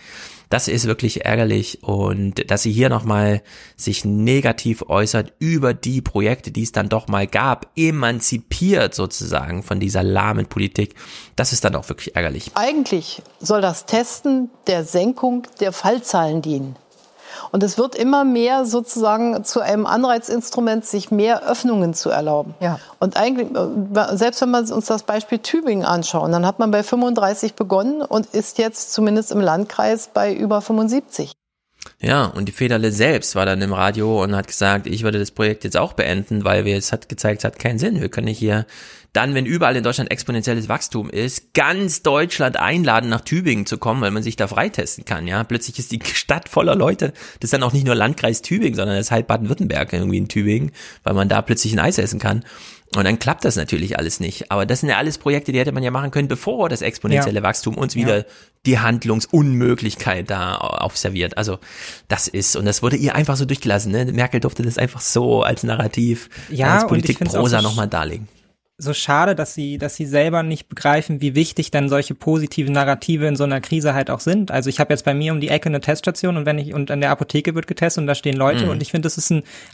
Das ist wirklich ärgerlich und dass sie hier nochmal sich negativ äußert über die Projekte, die es dann doch mal gab, emanzipiert sozusagen von dieser lahmen Politik, das ist dann auch wirklich ärgerlich. Eigentlich soll das Testen der Senkung der Fallzahlen dienen. Und es wird immer mehr sozusagen zu einem Anreizinstrument, sich mehr Öffnungen zu erlauben. Ja. Und eigentlich, selbst wenn wir uns das Beispiel Tübingen anschauen, dann hat man bei 35 begonnen und ist jetzt zumindest im Landkreis bei über 75. Ja, und die Federle selbst war dann im Radio und hat gesagt, ich würde das Projekt jetzt auch beenden, weil es hat gezeigt, es hat keinen Sinn. Wir können nicht hier dann, wenn überall in Deutschland exponentielles Wachstum ist, ganz Deutschland einladen, nach Tübingen zu kommen, weil man sich da freitesten kann, ja. Plötzlich ist die Stadt voller Leute. Das ist dann auch nicht nur Landkreis Tübingen, sondern das ist halt Baden-Württemberg irgendwie in Tübingen, weil man da plötzlich ein Eis essen kann. Und dann klappt das natürlich alles nicht. Aber das sind ja alles Projekte, die hätte man ja machen können, bevor das exponentielle Wachstum uns wieder die Handlungsunmöglichkeit da aufserviert. Also das wurde ihr einfach so durchgelassen. Ne? Merkel durfte das einfach so als Narrativ, als Politikprosa nochmal darlegen. So schade, dass sie selber nicht begreifen, wie wichtig dann solche positiven Narrative in so einer Krise halt auch sind. Also ich habe jetzt bei mir um die Ecke eine Teststation und an der Apotheke wird getestet und da stehen Leute und ich finde, es ist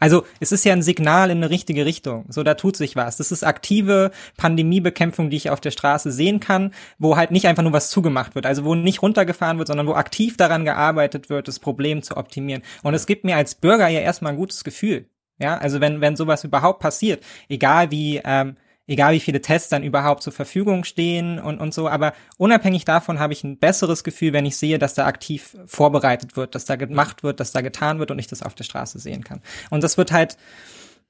ja ein Signal in eine richtige Richtung. So, da tut sich was. Das ist aktive Pandemiebekämpfung, die ich auf der Straße sehen kann, wo halt nicht einfach nur was zugemacht wird, also wo nicht runtergefahren wird, sondern wo aktiv daran gearbeitet wird, das Problem zu optimieren. Und es gibt mir als Bürger ja erstmal ein gutes Gefühl. Ja, also wenn sowas überhaupt passiert, egal wie viele Tests dann überhaupt zur Verfügung stehen und so, aber unabhängig davon habe ich ein besseres Gefühl, wenn ich sehe, dass da aktiv vorbereitet wird, dass da gemacht wird, dass da getan wird und ich das auf der Straße sehen kann. Und das wird halt,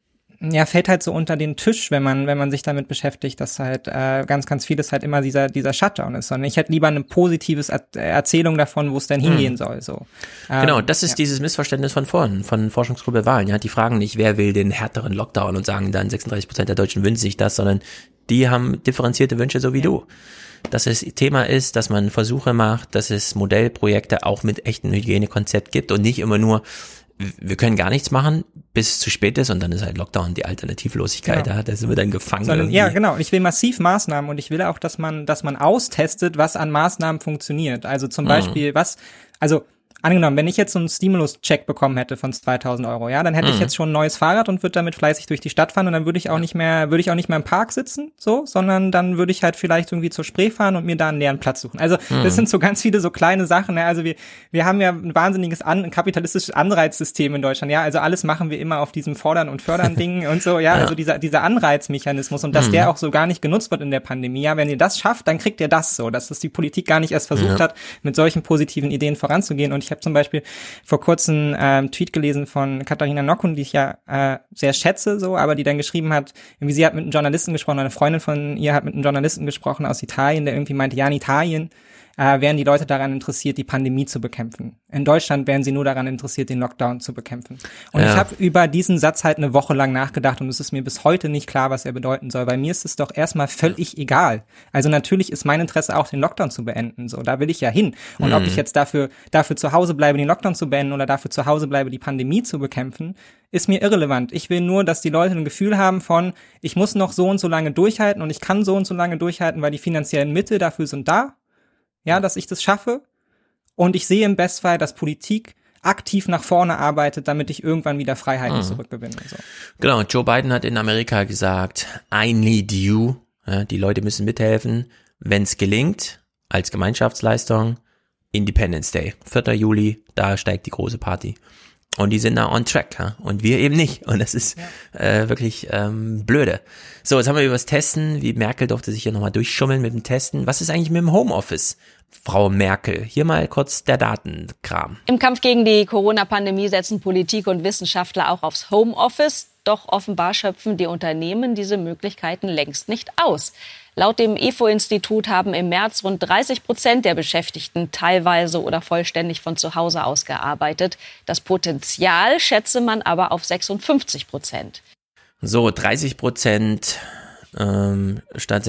fällt halt so unter den Tisch, wenn man sich damit beschäftigt, dass halt ganz, ganz vieles halt immer dieser Shutdown ist. Sondern ich hätte lieber eine positive Erzählung davon, wo es denn hingehen soll. So. Genau, das ist dieses Missverständnis von vorhin, von Forschungsgruppe Wahlen. Ja, die fragen nicht, wer will den härteren Lockdown und sagen dann 36% der Deutschen wünschen sich das, sondern die haben differenzierte Wünsche, so wie du. Dass es Thema ist, dass man Versuche macht, dass es Modellprojekte auch mit echtem Hygienekonzept gibt und nicht immer nur, wir können gar nichts machen, bis es zu spät ist und dann ist halt Lockdown die Alternativlosigkeit, da sind wir dann gefangen. Ja, genau. Ich will massiv Maßnahmen und ich will auch, dass man austestet, was an Maßnahmen funktioniert. Also zum Beispiel, angenommen, wenn ich jetzt so einen Stimulus-Check bekommen hätte von 2.000 €, ja, dann hätte ich jetzt schon ein neues Fahrrad und würde damit fleißig durch die Stadt fahren und dann würde ich auch nicht mehr im Park sitzen, so, sondern dann würde ich halt vielleicht irgendwie zur Spree fahren und mir da einen leeren Platz suchen. Also, das sind so ganz viele so kleine Sachen, ja, also wir haben ja ein wahnsinniges kapitalistisches Anreizsystem in Deutschland, ja, also alles machen wir immer auf diesem Fordern und Fördern Ding und so, ja, also dieser Anreizmechanismus und dass der auch so gar nicht genutzt wird in der Pandemie, ja, wenn ihr das schafft, dann kriegt ihr das so, dass das die Politik gar nicht erst versucht hat, mit solchen positiven Ideen voranzugehen. Und ich habe zum Beispiel vor kurzem einen Tweet gelesen von Katharina Nockun, die ich ja sehr schätze, so, aber die dann geschrieben hat, irgendwie sie hat mit einem Journalisten gesprochen, eine Freundin von ihr hat mit einem Journalisten gesprochen aus Italien, der irgendwie meinte, ja, in Italien wären die Leute daran interessiert, die Pandemie zu bekämpfen. In Deutschland wären sie nur daran interessiert, den Lockdown zu bekämpfen. Und ich habe über diesen Satz halt eine Woche lang nachgedacht und es ist mir bis heute nicht klar, was er bedeuten soll, weil mir ist es doch erstmal völlig egal. Also natürlich ist mein Interesse auch, den Lockdown zu beenden, so, da will ich ja hin. Und ob ich jetzt dafür zu Hause bleibe, den Lockdown zu beenden oder dafür zu Hause bleibe, die Pandemie zu bekämpfen, ist mir irrelevant. Ich will nur, dass die Leute ein Gefühl haben von, ich muss noch so und so lange durchhalten und ich kann so und so lange durchhalten, weil die finanziellen Mittel dafür sind da. Ja, dass ich das schaffe und ich sehe im Bestfall, dass Politik aktiv nach vorne arbeitet, damit ich irgendwann wieder Freiheiten zurückgewinne. So. Genau, Joe Biden hat in Amerika gesagt, I need you. Ja, die Leute müssen mithelfen, wenn es gelingt, als Gemeinschaftsleistung, Independence Day, 4. Juli, da steigt die große Party. Und die sind da on track, ja? Und wir eben nicht. Und das ist wirklich blöde. So, jetzt haben wir über das Testen, wie Merkel durfte sich hier nochmal durchschummeln mit dem Testen. Was ist eigentlich mit dem Homeoffice, Frau Merkel? Hier mal kurz der Datenkram. Im Kampf gegen die Corona-Pandemie setzen Politik und Wissenschaftler auch aufs Homeoffice. Doch offenbar schöpfen die Unternehmen diese Möglichkeiten längst nicht aus. Laut dem IFO-Institut haben im März rund 30% der Beschäftigten teilweise oder vollständig von zu Hause aus gearbeitet. Das Potenzial schätze man aber auf 56%. So, 30% statt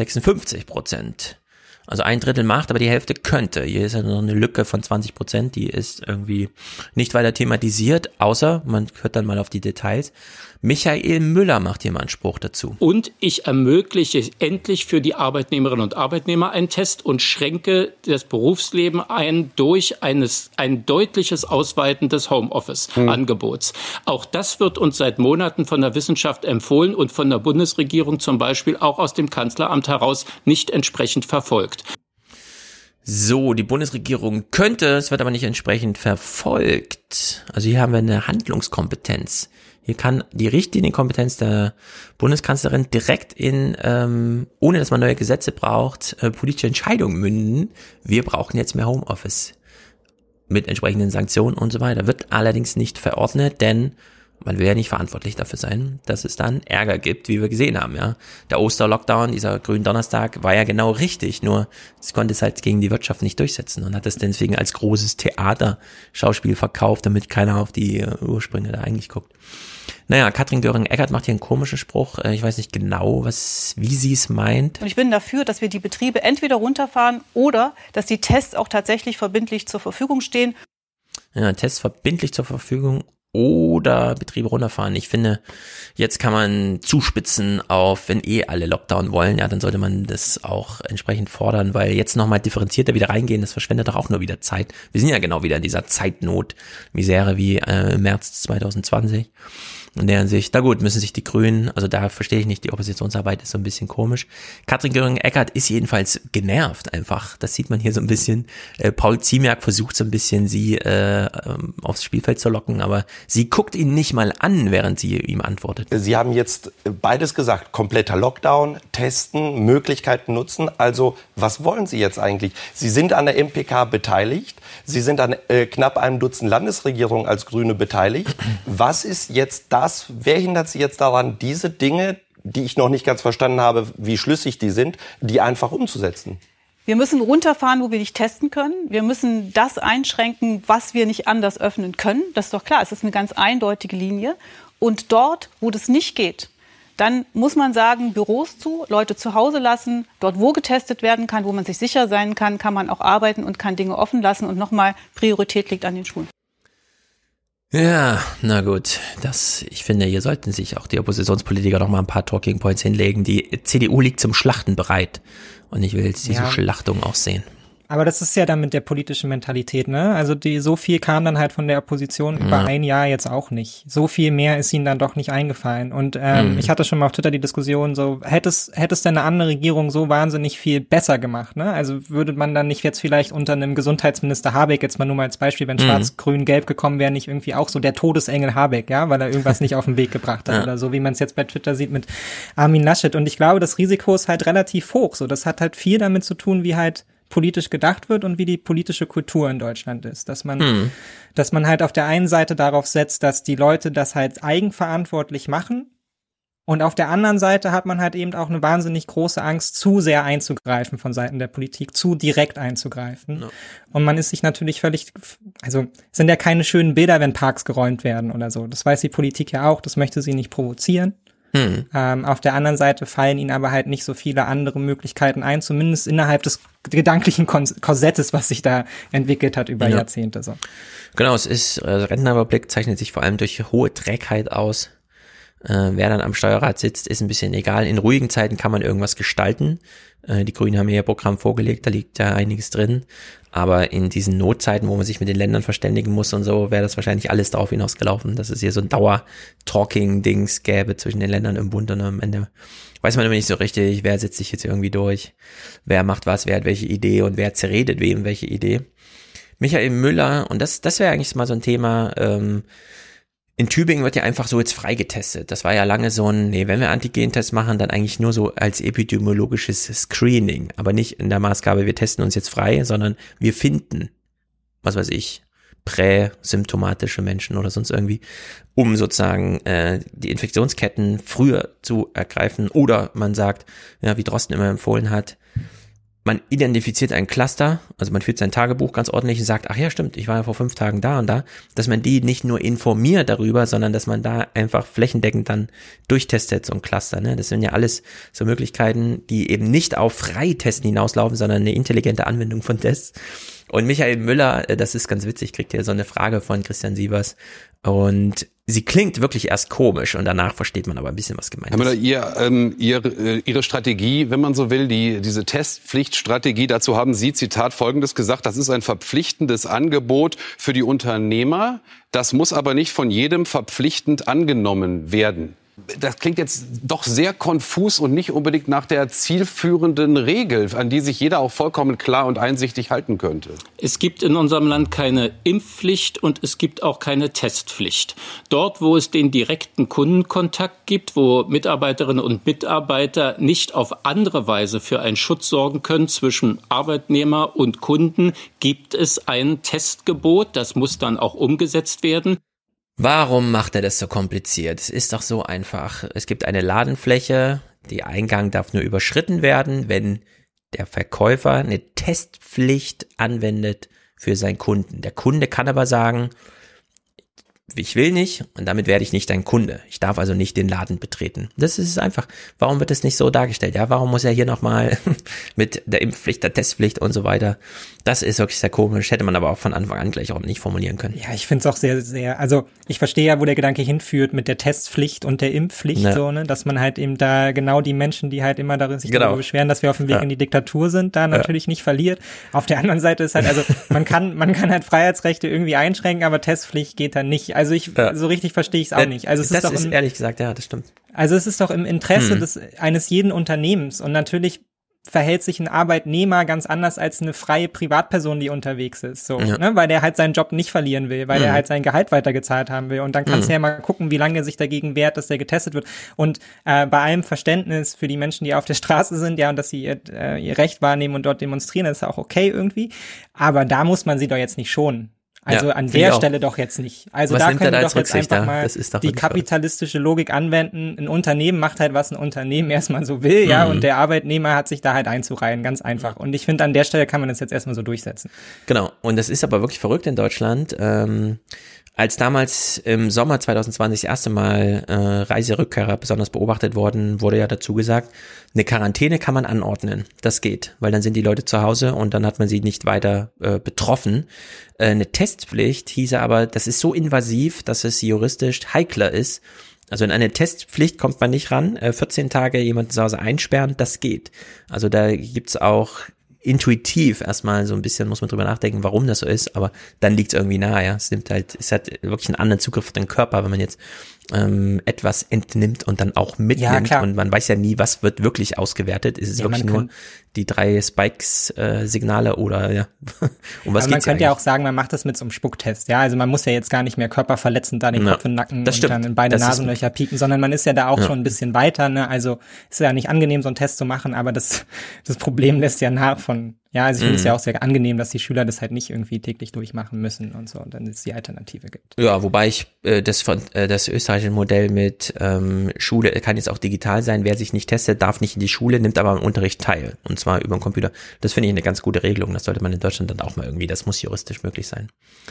56%. Also 1/3 macht, aber die Hälfte könnte. Hier ist ja noch eine Lücke von 20%, die ist irgendwie nicht weiter thematisiert, außer man hört dann mal auf die Details. Michael Müller macht hier mal einen Spruch dazu. Und ich ermögliche endlich für die Arbeitnehmerinnen und Arbeitnehmer einen Test und schränke das Berufsleben ein durch ein deutliches Ausweiten des Homeoffice-Angebots. Auch das wird uns seit Monaten von der Wissenschaft empfohlen und von der Bundesregierung zum Beispiel auch aus dem Kanzleramt heraus nicht entsprechend verfolgt. So, die Bundesregierung könnte, es wird aber nicht entsprechend verfolgt. Also hier haben wir eine Handlungskompetenz. Hier kann die Richtlinienkompetenz der Bundeskanzlerin direkt in, ohne dass man neue Gesetze braucht, politische Entscheidungen münden. Wir brauchen jetzt mehr Homeoffice mit entsprechenden Sanktionen und so weiter. Wird allerdings nicht verordnet, denn man will ja nicht verantwortlich dafür sein, dass es dann Ärger gibt, wie wir gesehen haben, ja. Der Osterlockdown, dieser Gründonnerstag, war ja genau richtig, nur es konnte es halt gegen die Wirtschaft nicht durchsetzen und hat es deswegen als großes Theaterschauspiel verkauft, damit keiner auf die Ursprünge da eigentlich guckt. Naja, Katrin Göring-Eckardt macht hier einen komischen Spruch. Ich weiß nicht genau, wie sie es meint. Und ich bin dafür, dass wir die Betriebe entweder runterfahren oder dass die Tests auch tatsächlich verbindlich zur Verfügung stehen. Ja, Tests verbindlich zur Verfügung oder Betriebe runterfahren. Ich finde, jetzt kann man zuspitzen auf, wenn alle Lockdown wollen, ja, dann sollte man das auch entsprechend fordern, weil jetzt nochmal differenzierter wieder reingehen, das verschwendet doch auch nur wieder Zeit. Wir sind ja genau wieder in dieser Zeitnot-Misere wie im März 2020. In der Hinsicht, na gut, müssen sich die Grünen, also da verstehe ich nicht, die Oppositionsarbeit ist so ein bisschen komisch. Katrin Göring-Eckardt ist jedenfalls genervt einfach, das sieht man hier so ein bisschen. Paul Ziemiak versucht so ein bisschen, sie aufs Spielfeld zu locken, aber sie guckt ihn nicht mal an, während sie ihm antwortet. Sie haben jetzt beides gesagt, kompletter Lockdown, testen, Möglichkeiten nutzen, also was wollen Sie jetzt eigentlich? Sie sind an der MPK beteiligt, Sie sind an knapp einem Dutzend Landesregierungen als Grüne beteiligt. Was ist jetzt da wer hindert Sie jetzt daran, diese Dinge, die ich noch nicht ganz verstanden habe, wie schlüssig die sind, die einfach umzusetzen? Wir müssen runterfahren, wo wir nicht testen können. Wir müssen das einschränken, was wir nicht anders öffnen können. Das ist doch klar, es ist eine ganz eindeutige Linie. Und dort, wo das nicht geht, dann muss man sagen, Büros zu, Leute zu Hause lassen. Dort, wo getestet werden kann, wo man sich sicher sein kann, kann man auch arbeiten und kann Dinge offen lassen. Und nochmal, Priorität liegt an den Schulen. Ja, na gut. Ich finde, hier sollten sich auch die Oppositionspolitiker noch mal ein paar Talking Points hinlegen. Die CDU liegt zum Schlachten bereit. Und ich will jetzt diese Schlachtung auch sehen. Aber das ist ja dann mit der politischen Mentalität, ne? Also so viel kam dann halt von der Opposition über ein Jahr jetzt auch nicht. So viel mehr ist ihnen dann doch nicht eingefallen. Und ich hatte schon mal auf Twitter die Diskussion, so hätte es denn eine andere Regierung so wahnsinnig viel besser gemacht, ne? Also würde man dann nicht jetzt vielleicht unter einem Gesundheitsminister Habeck, jetzt mal nur mal als Beispiel, wenn Schwarz, Grün, Gelb gekommen wäre, nicht irgendwie auch so der Todesengel Habeck, ja, weil er irgendwas nicht auf den Weg gebracht hat oder so, wie man es jetzt bei Twitter sieht mit Armin Laschet. Und ich glaube, das Risiko ist halt relativ hoch. So, das hat halt viel damit zu tun, wie halt politisch gedacht wird und wie die politische Kultur in Deutschland ist. Dass man halt auf der einen Seite darauf setzt, dass die Leute das halt eigenverantwortlich machen und auf der anderen Seite hat man halt eben auch eine wahnsinnig große Angst, zu sehr einzugreifen von Seiten der Politik, zu direkt einzugreifen. Ja. Und man ist sich natürlich es sind ja keine schönen Bilder, wenn Parks geräumt werden oder so. Das weiß die Politik ja auch, das möchte sie nicht provozieren. Auf der anderen Seite fallen ihnen aber halt nicht so viele andere Möglichkeiten ein, zumindest innerhalb des gedanklichen Korsettes, was sich da entwickelt hat über Jahrzehnte. So. Genau, Rentenrepublik zeichnet sich vor allem durch hohe Trägheit aus. Wer dann am Steuerrad sitzt, ist ein bisschen egal. In ruhigen Zeiten kann man irgendwas gestalten. Die Grünen haben ihr Programm vorgelegt, da liegt ja einiges drin. Aber in diesen Notzeiten, wo man sich mit den Ländern verständigen muss und so, wäre das wahrscheinlich alles darauf hinausgelaufen, dass es hier so ein Dauer-Talking-Dings gäbe zwischen den Ländern im Bund und am Ende weiß man immer nicht so richtig, wer setzt sich jetzt irgendwie durch, wer macht was, wer hat welche Idee und wer zerredet wem welche Idee. Michael Müller, und das wäre eigentlich mal so ein Thema, in Tübingen wird ja einfach so jetzt freigetestet. Das war ja lange so wenn wir Antigentests machen, dann eigentlich nur so als epidemiologisches Screening. Aber nicht in der Maßgabe, wir testen uns jetzt frei, sondern wir finden, was weiß ich, präsymptomatische Menschen oder sonst irgendwie, um sozusagen die Infektionsketten früher zu ergreifen. Oder man sagt, ja, wie Drosten immer empfohlen hat, man identifiziert ein Cluster, also man führt sein Tagebuch ganz ordentlich und sagt, ach ja, stimmt, ich war ja vor 5 Tagen da und da, dass man die nicht nur informiert darüber, sondern dass man da einfach flächendeckend dann durchtestet, so ein Cluster, ne? Das sind ja alles so Möglichkeiten, die eben nicht auf Freitesten hinauslaufen, sondern eine intelligente Anwendung von Tests. Und Michael Müller, das ist ganz witzig, kriegt hier so eine Frage von Christian Sievers und sie klingt wirklich erst komisch und danach versteht man aber ein bisschen, was gemeint ist. Herr Müller, Ihre Strategie, wenn man so will, diese Testpflichtstrategie, dazu haben Sie, Zitat, Folgendes gesagt, das ist ein verpflichtendes Angebot für die Unternehmer, das muss aber nicht von jedem verpflichtend angenommen werden. Das klingt jetzt doch sehr konfus und nicht unbedingt nach der zielführenden Regel, an die sich jeder auch vollkommen klar und einsichtig halten könnte. Es gibt in unserem Land keine Impfpflicht und es gibt auch keine Testpflicht. Dort, wo es den direkten Kundenkontakt gibt, wo Mitarbeiterinnen und Mitarbeiter nicht auf andere Weise für einen Schutz sorgen können zwischen Arbeitnehmer und Kunden, gibt es ein Testgebot. Das muss dann auch umgesetzt werden. Warum macht er das so kompliziert? Es ist doch so einfach. Es gibt eine Ladenfläche, der Eingang darf nur überschritten werden, wenn der Verkäufer eine Testpflicht anwendet für seinen Kunden. Der Kunde kann aber sagen, ich will nicht und damit werde ich nicht dein Kunde. Ich darf also nicht den Laden betreten. Das ist einfach. Warum wird das nicht so dargestellt? Ja, warum muss er hier nochmal mit der Impfpflicht, der Testpflicht und so weiter? Das ist wirklich sehr komisch. Hätte man aber auch von Anfang an gleich auch nicht formulieren können. Ja, ich finde es auch sehr, sehr, also ich verstehe ja, wo der Gedanke hinführt mit der Testpflicht und der Impfpflicht, so, ne, dass man halt eben da genau die Menschen, die halt immer sich darüber beschweren, dass wir auf dem Weg in die Diktatur sind, da natürlich nicht verliert. Auf der anderen Seite ist halt, also man kann halt Freiheitsrechte irgendwie einschränken, aber Testpflicht geht dann nicht. Also so richtig verstehe ich es auch nicht. Also es das ist ehrlich gesagt, ja, das stimmt. Also es ist doch im Interesse eines jeden Unternehmens und natürlich verhält sich ein Arbeitnehmer ganz anders als eine freie Privatperson, die unterwegs ist, so, ne? Weil der halt seinen Job nicht verlieren will, weil er halt sein Gehalt weitergezahlt haben will und dann kannst du ja mal gucken, wie lange er sich dagegen wehrt, dass der getestet wird und bei allem Verständnis für die Menschen, die auf der Straße sind, ja, und dass sie ihr Recht wahrnehmen und dort demonstrieren, das ist auch okay irgendwie, aber da muss man sie doch jetzt nicht schonen. Also an der Stelle doch jetzt nicht. Also da können wir doch jetzt einfach mal die kapitalistische Logik anwenden. Ein Unternehmen macht halt, was ein Unternehmen erstmal so will, ja, und der Arbeitnehmer hat sich da halt einzureihen, ganz einfach. Und ich finde, an der Stelle kann man das jetzt erstmal so durchsetzen. Genau. Und das ist aber wirklich verrückt in Deutschland. Als damals im Sommer 2020 das erste Mal Reiserückkehrer besonders beobachtet wurden, wurde ja dazu gesagt, eine Quarantäne kann man anordnen. Das geht, weil dann sind die Leute zu Hause und dann hat man sie nicht weiter betroffen. Eine Testpflicht hieße aber, das ist so invasiv, dass es juristisch heikler ist. Also in eine Testpflicht kommt man nicht ran. 14 Tage jemanden zu Hause einsperren, das geht. Also da gibt's auch intuitiv erstmal so ein bisschen, muss man drüber nachdenken, warum das so ist, aber dann liegt es irgendwie nahe, ja. Es hat wirklich einen anderen Zugriff auf den Körper, wenn man jetzt etwas entnimmt und dann auch mitnimmt, ja, und man weiß ja nie, was wird wirklich ausgewertet. Ist es wirklich nur die 3 Spikes-Signale oder ja, um was geht's? Man könnte ja auch sagen, man macht das mit so einem Spucktest, ja, also man muss ja jetzt gar nicht mehr körperverletzend da den Kopf in den Nacken und dann in beide Nasenlöcher pieken, sondern man ist ja da auch schon ein bisschen weiter, ne, also ist ja nicht angenehm, so einen Test zu machen, aber das Problem lässt ja nach von, ja, also ich finde es ja auch sehr angenehm, dass die Schüler das halt nicht irgendwie täglich durchmachen müssen und so, und dann ist die Alternative gibt. Ja, wobei ich das österreichische Modell mit Schule kann jetzt auch digital sein, wer sich nicht testet, darf nicht in die Schule, nimmt aber am Unterricht teil, und zwar über den Computer. Das finde ich eine ganz gute Regelung, das sollte man in Deutschland dann auch mal irgendwie, das muss juristisch möglich sein.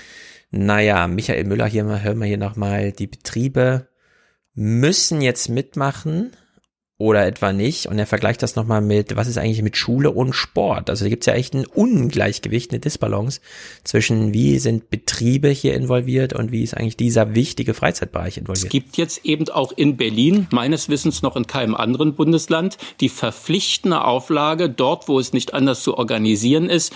Naja, Michael Müller, hören wir hier nochmal, die Betriebe müssen jetzt mitmachen oder etwa nicht, und er vergleicht das nochmal mit, was ist eigentlich mit Schule und Sport? Also da gibt es ja echt ein Ungleichgewicht, eine Disbalance zwischen, wie sind Betriebe hier involviert und wie ist eigentlich dieser wichtige Freizeitbereich involviert. Es gibt jetzt eben auch in Berlin, meines Wissens noch in keinem anderen Bundesland, die verpflichtende Auflage, dort wo es nicht anders zu organisieren ist,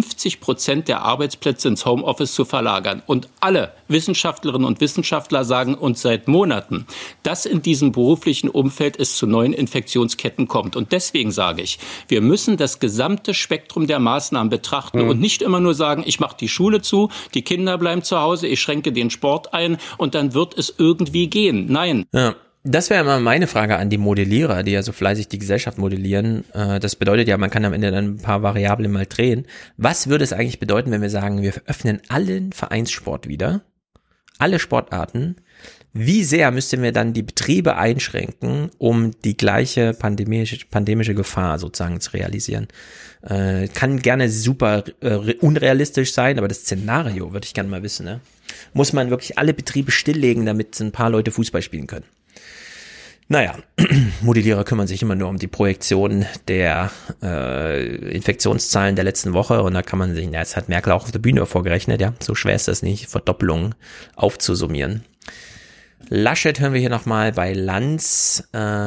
50% der Arbeitsplätze ins Homeoffice zu verlagern. Und alle Wissenschaftlerinnen und Wissenschaftler sagen uns seit Monaten, dass in diesem beruflichen Umfeld es zu neuen Infektionsketten kommt. Und deswegen sage ich, wir müssen das gesamte Spektrum der Maßnahmen betrachten und nicht immer nur sagen, ich mache die Schule zu, die Kinder bleiben zu Hause, ich schränke den Sport ein und dann wird es irgendwie gehen. Nein. Ja. Das wäre immer meine Frage an die Modellierer, die ja so fleißig die Gesellschaft modellieren. Das bedeutet ja, man kann am Ende dann ein paar Variablen mal drehen. Was würde es eigentlich bedeuten, wenn wir sagen, wir öffnen allen Vereinssport wieder, alle Sportarten? Wie sehr müssten wir dann die Betriebe einschränken, um die gleiche pandemische Gefahr sozusagen zu realisieren? Kann gerne super unrealistisch sein, aber das Szenario würde ich gerne mal wissen. Ne? Muss man wirklich alle Betriebe stilllegen, damit ein paar Leute Fußball spielen können? Naja, Modellierer kümmern sich immer nur um die Projektion der Infektionszahlen der letzten Woche, und da kann man sich, ja, das hat Merkel auch auf der Bühne vorgerechnet, ja, so schwer ist das nicht, Verdoppelungen aufzusummieren. Laschet hören wir hier nochmal bei Lanz.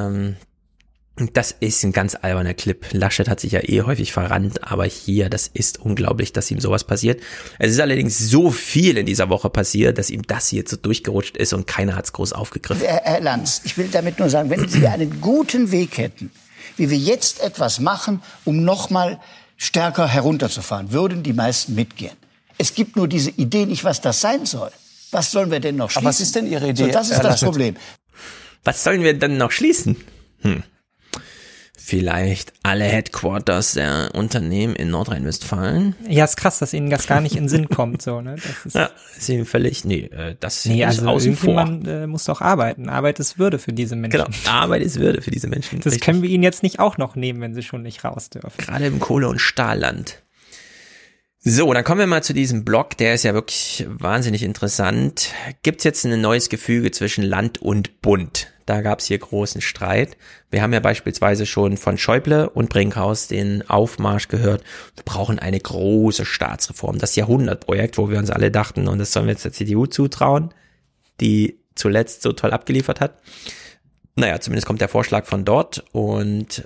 Das ist ein ganz alberner Clip. Laschet hat sich ja häufig verrannt, aber hier, das ist unglaublich, dass ihm sowas passiert. Es ist allerdings so viel in dieser Woche passiert, dass ihm das hier so durchgerutscht ist und keiner hat es groß aufgegriffen. Herr Lanz, ich will damit nur sagen, wenn Sie einen guten Weg hätten, wie wir jetzt etwas machen, um nochmal stärker herunterzufahren, würden die meisten mitgehen. Es gibt nur diese Idee nicht, was das sein soll. Was sollen wir denn noch schließen? Aber was ist denn Ihre Idee? So, das ist das Problem. Was sollen wir denn noch schließen? Vielleicht alle Headquarters der Unternehmen in Nordrhein-Westfalen. Ja, ist krass, dass Ihnen das gar nicht in den Sinn kommt. So, ne? Das ist ja, ist Ihnen völlig, das ist also außen vor. Man muss doch arbeiten. Arbeit ist Würde für diese Menschen. Genau, Arbeit ist Würde für diese Menschen. Das können wir Ihnen jetzt nicht auch noch nehmen, wenn Sie schon nicht raus dürfen. Gerade im Kohle- und Stahlland. So, dann kommen wir mal zu diesem Blog, der ist ja wirklich wahnsinnig interessant. Gibt's jetzt ein neues Gefüge zwischen Land und Bund? Da gab's hier großen Streit. Wir haben ja beispielsweise schon von Schäuble und Brinkhaus den Aufmarsch gehört. Wir brauchen eine große Staatsreform, das Jahrhundertprojekt, wo wir uns alle dachten, und das sollen wir jetzt der CDU zutrauen, die zuletzt so toll abgeliefert hat. Naja, zumindest kommt der Vorschlag von dort, und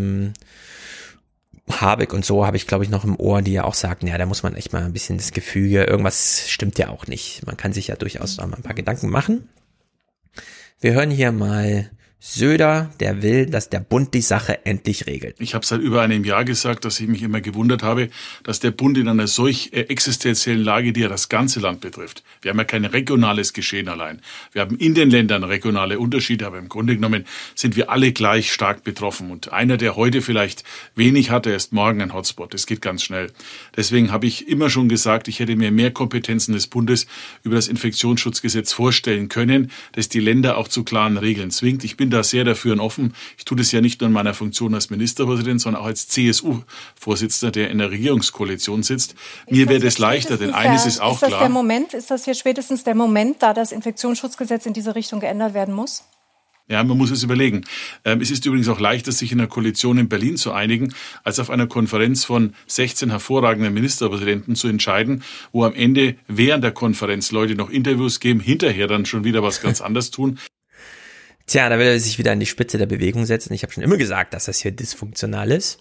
Habeck und so habe ich, glaube ich, noch im Ohr, die ja auch sagten, ja, da muss man echt mal ein bisschen das Gefüge, irgendwas stimmt ja auch nicht. Man kann sich ja durchaus auch mal ein paar Gedanken machen. Wir hören hier mal Söder, der will, dass der Bund die Sache endlich regelt. Ich habe seit über einem Jahr gesagt, dass ich mich immer gewundert habe, dass der Bund in einer solch existenziellen Lage, die ja das ganze Land betrifft. Wir haben ja kein regionales Geschehen allein. Wir haben in den Ländern regionale Unterschiede, aber im Grunde genommen sind wir alle gleich stark betroffen. Und einer, der heute vielleicht wenig hat, der ist morgen ein Hotspot. Das geht ganz schnell. Deswegen habe ich immer schon gesagt, ich hätte mir mehr Kompetenzen des Bundes über das Infektionsschutzgesetz vorstellen können, das die Länder auch zu klaren Regeln zwingt. Ich bin da sehr dafür und offen. Ich tue das ja nicht nur in meiner Funktion als Ministerpräsident, sondern auch als CSU-Vorsitzender, der in der Regierungskoalition sitzt. Mir wäre das leichter, denn eines ist auch klar. Ist das hier spätestens der Moment, da das Infektionsschutzgesetz in diese Richtung geändert werden muss? Ja, man muss es überlegen. Es ist übrigens auch leichter, sich in einer Koalition in Berlin zu einigen, als auf einer Konferenz von 16 hervorragenden Ministerpräsidenten zu entscheiden, wo am Ende während der Konferenz Leute noch Interviews geben, hinterher dann schon wieder was ganz anderes tun. Tja, da will er sich wieder an die Spitze der Bewegung setzen. Ich habe schon immer gesagt, dass das hier dysfunktional ist.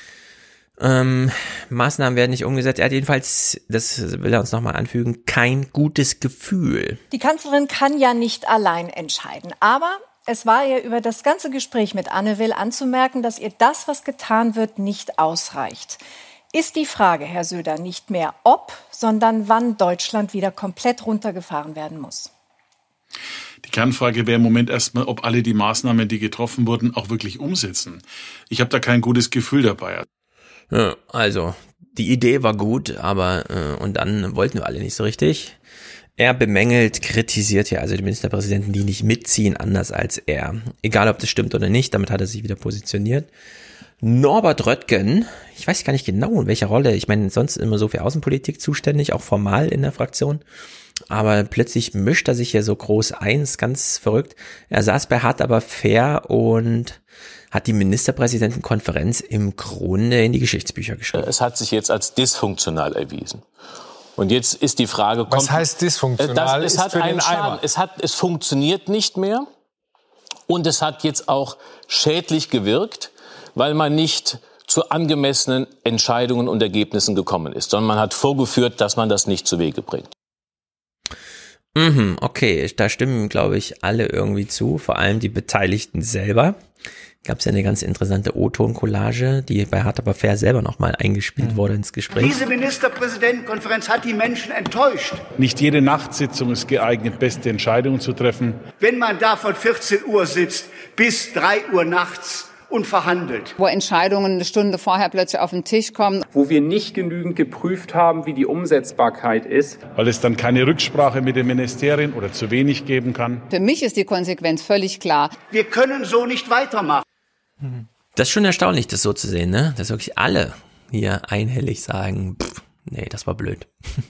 Maßnahmen werden nicht umgesetzt. Er hat jedenfalls, das will er uns nochmal anfügen, kein gutes Gefühl. Die Kanzlerin kann ja nicht allein entscheiden. Aber es war ihr über das ganze Gespräch mit Anne Will anzumerken, dass ihr das, was getan wird, nicht ausreicht. Ist die Frage, Herr Söder, nicht mehr ob, sondern wann Deutschland wieder komplett runtergefahren werden muss? Die Kernfrage wäre im Moment erstmal, ob alle die Maßnahmen, die getroffen wurden, auch wirklich umsetzen. Ich habe da kein gutes Gefühl dabei. Ja, also, die Idee war gut, aber und dann wollten wir alle nicht so richtig. Er bemängelt, kritisiert ja also die Ministerpräsidenten, die nicht mitziehen, anders als er. Egal, ob das stimmt oder nicht, damit hat er sich wieder positioniert. Norbert Röttgen, ich weiß gar nicht genau, in welcher Rolle, ich meine, sonst immer so für Außenpolitik zuständig, auch formal in der Fraktion. Aber plötzlich mischt er sich hier so groß ein, ist ganz verrückt. Er saß bei Hart aber fair und hat die Ministerpräsidentenkonferenz im Grunde in die Geschichtsbücher geschrieben. Es hat sich jetzt als dysfunktional erwiesen. Und jetzt ist die Frage... Was heißt dysfunktional? Es hat einen Schaden. Es funktioniert nicht mehr und es hat jetzt auch schädlich gewirkt, weil man nicht zu angemessenen Entscheidungen und Ergebnissen gekommen ist, sondern man hat vorgeführt, dass man das nicht zu Wege bringt. Okay, da stimmen, glaube ich, alle irgendwie zu, vor allem die Beteiligten selber. Gab es ja eine ganz interessante O-Ton-Collage, die bei Hart aber fair selber nochmal eingespielt wurde ins Gespräch. Diese Ministerpräsidentenkonferenz hat die Menschen enttäuscht. Nicht jede Nachtsitzung ist geeignet, beste Entscheidungen zu treffen. Wenn man da von 14 Uhr sitzt bis 3 Uhr nachts und verhandelt. Wo Entscheidungen eine Stunde vorher plötzlich auf den Tisch kommen. Wo wir nicht genügend geprüft haben, wie die Umsetzbarkeit ist. Weil es dann keine Rücksprache mit den Ministerien oder zu wenig geben kann. Für mich ist die Konsequenz völlig klar. Wir können so nicht weitermachen. Das ist schon erstaunlich, das so zu sehen, ne? Dass wirklich alle hier einhellig sagen, nee, das war blöd.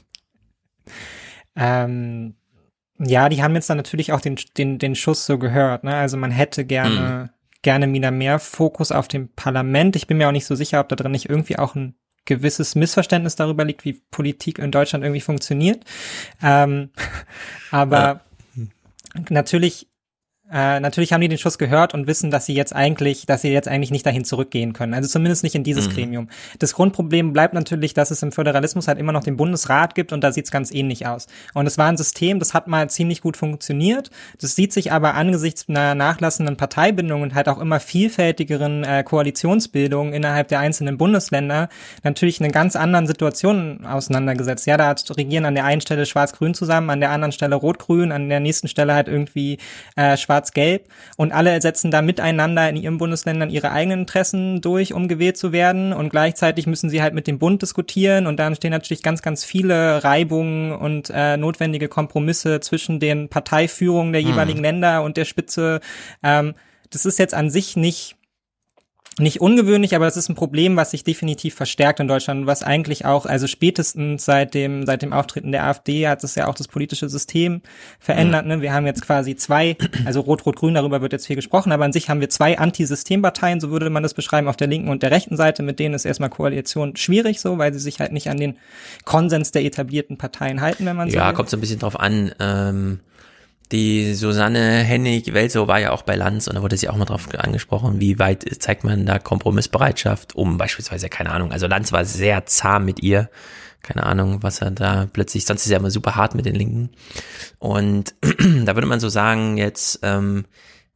Ja, die haben jetzt dann natürlich auch den Schuss so gehört, ne? Also man hätte gerne wieder mehr Fokus auf dem Parlament. Ich bin mir auch nicht so sicher, ob da drin nicht irgendwie auch ein gewisses Missverständnis darüber liegt, wie Politik in Deutschland irgendwie funktioniert. Aber natürlich haben die den Schuss gehört und wissen, dass sie jetzt eigentlich nicht dahin zurückgehen können. Also zumindest nicht in dieses Gremium. Das Grundproblem bleibt natürlich, dass es im Föderalismus halt immer noch den Bundesrat gibt und da sieht's ganz ähnlich aus. Und es war ein System, das hat mal ziemlich gut funktioniert. Das sieht sich aber angesichts einer nachlassenden Parteibindung und halt auch immer vielfältigeren Koalitionsbildungen innerhalb der einzelnen Bundesländer natürlich in ganz anderen Situationen auseinandergesetzt. Ja, da regieren an der einen Stelle Schwarz-Grün zusammen, an der anderen Stelle Rot-Grün, an der nächsten Stelle halt irgendwie Schwarz-Gelb und alle setzen da miteinander in ihren Bundesländern ihre eigenen Interessen durch, um gewählt zu werden und gleichzeitig müssen sie halt mit dem Bund diskutieren und da entstehen natürlich ganz, ganz viele Reibungen und notwendige Kompromisse zwischen den Parteiführungen der jeweiligen Länder und der Spitze. Das ist jetzt an sich nicht ungewöhnlich, aber das ist ein Problem, was sich definitiv verstärkt in Deutschland, was eigentlich auch, also spätestens seit dem Auftreten der AfD hat es ja auch das politische System verändert. Ne? Wir haben jetzt quasi zwei, also Rot-Rot-Grün, darüber wird jetzt viel gesprochen, aber an sich haben wir zwei Antisystemparteien, so würde man das beschreiben, auf der linken und der rechten Seite, mit denen ist erstmal Koalition schwierig so, weil sie sich halt nicht an den Konsens der etablierten Parteien halten, wenn man so will. Ja, kommt so ein bisschen drauf an, die Susanne Hennig-Welzow war ja auch bei Lanz und da wurde sie auch mal drauf angesprochen, wie weit zeigt man da Kompromissbereitschaft, um beispielsweise, keine Ahnung, also Lanz war sehr zahm mit ihr, keine Ahnung, was er da plötzlich, sonst ist er immer super hart mit den Linken und da würde man so sagen, jetzt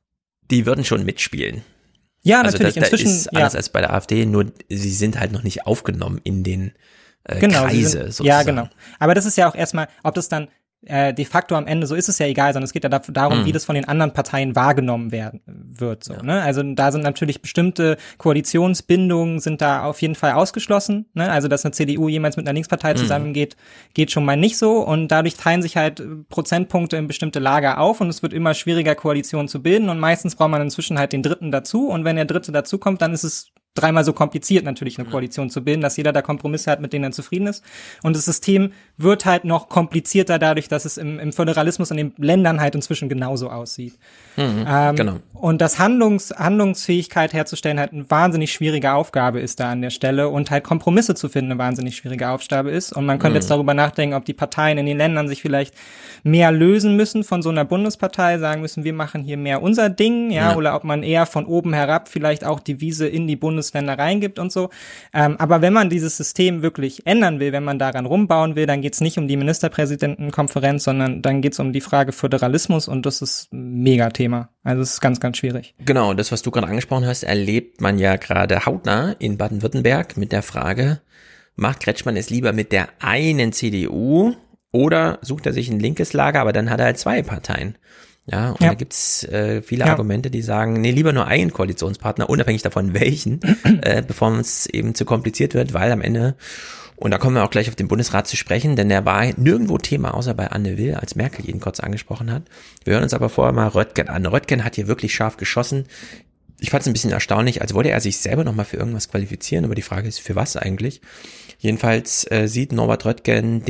die würden schon mitspielen. Ja, also natürlich. Das inzwischen ist anders als bei der AfD, nur sie sind halt noch nicht aufgenommen in den genau, Kreise sozusagen. Ja, genau. Aber das ist ja auch erstmal, ob das dann de facto am Ende so ist es ja egal, sondern es geht ja darum, wie das von den anderen Parteien wahrgenommen wird. So, ne? Also da sind natürlich bestimmte Koalitionsbindungen sind da auf jeden Fall ausgeschlossen. Ne? Also dass eine CDU jemals mit einer Linkspartei zusammengeht, geht schon mal nicht so. Und dadurch teilen sich halt Prozentpunkte in bestimmte Lager auf und es wird immer schwieriger, Koalitionen zu bilden. Und meistens braucht man inzwischen halt den Dritten dazu. Und wenn der Dritte dazu kommt, dann ist es dreimal so kompliziert natürlich eine Koalition zu bilden, dass jeder da Kompromisse hat, mit denen er zufrieden ist. Und das System wird halt noch komplizierter dadurch, dass es im Föderalismus in den Ländern halt inzwischen genauso aussieht. Genau. Und dass Handlungsfähigkeit herzustellen halt eine wahnsinnig schwierige Aufgabe ist da an der Stelle und halt Kompromisse zu finden eine wahnsinnig schwierige Aufgabe ist. Und man könnte jetzt darüber nachdenken, ob die Parteien in den Ländern sich vielleicht mehr lösen müssen von so einer Bundespartei, sagen müssen, wir machen hier mehr unser Ding, ja, oder ob man eher von oben herab vielleicht auch Devise in die Bundesländer reingibt und so. Aber wenn man dieses System wirklich ändern will, wenn man daran rumbauen will, dann geht's nicht um die Ministerpräsidentenkonferenz, sondern dann geht's um die Frage Föderalismus und das ist ein Megathema. Also es ist ganz, ganz schwierig. Genau, das, was du gerade angesprochen hast, erlebt man ja gerade hautnah in Baden-Württemberg mit der Frage, macht Kretschmann es lieber mit der einen CDU oder sucht er sich ein linkes Lager, aber dann hat er halt zwei Parteien. Ja, und da gibt's viele Argumente, die sagen, nee, lieber nur einen Koalitionspartner, unabhängig davon welchen, bevor es eben zu kompliziert wird, weil am Ende, und da kommen wir auch gleich auf den Bundesrat zu sprechen, denn der war nirgendwo Thema, außer bei Anne Will, als Merkel ihn kurz angesprochen hat. Wir hören uns aber vorher mal Röttgen an. Röttgen hat hier wirklich scharf geschossen. Ich fand es ein bisschen erstaunlich, als wollte er sich selber nochmal für irgendwas qualifizieren, aber die Frage ist, für was eigentlich? Jedenfalls sieht Norbert Röttgen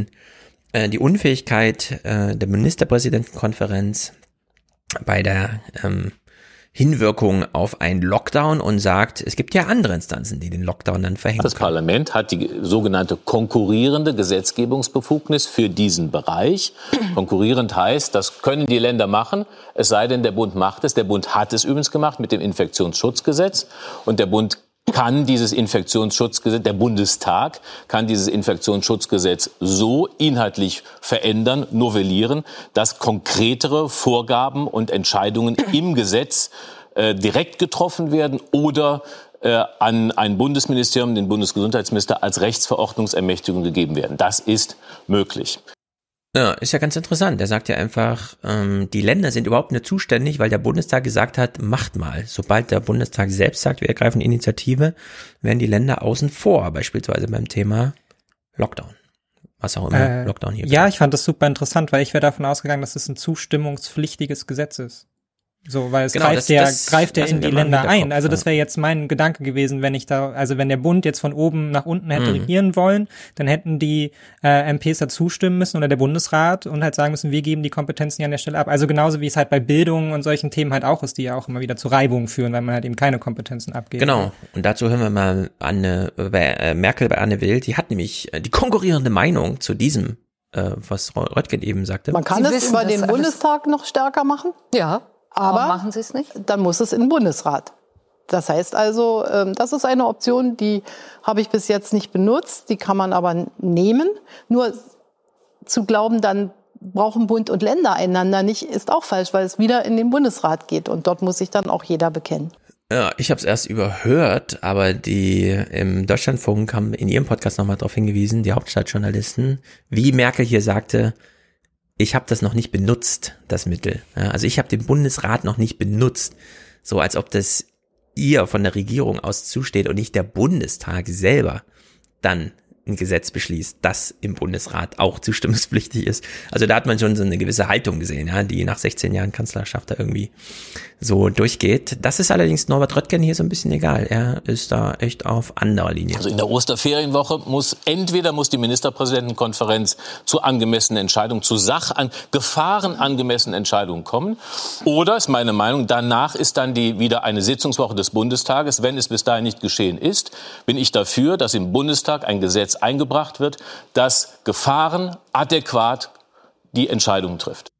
die Unfähigkeit der Ministerpräsidentenkonferenz bei der Hinwirkung auf einen Lockdown und sagt, es gibt ja andere Instanzen, die den Lockdown dann verhängen. Das Parlament hat die sogenannte konkurrierende Gesetzgebungsbefugnis für diesen Bereich. Konkurrierend heißt, das können die Länder machen, es sei denn, der Bund macht es. Der Bund hat es übrigens gemacht mit dem Infektionsschutzgesetz und der Bund kann dieses Infektionsschutzgesetz, der Bundestag kann dieses Infektionsschutzgesetz so inhaltlich verändern, novellieren, dass konkretere Vorgaben und Entscheidungen im Gesetz direkt getroffen werden oder an ein Bundesministerium, den Bundesgesundheitsminister, als Rechtsverordnungsermächtigung gegeben werden. Das ist möglich. Ja, ist ja ganz interessant. Er sagt ja einfach, die Länder sind überhaupt nicht zuständig, weil der Bundestag gesagt hat, macht mal. Sobald der Bundestag selbst sagt, wir ergreifen Initiative, werden die Länder außen vor, beispielsweise beim Thema Lockdown. Was auch immer Lockdown hier. Ja, ich fand das super interessant, weil ich wäre davon ausgegangen, dass es ein zustimmungspflichtiges Gesetz ist. So, weil es genau, greift ja in die Länder ein. Also das wäre jetzt mein Gedanke gewesen, wenn der Bund jetzt von oben nach unten hätte regieren wollen, dann hätten die MPs da zustimmen müssen oder der Bundesrat und halt sagen müssen, wir geben die Kompetenzen hier an der Stelle ab. Also genauso wie es halt bei Bildung und solchen Themen halt auch ist, die ja auch immer wieder zu Reibungen führen, weil man halt eben keine Kompetenzen abgibt. Genau. Und dazu hören wir mal Merkel bei Anne Will. Die hat nämlich die konkurrierende Meinung zu diesem, was Röttgen eben sagte. Man kann es über den Bundestag noch stärker machen. Ja. Aber machen Sie es nicht? Dann muss es in den Bundesrat. Das heißt also, das ist eine Option, die habe ich bis jetzt nicht benutzt, die kann man aber nehmen. Nur zu glauben, dann brauchen Bund und Länder einander nicht, ist auch falsch, weil es wieder in den Bundesrat geht und dort muss sich dann auch jeder bekennen. Ja, ich habe es erst überhört, aber die im Deutschlandfunk haben in ihrem Podcast nochmal darauf hingewiesen, die Hauptstadtjournalisten, wie Merkel hier sagte, ich habe das noch nicht benutzt, das Mittel. Ja, also ich habe den Bundesrat noch nicht benutzt, so als ob das ihr von der Regierung aus zusteht und nicht der Bundestag selber dann ein Gesetz beschließt, das im Bundesrat auch zustimmungspflichtig ist. Also da hat man schon so eine gewisse Haltung gesehen, ja, die nach 16 Jahren Kanzlerschaft da irgendwie so durchgeht. Das ist allerdings Norbert Röttgen hier so ein bisschen egal. Er ist da echt auf anderer Linie. Also in der Osterferienwoche muss die Ministerpräsidentenkonferenz zu angemessenen Entscheidungen, zu gefahrenangemessenen Entscheidungen kommen. Oder, ist meine Meinung, danach ist dann wieder eine Sitzungswoche des Bundestages. Wenn es bis dahin nicht geschehen ist, bin ich dafür, dass im Bundestag ein Gesetz eingebracht wird, das gefahrenadäquat die Entscheidung trifft.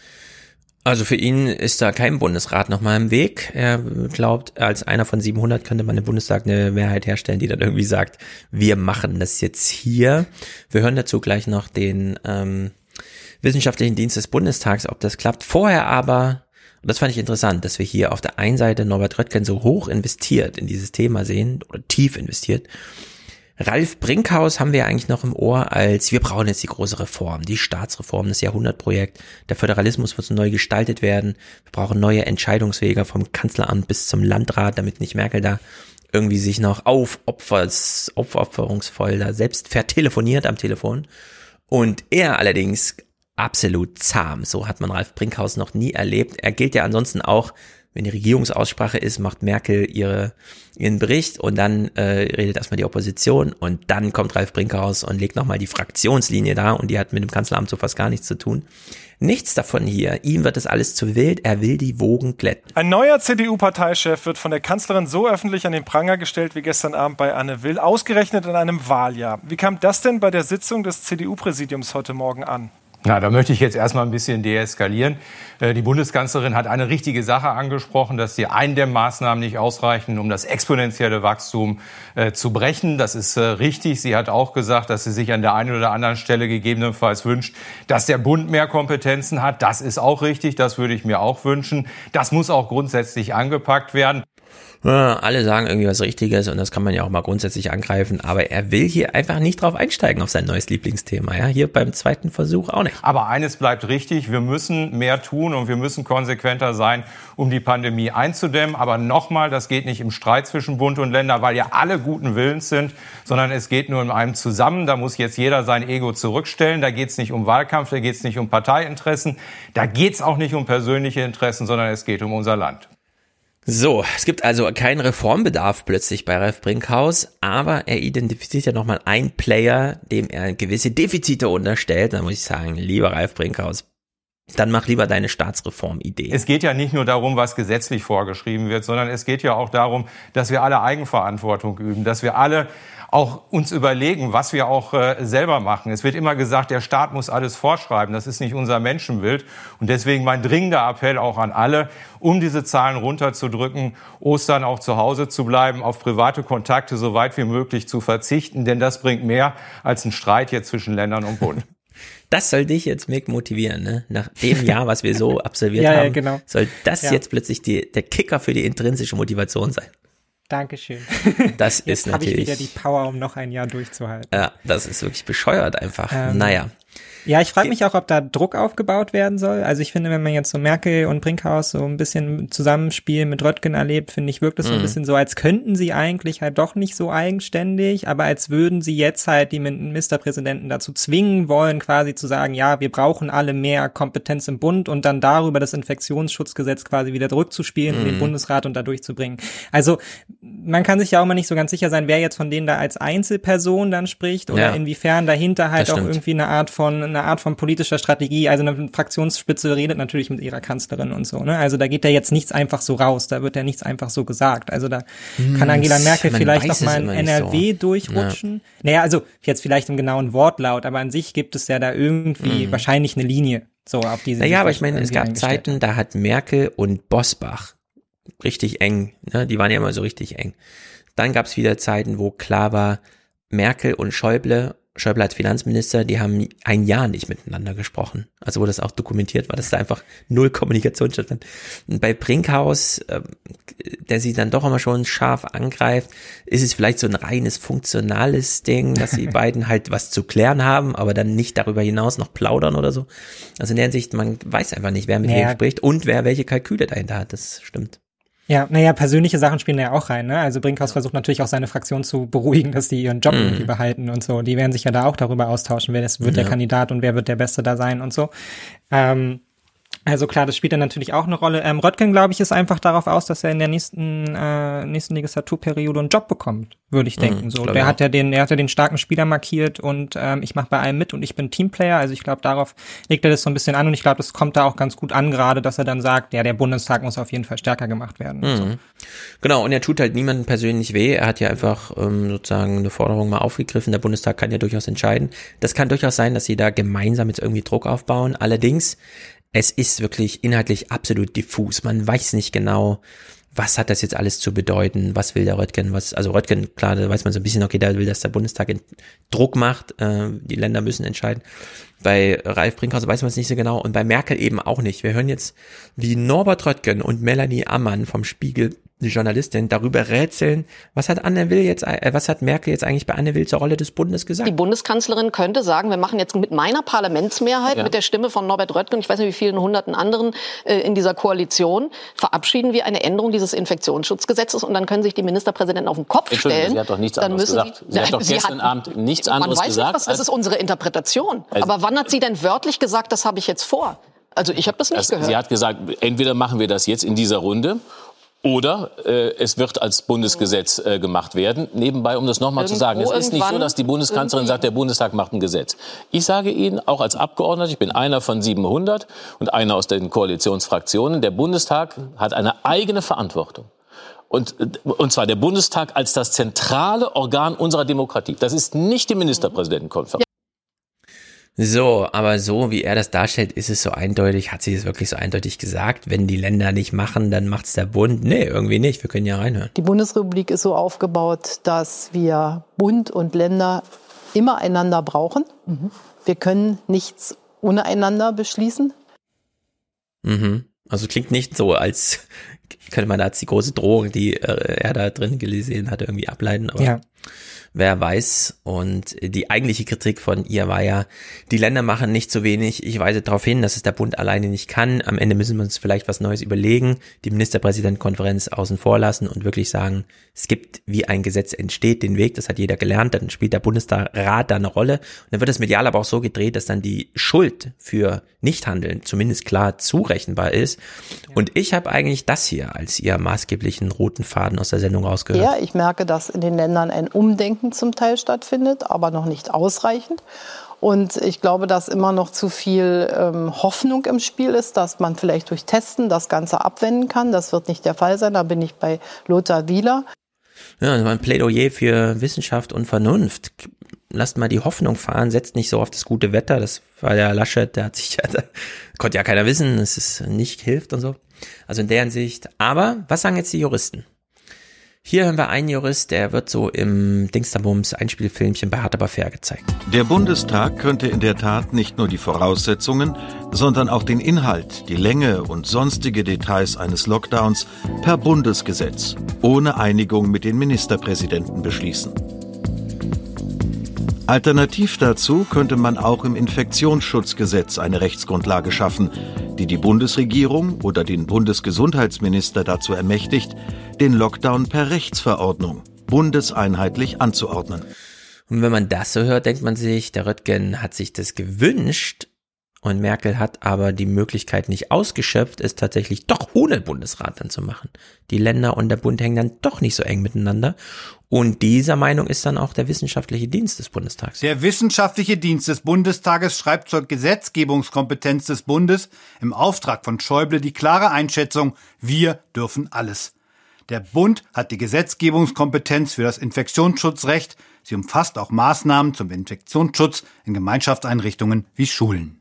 Also für ihn ist da kein Bundesrat nochmal im Weg. Er glaubt, als einer von 700 könnte man im Bundestag eine Mehrheit herstellen, die dann irgendwie sagt, wir machen das jetzt hier. Wir hören dazu gleich noch den wissenschaftlichen Dienst des Bundestags, ob das klappt. Vorher aber Und das fand ich interessant, dass wir hier auf der einen Seite Norbert Röttgen so hoch investiert in dieses Thema sehen, oder tief investiert. Ralf Brinkhaus haben wir eigentlich noch im Ohr als, wir brauchen jetzt die große Reform, die Staatsreform, das Jahrhundertprojekt. Der Föderalismus wird neu gestaltet werden. Wir brauchen neue Entscheidungswege vom Kanzleramt bis zum Landrat, damit nicht Merkel da irgendwie sich noch aufopferungsvoll da selbst vertelefoniert am Telefon. Und er allerdings absolut zahm. So hat man Ralf Brinkhaus noch nie erlebt. Er gilt ja ansonsten auch, wenn die Regierungsaussprache ist, macht Merkel ihren Bericht und dann redet erstmal die Opposition und dann kommt Ralf Brinkhaus und legt nochmal die Fraktionslinie da und die hat mit dem Kanzleramt so fast gar nichts zu tun. Nichts davon hier. Ihm wird das alles zu wild. Er will die Wogen glätten. Ein neuer CDU-Parteichef wird von der Kanzlerin so öffentlich an den Pranger gestellt wie gestern Abend bei Anne Will, ausgerechnet in einem Wahljahr. Wie kam das denn bei der Sitzung des CDU-Präsidiums heute Morgen an? Na, da möchte ich jetzt erstmal ein bisschen deeskalieren. Die Bundeskanzlerin hat eine richtige Sache angesprochen, dass die Eindämmmaßnahmen nicht ausreichen, um das exponentielle Wachstum zu brechen. Das ist richtig. Sie hat auch gesagt, dass sie sich an der einen oder anderen Stelle gegebenenfalls wünscht, dass der Bund mehr Kompetenzen hat. Das ist auch richtig. Das würde ich mir auch wünschen. Das muss auch grundsätzlich angepackt werden. Ja, alle sagen irgendwie was Richtiges und das kann man ja auch mal grundsätzlich angreifen, aber er will hier einfach nicht drauf einsteigen auf sein neues Lieblingsthema, ja, hier beim zweiten Versuch auch nicht. Aber eines bleibt richtig, wir müssen mehr tun und wir müssen konsequenter sein, um die Pandemie einzudämmen, aber nochmal, das geht nicht im Streit zwischen Bund und Länder, weil ja alle guten Willens sind, sondern es geht nur in einem zusammen, da muss jetzt jeder sein Ego zurückstellen, da geht es nicht um Wahlkampf, da geht es nicht um Parteiinteressen, da geht es auch nicht um persönliche Interessen, sondern es geht um unser Land. So, es gibt also keinen Reformbedarf plötzlich bei Ralf Brinkhaus, aber er identifiziert ja nochmal einen Player, dem er gewisse Defizite unterstellt. Da muss ich sagen, lieber Ralf Brinkhaus, dann mach lieber deine Staatsreform-Idee. Es geht ja nicht nur darum, was gesetzlich vorgeschrieben wird, sondern es geht ja auch darum, dass wir alle Eigenverantwortung üben, dass wir alle auch uns überlegen, was wir auch selber machen. Es wird immer gesagt, der Staat muss alles vorschreiben. Das ist nicht unser Menschenbild. Und deswegen mein dringender Appell auch an alle, um diese Zahlen runterzudrücken, Ostern auch zu Hause zu bleiben, auf private Kontakte so weit wie möglich zu verzichten. Denn das bringt mehr als ein Streit jetzt zwischen Ländern und Bund. Das soll dich jetzt, Mick, motivieren, ne? Nach dem Jahr, was wir so absolviert haben, ja, genau. Soll das jetzt plötzlich der Kicker für die intrinsische Motivation sein. Dankeschön. Das ist natürlich. Jetzt habe ich wieder die Power, um noch ein Jahr durchzuhalten. Ja, das ist wirklich bescheuert einfach. Naja. Ja, ich frage mich auch, ob da Druck aufgebaut werden soll. Also ich finde, wenn man jetzt so Merkel und Brinkhaus so ein bisschen Zusammenspiel mit Röttgen erlebt, finde ich, wirkt es so ein bisschen so, als könnten sie eigentlich halt doch nicht so eigenständig, aber als würden sie jetzt halt die Ministerpräsidenten dazu zwingen wollen, quasi zu sagen, ja, wir brauchen alle mehr Kompetenz im Bund und dann darüber das Infektionsschutzgesetz quasi wieder zurückzuspielen und den Bundesrat und da durchzubringen. Also man kann sich ja auch mal nicht so ganz sicher sein, wer jetzt von denen da als Einzelperson dann spricht oder inwiefern dahinter halt auch irgendwie eine Art von politischer Strategie, also eine Fraktionsspitze redet natürlich mit ihrer Kanzlerin und so, ne? Also da geht ja jetzt nichts einfach so raus, da wird ja nichts einfach so gesagt. Also da kann Angela Merkel vielleicht noch mal in NRW durchrutschen. Ja. Naja, also jetzt vielleicht im genauen Wortlaut, aber an sich gibt es ja da irgendwie wahrscheinlich eine Linie, so auf diese. Naja, aber ich meine, es gab Zeiten, da hat Merkel und Bosbach richtig eng, ne? Die waren ja immer so richtig eng. Dann gab es wieder Zeiten, wo klar war, Merkel und Schäuble als Finanzminister, die haben ein Jahr nicht miteinander gesprochen. Also wo das auch dokumentiert war, dass da einfach null Kommunikation stattfand. Und bei Brinkhaus, der sie dann doch immer schon scharf angreift, ist es vielleicht so ein reines funktionales Ding, dass die beiden halt was zu klären haben, aber dann nicht darüber hinaus noch plaudern oder so. Also in der Hinsicht, man weiß einfach nicht, wer mit wem spricht und wer welche Kalküle dahinter hat. Das stimmt. Ja, naja, persönliche Sachen spielen ja auch rein, ne? Also Brinkhaus versucht natürlich auch seine Fraktion zu beruhigen, dass die ihren Job irgendwie behalten und so. Die werden sich ja da auch darüber austauschen, wer wird der Kandidat und wer wird der Beste da sein und so. Also klar, das spielt dann natürlich auch eine Rolle. Röttgen, glaube ich, ist einfach darauf aus, dass er in der nächsten Legislaturperiode einen Job bekommt, würde ich denken. So, er hat ja den starken Spieler markiert und ich mache bei allem mit und ich bin Teamplayer. Also ich glaube, darauf legt er das so ein bisschen an und ich glaube, das kommt da auch ganz gut an, gerade, dass er dann sagt, ja, der Bundestag muss auf jeden Fall stärker gemacht werden. So. Genau, und er tut halt niemandem persönlich weh. Er hat ja einfach sozusagen eine Forderung mal aufgegriffen. Der Bundestag kann ja durchaus entscheiden. Das kann durchaus sein, dass sie da gemeinsam jetzt irgendwie Druck aufbauen. Allerdings, es ist wirklich inhaltlich absolut diffus. Man weiß nicht genau, was hat das jetzt alles zu bedeuten, was will der Röttgen, also Röttgen, klar, da weiß man so ein bisschen, okay, der will, dass der Bundestag Druck macht, die Länder müssen entscheiden. Bei Ralf Brinkhaus weiß man es nicht so genau und bei Merkel eben auch nicht. Wir hören jetzt, wie Norbert Röttgen und Melanie Ammann vom Spiegel, die Journalistin, darüber rätseln, was hat Merkel jetzt eigentlich bei Anne Will zur Rolle des Bundes gesagt? Die Bundeskanzlerin könnte sagen, wir machen jetzt mit meiner Parlamentsmehrheit, mit der Stimme von Norbert Röttgen, ich weiß nicht wie vielen hunderten anderen in dieser Koalition, verabschieden wir eine Änderung dieses Infektionsschutzgesetzes und dann können sich die Ministerpräsidenten auf den Kopf stellen. Sie hat doch nichts anderes gesagt. Sie hat doch gestern Abend nichts anderes gesagt. Das ist unsere Interpretation. Aber wann hat sie denn wörtlich gesagt, das habe ich jetzt vor? Also ich habe das nicht gehört. Sie hat gesagt, entweder machen wir das jetzt in dieser Runde, oder es wird als Bundesgesetz gemacht werden. Nebenbei, um das nochmal zu sagen, es ist nicht so, dass die Bundeskanzlerin sagt, der Bundestag macht ein Gesetz. Ich sage Ihnen, auch als Abgeordneter, ich bin einer von 700 und einer aus den Koalitionsfraktionen, der Bundestag hat eine eigene Verantwortung. Und zwar der Bundestag als das zentrale Organ unserer Demokratie. Das ist nicht die Ministerpräsidentenkonferenz. So, aber so wie er das darstellt, ist es so eindeutig, hat sie es wirklich so eindeutig gesagt, wenn die Länder nicht machen, dann macht's der Bund? Nee, irgendwie nicht, wir können ja reinhören. Die Bundesrepublik ist so aufgebaut, dass wir Bund und Länder immer einander brauchen. Wir können nichts ohne einander beschließen. Also klingt nicht so, als könnte man da jetzt die große Drohung, die er da drin gelesen hat, irgendwie ableiten, aber ja. Wer weiß. Und die eigentliche Kritik von ihr war ja, die Länder machen nicht so wenig. Ich weise darauf hin, dass es der Bund alleine nicht kann. Am Ende müssen wir uns vielleicht was Neues überlegen, die Ministerpräsidentenkonferenz außen vor lassen und wirklich sagen, es gibt, wie ein Gesetz entsteht, den Weg, das hat jeder gelernt, dann spielt der Bundesrat da eine Rolle. Und dann wird das medial aber auch so gedreht, dass dann die Schuld für Nichthandeln zumindest klar zurechenbar ist. Und ich habe eigentlich das hier als ihr maßgeblichen roten Faden aus der Sendung rausgehört. Ja, ich merke, dass in den Ländern ein Umdenken zum Teil stattfindet, aber noch nicht ausreichend. Und ich glaube, dass immer noch zu viel Hoffnung im Spiel ist, dass man vielleicht durch Testen das Ganze abwenden kann. Das wird nicht der Fall sein, da bin ich bei Lothar Wieler. Ja, das war ein Plädoyer für Wissenschaft und Vernunft. Lasst mal die Hoffnung fahren, setzt nicht so auf das gute Wetter. Das war der Laschet, der hat sich konnte ja keiner wissen, dass es nicht hilft und so. Also in der Hinsicht. Aber was sagen jetzt die Juristen? Hier hören wir einen Jurist, der wird so im Dingsterbums Einspielfilmchen bei Hart aber fair gezeigt. Der Bundestag könnte in der Tat nicht nur die Voraussetzungen, sondern auch den Inhalt, die Länge und sonstige Details eines Lockdowns per Bundesgesetz ohne Einigung mit den Ministerpräsidenten beschließen. Alternativ dazu könnte man auch im Infektionsschutzgesetz eine Rechtsgrundlage schaffen, die die Bundesregierung oder den Bundesgesundheitsminister dazu ermächtigt, den Lockdown per Rechtsverordnung bundeseinheitlich anzuordnen. Und wenn man das so hört, denkt man sich, der Röttgen hat sich das gewünscht und Merkel hat aber die Möglichkeit nicht ausgeschöpft, es tatsächlich doch ohne Bundesrat dann zu machen. Die Länder und der Bund hängen dann doch nicht so eng miteinander. Und dieser Meinung ist dann auch der wissenschaftliche Dienst des Bundestags. Der wissenschaftliche Dienst des Bundestages schreibt zur Gesetzgebungskompetenz des Bundes im Auftrag von Schäuble die klare Einschätzung, wir dürfen alles. Der Bund hat die Gesetzgebungskompetenz für das Infektionsschutzrecht. Sie umfasst auch Maßnahmen zum Infektionsschutz in Gemeinschaftseinrichtungen wie Schulen.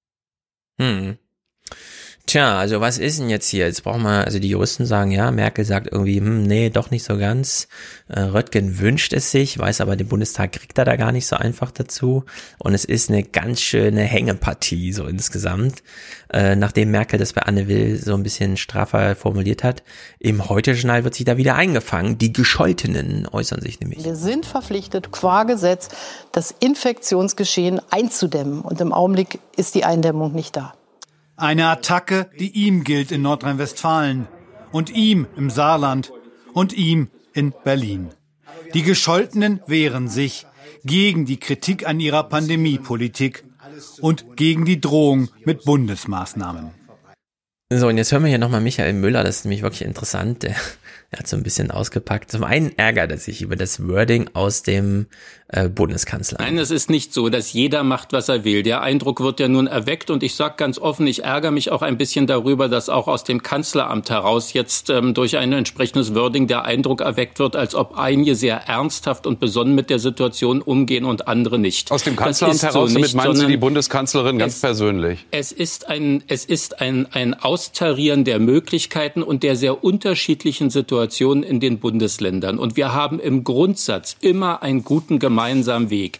Tja, also was ist denn jetzt hier? Jetzt brauchen wir, also die Juristen sagen, ja, Merkel sagt irgendwie, nee, doch nicht so ganz. Röttgen wünscht es sich, weiß aber, den Bundestag kriegt er da gar nicht so einfach dazu. Und es ist eine ganz schöne Hängepartie so insgesamt. Nachdem Merkel das bei Anne Will so ein bisschen straffer formuliert hat, im Heute-Journal wird sich da wieder eingefangen. Die Gescholtenen äußern sich nämlich. Wir sind verpflichtet, qua Gesetz, das Infektionsgeschehen einzudämmen. Und im Augenblick ist die Eindämmung nicht da. Eine Attacke, die ihm gilt in Nordrhein-Westfalen und ihm im Saarland und ihm in Berlin. Die Gescholtenen wehren sich gegen die Kritik an ihrer Pandemiepolitik und gegen die Drohung mit Bundesmaßnahmen. So, und jetzt hören wir hier nochmal Michael Müller, das ist nämlich wirklich interessant. Er hat so ein bisschen ausgepackt. Zum einen ärgert er sich über das Wording aus dem Bundeskanzler. Nein, es ist nicht so, dass jeder macht, was er will. Der Eindruck wird ja nun erweckt und ich sage ganz offen, ich ärgere mich auch ein bisschen darüber, dass auch aus dem Kanzleramt heraus jetzt durch ein entsprechendes Wording der Eindruck erweckt wird, als ob einige sehr ernsthaft und besonnen mit der Situation umgehen und andere nicht. Aus dem Kanzleramt heraus, damit meinen Sie die Bundeskanzlerin ganz persönlich? Es ist ein Austarieren der Möglichkeiten und der sehr unterschiedlichen Situationen in den Bundesländern. Und wir haben im Grundsatz immer einen guten gemeinsamen Weg.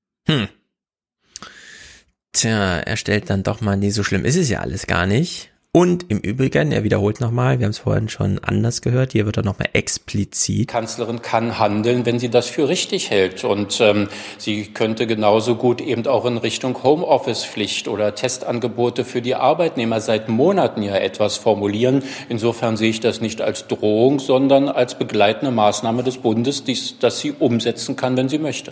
Tja, er stellt dann doch mal, nee, so schlimm ist es ja alles gar nicht. Und im Übrigen, er wiederholt nochmal, wir haben es vorhin schon anders gehört, hier wird er nochmal explizit. Die Kanzlerin kann handeln, wenn sie das für richtig hält. Und sie könnte genauso gut eben auch in Richtung Homeoffice-Pflicht oder Testangebote für die Arbeitnehmer seit Monaten ja etwas formulieren. Insofern sehe ich das nicht als Drohung, sondern als begleitende Maßnahme des Bundes, das sie umsetzen kann, wenn sie möchte.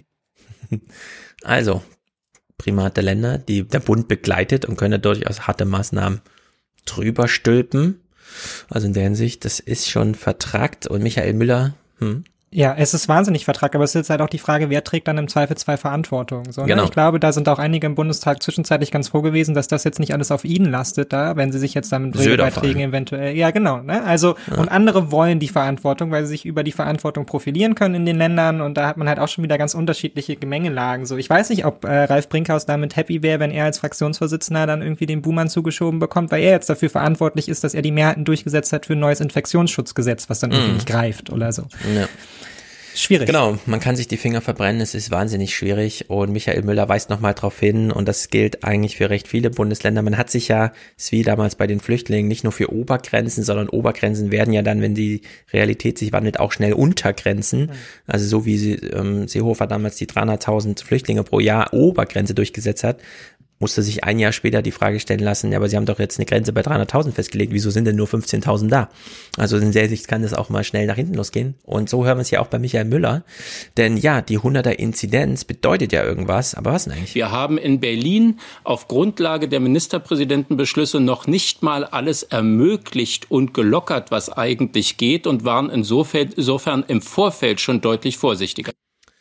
Also, Primat der Länder, die der Bund begleitet und können durchaus harte Maßnahmen drüber stülpen. Also in der Hinsicht, das ist schon vertrackt. Und Michael Müller, Ja, es ist wahnsinnig vertrackt, aber es ist jetzt halt auch die Frage, wer trägt dann im Zweifelsfall Verantwortung. So, genau. Ich glaube, da sind auch einige im Bundestag zwischenzeitlich ganz froh gewesen, dass das jetzt nicht alles auf ihnen lastet, da, wenn sie sich jetzt damit Redebeiträgen eventuell, ja genau, ne? Also, und andere wollen die Verantwortung, weil sie sich über die Verantwortung profilieren können in den Ländern und da hat man halt auch schon wieder ganz unterschiedliche Gemengelagen. So, ich weiß nicht, ob Ralf Brinkhaus damit happy wäre, wenn er als Fraktionsvorsitzender dann irgendwie den Buhmann zugeschoben bekommt, weil er jetzt dafür verantwortlich ist, dass er die Mehrheiten durchgesetzt hat für ein neues Infektionsschutzgesetz, was dann irgendwie nicht greift oder so. Ja. Schwierig. Genau, man kann sich die Finger verbrennen, es ist wahnsinnig schwierig und Michael Müller weist nochmal drauf hin und das gilt eigentlich für recht viele Bundesländer. Man hat sich ja, ist wie damals bei den Flüchtlingen, nicht nur für Obergrenzen, sondern Obergrenzen werden ja dann, wenn die Realität sich wandelt, auch schnell Untergrenzen. Also so wie Seehofer damals die 300.000 Flüchtlinge pro Jahr Obergrenze durchgesetzt hat, musste sich ein Jahr später die Frage stellen lassen, ja, aber sie haben doch jetzt eine Grenze bei 300.000 festgelegt, wieso sind denn nur 15.000 da? Also in der Sicht kann das auch mal schnell nach hinten losgehen. Und so hören wir es ja auch bei Michael Müller. Denn ja, die 100er-Inzidenz bedeutet ja irgendwas, aber was denn eigentlich? Wir haben in Berlin auf Grundlage der Ministerpräsidentenbeschlüsse noch nicht mal alles ermöglicht und gelockert, was eigentlich geht und waren insofern im Vorfeld schon deutlich vorsichtiger.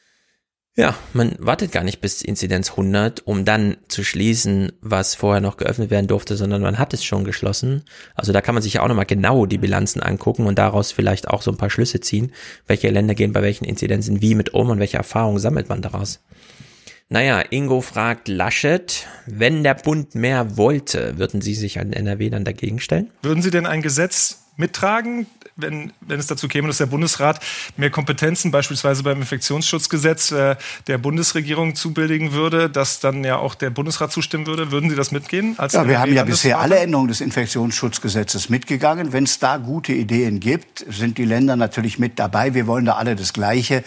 Ja, man wartet gar nicht bis Inzidenz 100, um dann zu schließen, was vorher noch geöffnet werden durfte, sondern man hat es schon geschlossen. Also da kann man sich ja auch nochmal genau die Bilanzen angucken und daraus vielleicht auch so ein paar Schlüsse ziehen, welche Länder gehen bei welchen Inzidenzen wie mit um und welche Erfahrungen sammelt man daraus. Naja, Ingo fragt Laschet, wenn der Bund mehr wollte, würden Sie sich an NRW dann dagegen stellen? Würden Sie denn ein Gesetz mittragen, wenn es dazu käme, dass der Bundesrat mehr Kompetenzen, beispielsweise beim Infektionsschutzgesetz der Bundesregierung zubilligen würde, dass dann ja auch der Bundesrat zustimmen würde? Würden Sie das mitgehen? Ja, wir haben ja bisher alle Änderungen des Infektionsschutzgesetzes mitgegangen. Wenn es da gute Ideen gibt, sind die Länder natürlich mit dabei. Wir wollen da alle das Gleiche.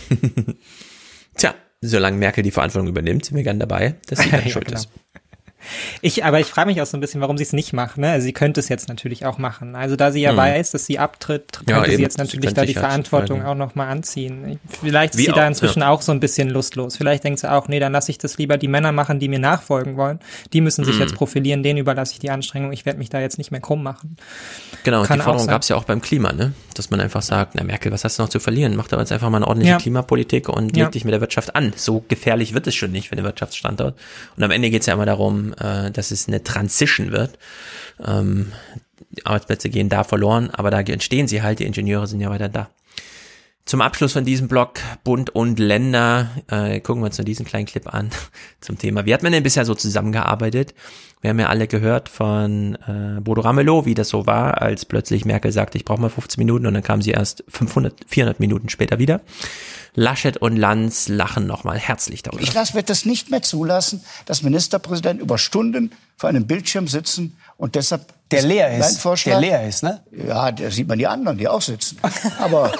Tja, solange Merkel die Verantwortung übernimmt, sind wir gern dabei, dass sie dann schuld ist. Aber ich frage mich auch so ein bisschen, warum sie es nicht macht. Ne? Also sie könnte es jetzt natürlich auch machen. Also da sie ja weiß, dass sie abtritt, könnte sie jetzt natürlich da die Verantwortung auch noch mal anziehen. Vielleicht ist sie da inzwischen auch so ein bisschen lustlos. Vielleicht denkt sie auch, nee, dann lasse ich das lieber die Männer machen, die mir nachfolgen wollen. Die müssen sich jetzt profilieren, denen überlasse ich die Anstrengung. Ich werde mich da jetzt nicht mehr krumm machen. Genau, die Forderung gab es ja auch beim Klima, ne? Dass man einfach sagt, na Merkel, was hast du noch zu verlieren? Mach doch jetzt einfach mal eine ordentliche Klimapolitik und leg dich mit der Wirtschaft an. So gefährlich wird es schon nicht für den Wirtschaftsstandort. Und am Ende geht es ja immer darum, dass es eine Transition wird. Arbeitsplätze gehen da verloren, aber da entstehen sie halt, die Ingenieure sind ja weiter da. Zum Abschluss von diesem Block Bund und Länder gucken wir uns nur diesen kleinen Clip an zum Thema. Wie hat man denn bisher so zusammengearbeitet? Wir haben ja alle gehört von Bodo Ramelow, wie das so war, als plötzlich Merkel sagte, ich brauche mal 15 Minuten und dann kam sie erst 400 Minuten später wieder. Laschet und Lanz lachen nochmal herzlich darüber. Ich werde das nicht mehr zulassen, dass Ministerpräsidenten über Stunden vor einem Bildschirm sitzen und deshalb... Der leer ist, ne? Ja, da sieht man die anderen, die auch sitzen. Aber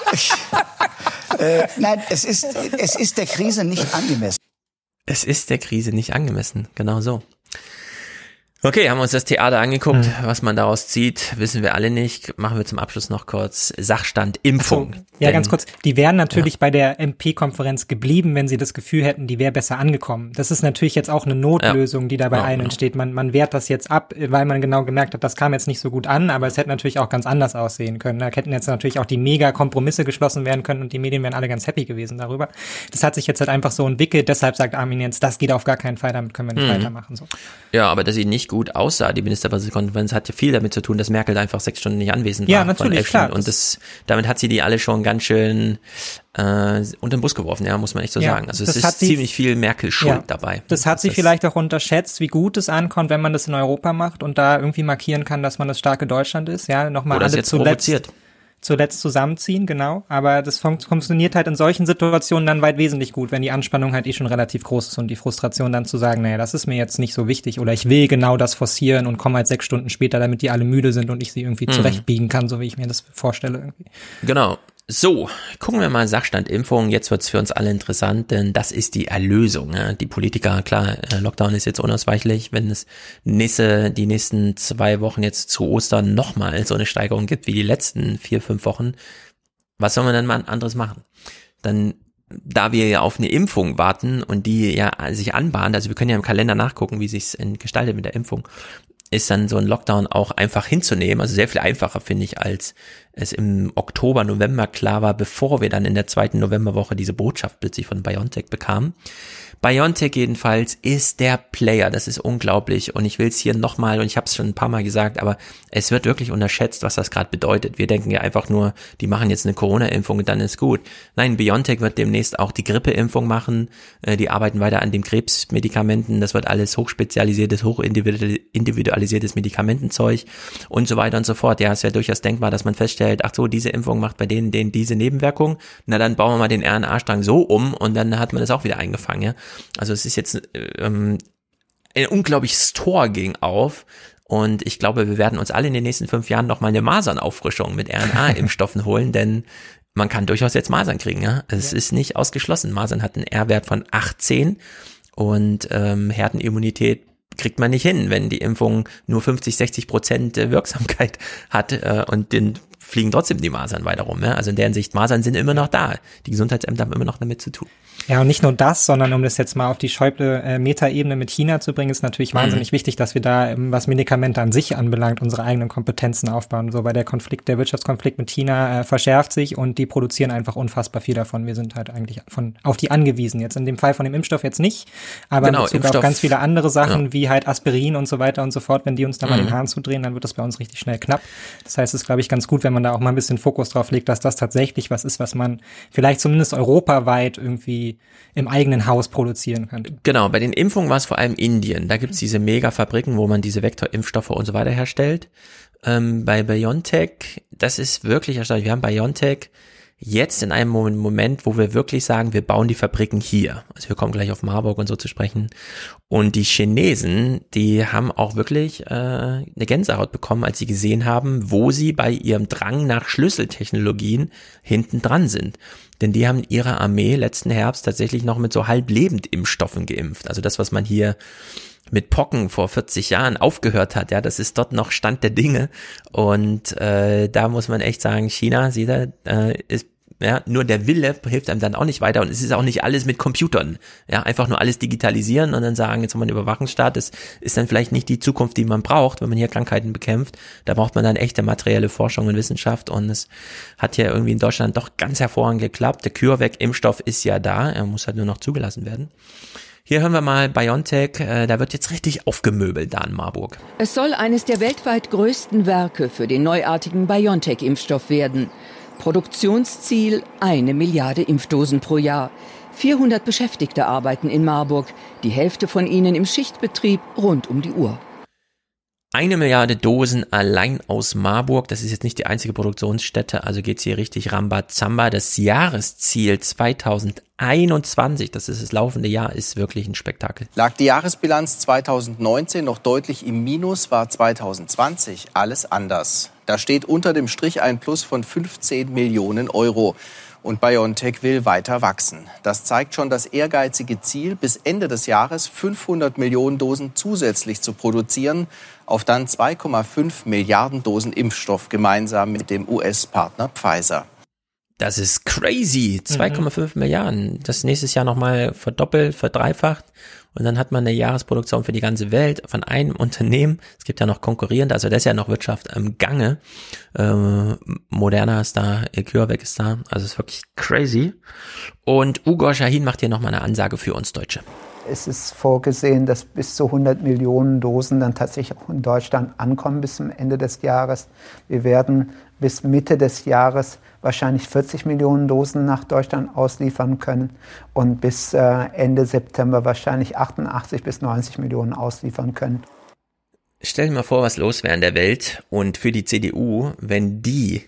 nein, es ist der Krise nicht angemessen. Es ist der Krise nicht angemessen, genau so. Okay, haben wir uns das Theater angeguckt. Was man daraus zieht, wissen wir alle nicht. Machen wir zum Abschluss noch kurz Sachstand Impfung. Also, ja, ganz kurz. Die wären natürlich bei der MP-Konferenz geblieben, wenn sie das Gefühl hätten, die wäre besser angekommen. Das ist natürlich jetzt auch eine Notlösung, die da bei allen entsteht. Man wehrt das jetzt ab, weil man genau gemerkt hat, das kam jetzt nicht so gut an, aber es hätte natürlich auch ganz anders aussehen können. Da hätten jetzt natürlich auch die Mega-Kompromisse geschlossen werden können und die Medien wären alle ganz happy gewesen darüber. Das hat sich jetzt halt einfach so entwickelt. Deshalb sagt Armin jetzt, das geht auf gar keinen Fall, damit können wir nicht weitermachen. So. Ja, aber dass sie nicht gut aussah, die Ministerpräsidentenkonferenz, hat ja viel damit zu tun, dass Merkel da einfach 6 Stunden nicht anwesend war. Ja, natürlich, klar. Und damit hat sie die alle schon ganz schön unter den Bus geworfen, ja, muss man echt so sagen. Also es ist ziemlich viel Merkel-Schuld dabei. Das hat sie vielleicht auch unterschätzt, wie gut es ankommt, wenn man das in Europa macht und da irgendwie markieren kann, dass man das starke Deutschland ist. Ja, nochmal alle zuletzt zusammenziehen, genau. Aber das funktioniert halt in solchen Situationen dann weit wesentlich gut, wenn die Anspannung halt schon relativ groß ist und die Frustration dann zu sagen, naja, das ist mir jetzt nicht so wichtig oder ich will genau das forcieren und komme halt 6 Stunden später, damit die alle müde sind und ich sie irgendwie zurechtbiegen kann, so wie ich mir das vorstelle irgendwie. Genau. So, gucken wir mal Sachstand Impfung. Jetzt wird's für uns alle interessant, denn das ist die Erlösung. Ja. Die Politiker, klar, Lockdown ist jetzt unausweichlich. Wenn es die nächsten 2 Wochen jetzt zu Ostern nochmal so eine Steigerung gibt wie die letzten 4-5 Wochen, was soll man dann mal anderes machen? Dann, da wir ja auf eine Impfung warten und die ja sich anbahnt, also wir können ja im Kalender nachgucken, wie sich's gestaltet mit der Impfung, ist dann so ein Lockdown auch einfach hinzunehmen, also sehr viel einfacher, finde ich, als es im Oktober, November klar war, bevor wir dann in der 2. Novemberwoche diese Botschaft plötzlich von BioNTech bekamen. BioNTech jedenfalls ist der Player, das ist unglaublich und ich will es hier nochmal, und ich habe es schon ein paar Mal gesagt, aber es wird wirklich unterschätzt, was das gerade bedeutet. Wir denken ja einfach nur, die machen jetzt eine Corona-Impfung und dann ist gut. Nein, BioNTech wird demnächst auch die Grippe-Impfung machen, die arbeiten weiter an den Krebsmedikamenten, das wird alles hochspezialisiertes, hochindividualisiertes Medikamentenzeug und so weiter und so fort. Ja, es wäre durchaus denkbar, dass man feststellt, ach so, diese Impfung macht bei denen diese Nebenwirkung, na dann bauen wir mal den RNA-Strang so um und dann hat man das auch wieder eingefangen, ja. Also es ist jetzt ein unglaubliches Tor ging auf und ich glaube, wir werden uns alle in den nächsten 5 Jahren noch mal eine Masernauffrischung mit RNA-Impfstoffen holen, denn man kann durchaus jetzt Masern kriegen. Ja? Es ist nicht ausgeschlossen. Masern hat einen R-Wert von 18 und Herdenimmunität kriegt man nicht hin, wenn die Impfung nur 50-60% Wirksamkeit hat und den fliegen trotzdem die Masern weiter rum. Ja? Also in der Hinsicht, Masern sind immer noch da. Die Gesundheitsämter haben immer noch damit zu tun. Ja, und nicht nur das, sondern um das jetzt mal auf die Schäuble-Metaebene mit China zu bringen, ist natürlich wahnsinnig wichtig, dass wir da, was Medikamente an sich anbelangt, unsere eigenen Kompetenzen aufbauen. So, weil der Wirtschaftskonflikt mit China verschärft sich und die produzieren einfach unfassbar viel davon. Wir sind halt eigentlich auf die angewiesen. Jetzt in dem Fall von dem Impfstoff jetzt nicht, aber in Bezug auf ganz viele andere Sachen, wie halt Aspirin und so weiter und so fort, wenn die uns da mal den Hahn zudrehen, dann wird das bei uns richtig schnell knapp. Das heißt, es ist, glaube ich, ganz gut, wenn man da auch mal ein bisschen Fokus drauf legt, dass das tatsächlich was ist, was man vielleicht zumindest europaweit irgendwie im eigenen Haus produzieren könnte. Genau, bei den Impfungen war es vor allem Indien. Da gibt's diese Mega-Fabriken, wo man diese Vektorimpfstoffe und so weiter herstellt. Bei BioNTech, das ist wirklich erstaunlich. Wir haben BioNTech jetzt in einem Moment, wo wir wirklich sagen, wir bauen die Fabriken hier. Also wir kommen gleich auf Marburg und so zu sprechen. Und die Chinesen, die haben auch wirklich eine Gänsehaut bekommen, als sie gesehen haben, wo sie bei ihrem Drang nach Schlüsseltechnologien hinten dran sind. Denn die haben ihre Armee letzten Herbst tatsächlich noch mit so Halblebend-Impfstoffen geimpft. Also das, was man hier mit Pocken vor 40 Jahren aufgehört hat, ja, das ist dort noch Stand der Dinge. Und da muss man echt sagen, China, sieht ist ja, nur der Wille hilft einem dann auch nicht weiter und es ist auch nicht alles mit Computern. Ja, einfach nur alles digitalisieren und dann sagen, jetzt haben wir einen Überwachungsstaat, das ist dann vielleicht nicht die Zukunft, die man braucht, wenn man hier Krankheiten bekämpft. Da braucht man dann echte materielle Forschung und Wissenschaft und es hat ja irgendwie in Deutschland doch ganz hervorragend geklappt. Der CureVac-Impfstoff ist ja da, er muss halt nur noch zugelassen werden. Hier hören wir mal BioNTech, da wird jetzt richtig aufgemöbelt da in Marburg. Es soll eines der weltweit größten Werke für den neuartigen BioNTech-Impfstoff werden. Produktionsziel 1 Milliarde Impfdosen pro Jahr. 400 Beschäftigte arbeiten in Marburg, die Hälfte von ihnen im Schichtbetrieb rund um die Uhr. 1 Milliarde Dosen allein aus Marburg, das ist jetzt nicht die einzige Produktionsstätte, also geht's hier richtig Rambazamba. Das Jahresziel 2021, das ist das laufende Jahr, ist wirklich ein Spektakel. Lag die Jahresbilanz 2019 noch deutlich im Minus, war 2020 alles anders. Da steht unter dem Strich ein Plus von 15 Millionen Euro. Und BioNTech will weiter wachsen. Das zeigt schon das ehrgeizige Ziel, bis Ende des Jahres 500 Millionen Dosen zusätzlich zu produzieren, auf dann 2,5 Milliarden Dosen Impfstoff gemeinsam mit dem US-Partner Pfizer. Das ist crazy. 2,5 Milliarden. Das nächstes Jahr nochmal verdoppelt, verdreifacht. Und dann hat man eine Jahresproduktion für die ganze Welt von einem Unternehmen. Es gibt ja noch konkurrierende, also da ist ja noch Wirtschaft im Gange. Moderna ist da, CureVac ist da. Also es ist wirklich crazy. Und Uğur Şahin macht hier nochmal eine Ansage für uns Deutsche. Es ist vorgesehen, dass bis zu 100 Millionen Dosen dann tatsächlich auch in Deutschland ankommen bis zum Ende des Jahres. Wir werden bis Mitte des Jahres wahrscheinlich 40 Millionen Dosen nach Deutschland ausliefern können und bis Ende September wahrscheinlich 88 bis 90 Millionen ausliefern können. Stell dir mal vor, was los wäre in der Welt und für die CDU, wenn die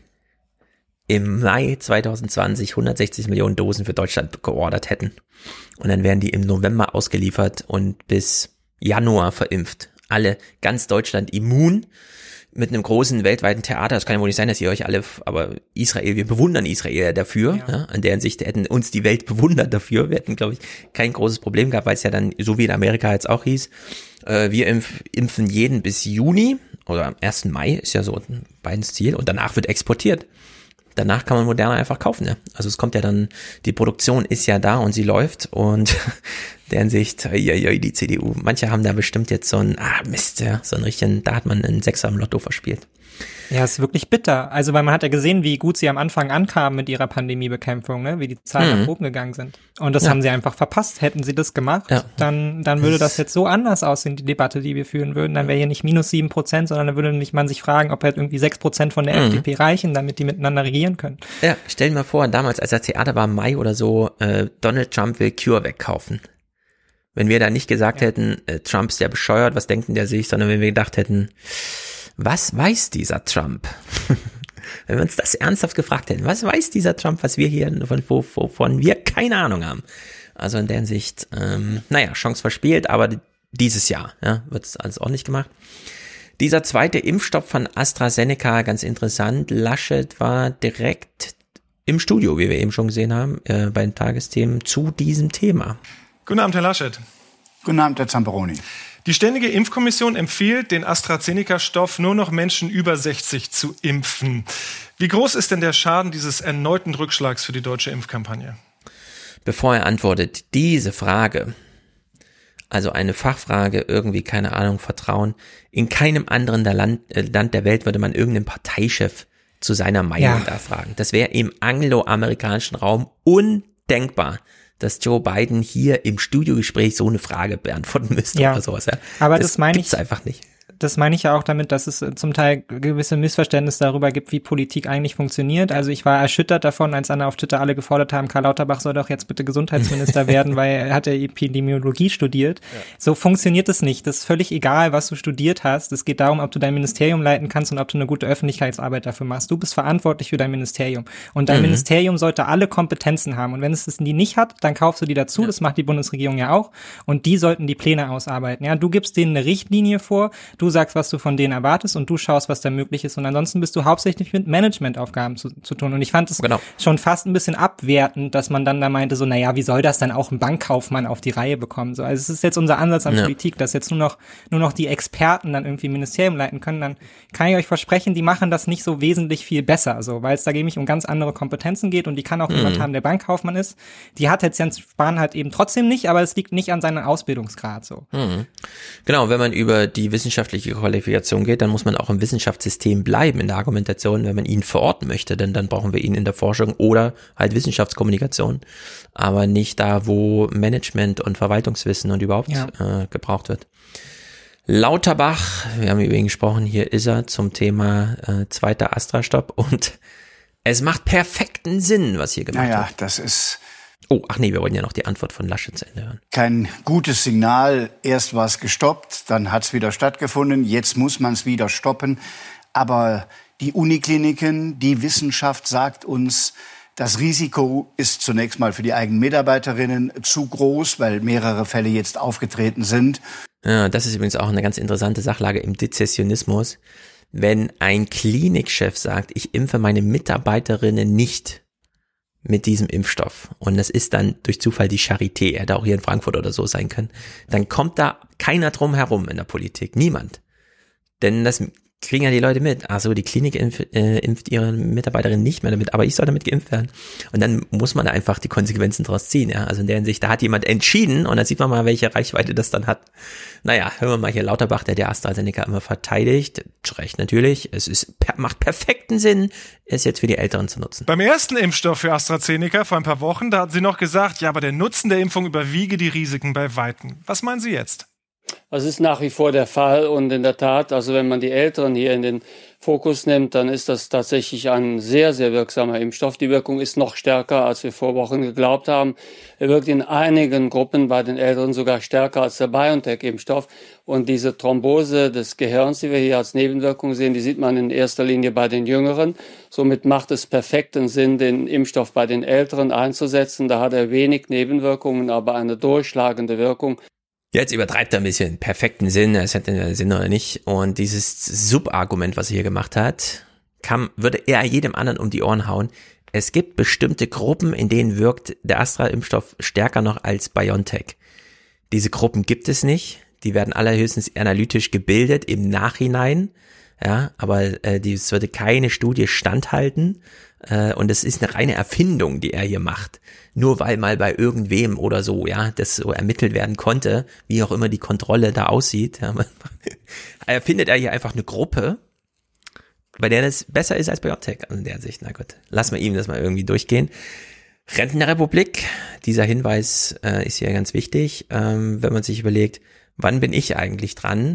im Mai 2020 160 Millionen Dosen für Deutschland geordert hätten. Und dann wären die im November ausgeliefert und bis Januar verimpft. Alle, ganz Deutschland immun mit einem großen weltweiten Theater. Das kann ja wohl nicht sein, dass ihr euch alle, aber Israel, wir bewundern Israel dafür. Ja. An deren Sicht hätten uns die Welt bewundert dafür. Wir hätten, glaube ich, kein großes Problem gehabt, weil es ja dann, so wie in Amerika jetzt auch hieß, wir impfen jeden bis Juni oder 1. Mai ist ja so beides Ziel und danach wird exportiert. Danach kann man Moderna einfach kaufen, ne? Also es kommt ja dann, die Produktion ist ja da und sie läuft und deren Sicht, die CDU, manche haben da bestimmt jetzt so ein, Mist, ja, so einen richtigen, da hat man einen Sechser im Lotto verspielt. Ja, ist wirklich bitter. Also, weil man hat ja gesehen, wie gut sie am Anfang ankamen mit ihrer Pandemiebekämpfung, ne? Wie die Zahlen nach oben gegangen sind. Und das haben sie einfach verpasst. Hätten sie das gemacht, dann würde das jetzt so anders aussehen, die Debatte, die wir führen würden. Dann wäre hier nicht minus 7%, sondern dann würde man sich fragen, ob halt irgendwie 6% von der FDP reichen, damit die miteinander regieren können. Ja, stell dir mal vor, damals, als das Theater war im Mai oder so, Donald Trump will CureVac kaufen. Wenn wir da nicht gesagt hätten, Trump ist ja bescheuert, was denkt denn der sich, sondern wenn wir gedacht hätten, was weiß dieser Trump? Wenn wir uns das ernsthaft gefragt hätten, was weiß dieser Trump, was wir hier, wovon wir keine Ahnung haben? Also in der Hinsicht, Chance verspielt, aber dieses Jahr wird es alles auch nicht gemacht. Dieser zweite Impfstoff von AstraZeneca, ganz interessant, Laschet war direkt im Studio, wie wir eben schon gesehen haben, bei den Tagesthemen zu diesem Thema. Guten Abend, Herr Laschet. Guten Abend, Herr Zamperoni. Die Ständige Impfkommission empfiehlt, den AstraZeneca-Stoff nur noch Menschen über 60 zu impfen. Wie groß ist denn der Schaden dieses erneuten Rückschlags für die deutsche Impfkampagne? Bevor er antwortet, diese Frage, also eine Fachfrage, irgendwie, keine Ahnung, Vertrauen, in keinem anderen Land der Welt würde man irgendeinen Parteichef zu seiner Meinung da fragen. Das wäre im angloamerikanischen Raum undenkbar, dass Joe Biden hier im Studiogespräch so eine Frage beantworten müsste oder sowas. Ja. Aber das meine ich gibt's einfach nicht. Das meine ich ja auch damit, dass es zum Teil gewisse Missverständnisse darüber gibt, wie Politik eigentlich funktioniert. Also ich war erschüttert davon, als dann auf Twitter alle gefordert haben, Karl Lauterbach soll doch jetzt bitte Gesundheitsminister werden, weil er hat ja Epidemiologie studiert. Ja. So funktioniert es nicht. Das ist völlig egal, was du studiert hast. Es geht darum, ob du dein Ministerium leiten kannst und ob du eine gute Öffentlichkeitsarbeit dafür machst. Du bist verantwortlich für dein Ministerium. Und dein Ministerium sollte alle Kompetenzen haben. Und wenn es die nicht hat, dann kaufst du die dazu. Ja. Das macht die Bundesregierung ja auch. Und die sollten die Pläne ausarbeiten. Ja, du gibst denen eine Richtlinie vor. Du sagst, was du von denen erwartest und du schaust, was da möglich ist. Und ansonsten bist du hauptsächlich mit Managementaufgaben zu tun. Und ich fand es schon fast ein bisschen abwertend, dass man dann da meinte, so, wie soll das dann auch ein Bankkaufmann auf die Reihe bekommen? So, also es ist jetzt unser Ansatz an Politik, dass jetzt nur noch die Experten dann irgendwie ein Ministerium leiten können. Dann kann ich euch versprechen, die machen das nicht so wesentlich viel besser, so, weil es da nämlich um ganz andere Kompetenzen geht und die kann auch jemand haben, der Bankkaufmann ist. Die hat jetzt Jens Spahn halt eben trotzdem nicht, aber es liegt nicht an seinem Ausbildungsgrad, so. Genau, wenn man über die wissenschaftliche Qualifikation geht, dann muss man auch im Wissenschaftssystem bleiben in der Argumentation, wenn man ihn verorten möchte, denn dann brauchen wir ihn in der Forschung oder halt Wissenschaftskommunikation, aber nicht da, wo Management und Verwaltungswissen und überhaupt gebraucht wird. Lauterbach, wir haben über ihn gesprochen, hier ist er zum Thema zweiter Astra-Stopp und es macht perfekten Sinn, was hier gemacht wird. Das ist... wir wollen ja noch die Antwort von Laschet zu Ende hören. Kein gutes Signal. Erst war es gestoppt, dann hat es wieder stattgefunden. Jetzt muss man es wieder stoppen. Aber die Unikliniken, die Wissenschaft sagt uns, das Risiko ist zunächst mal für die eigenen Mitarbeiterinnen zu groß, weil mehrere Fälle jetzt aufgetreten sind. Ja, das ist übrigens auch eine ganz interessante Sachlage im Dezessionismus. Wenn ein Klinikchef sagt, ich impfe meine Mitarbeiterinnen nicht, mit diesem Impfstoff und das ist dann durch Zufall die Charité, er hätte auch hier in Frankfurt oder so sein können, dann kommt da keiner drum herum in der Politik, niemand. Denn das kriegen ja die Leute mit. Ach so, die Klinik impft ihre Mitarbeiterin nicht mehr damit, aber ich soll damit geimpft werden. Und dann muss man da einfach die Konsequenzen draus ziehen. Ja? Also in der Hinsicht, da hat jemand entschieden und dann sieht man mal, welche Reichweite das dann hat. Naja, hören wir mal hier Lauterbach, der AstraZeneca immer verteidigt. Zu Recht natürlich. Es ist, macht perfekten Sinn, es jetzt für die Älteren zu nutzen. Beim ersten Impfstoff für AstraZeneca vor ein paar Wochen, da hatten Sie noch gesagt, ja, aber der Nutzen der Impfung überwiege die Risiken bei Weitem. Was meinen Sie jetzt? Das ist nach wie vor der Fall und in der Tat, also wenn man die Älteren hier in den Fokus nimmt, dann ist das tatsächlich ein sehr, sehr wirksamer Impfstoff. Die Wirkung ist noch stärker, als wir vor Wochen geglaubt haben. Er wirkt in einigen Gruppen bei den Älteren sogar stärker als der BioNTech-Impfstoff. Und diese Thrombose des Gehirns, die wir hier als Nebenwirkung sehen, die sieht man in erster Linie bei den Jüngeren. Somit macht es perfekten Sinn, den Impfstoff bei den Älteren einzusetzen. Da hat er wenig Nebenwirkungen, aber eine durchschlagende Wirkung. Jetzt übertreibt er ein bisschen, perfekten Sinn, es hätte einen Sinn oder nicht. Und dieses Subargument, was er hier gemacht hat, würde er jedem anderen um die Ohren hauen. Es gibt bestimmte Gruppen, in denen wirkt der Astra-Impfstoff stärker noch als BioNTech. Diese Gruppen gibt es nicht. Die werden allerhöchstens analytisch gebildet im Nachhinein. Ja, aber es würde keine Studie standhalten. Und es ist eine reine Erfindung, die er hier macht. Nur weil mal bei irgendwem oder so, ja, das so ermittelt werden konnte, wie auch immer die Kontrolle da aussieht. Ja, erfindet er hier einfach eine Gruppe, bei der das besser ist als BioNTech. Also in der Sicht, na gut, lassen wir ihm das mal irgendwie durchgehen. Renten der Republik, dieser Hinweis ist hier ganz wichtig, wenn man sich überlegt, wann bin ich eigentlich dran?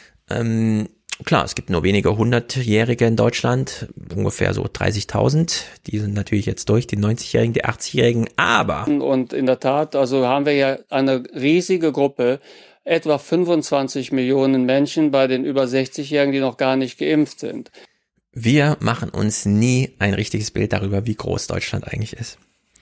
Klar, es gibt nur wenige 100-Jährige in Deutschland, ungefähr so 30.000. Die sind natürlich jetzt durch, die 90-Jährigen, die 80-Jährigen, aber... Und in der Tat, also haben wir ja eine riesige Gruppe, etwa 25 Millionen Menschen bei den über 60-Jährigen, die noch gar nicht geimpft sind. Wir machen uns nie ein richtiges Bild darüber, wie groß Deutschland eigentlich ist.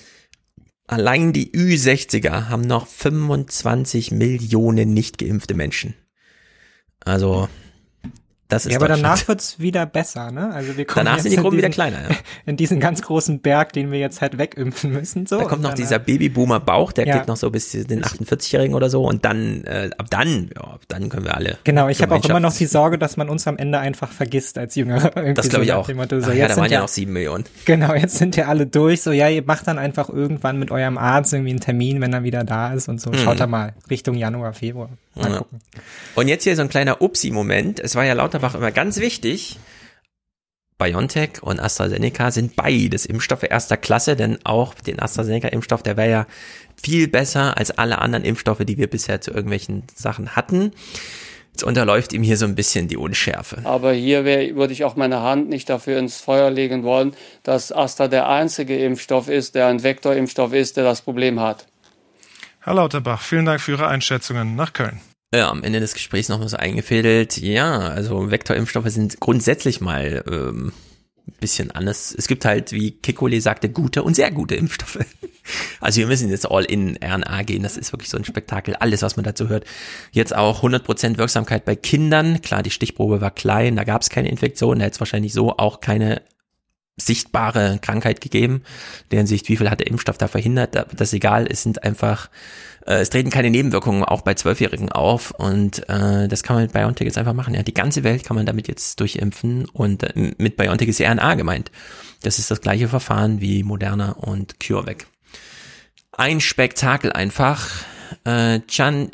Allein die Ü60er haben noch 25 Millionen nicht geimpfte Menschen. Also... Das ist ja, aber danach wird's wieder besser, ne? Also wir kommen danach sind die Gruppen wieder kleiner, ja. In diesen ganz großen Berg, den wir jetzt halt wegimpfen müssen. So. Da kommt noch dieser Babyboomer-Bauch, der geht noch so bis den 48-Jährigen oder so und dann, ab dann können wir alle. Genau, ich habe auch immer noch die Sorge, dass man uns am Ende einfach vergisst als Jüngere. Das glaube ich auch. Motto, so, ja, da waren ja noch 7 Millionen. Genau, jetzt sind ja alle durch. So, ja, ihr macht dann einfach irgendwann mit eurem Arzt irgendwie einen Termin, wenn er wieder da ist und so. Schaut da mal Richtung Januar, Februar. Mal gucken. Und jetzt hier so ein kleiner Upsi-Moment. Es war ja Lauterbach immer ganz wichtig. BioNTech und AstraZeneca sind beides Impfstoffe erster Klasse, denn auch den AstraZeneca-Impfstoff, der wäre ja viel besser als alle anderen Impfstoffe, die wir bisher zu irgendwelchen Sachen hatten. Jetzt unterläuft ihm hier so ein bisschen die Unschärfe. Aber hier würde ich auch meine Hand nicht dafür ins Feuer legen wollen, dass Astra der einzige Impfstoff ist, der ein Vektorimpfstoff ist, der das Problem hat. Herr Lauterbach, vielen Dank für Ihre Einschätzungen nach Köln. Ja, am Ende des Gesprächs noch mal so eingefädelt. Ja, also Vektorimpfstoffe sind grundsätzlich mal ein bisschen anders. Es gibt halt, wie Kekulé sagte, gute und sehr gute Impfstoffe. Also wir müssen jetzt all in RNA gehen. Das ist wirklich so ein Spektakel. Alles, was man dazu hört. Jetzt auch 100% Wirksamkeit bei Kindern. Klar, die Stichprobe war klein, da gab es keine Infektion. Da hätte es wahrscheinlich so auch keine sichtbare Krankheit gegeben, deren Sicht, wie viel hat der Impfstoff da verhindert, das ist egal, es sind einfach, es treten keine Nebenwirkungen auch bei 12-Jährigen auf und das kann man mit BioNTech jetzt einfach machen, ja, die ganze Welt kann man damit jetzt durchimpfen und mit BioNTech ist RNA gemeint, das ist das gleiche Verfahren wie Moderna und CureVac. Ein Spektakel einfach, Jane,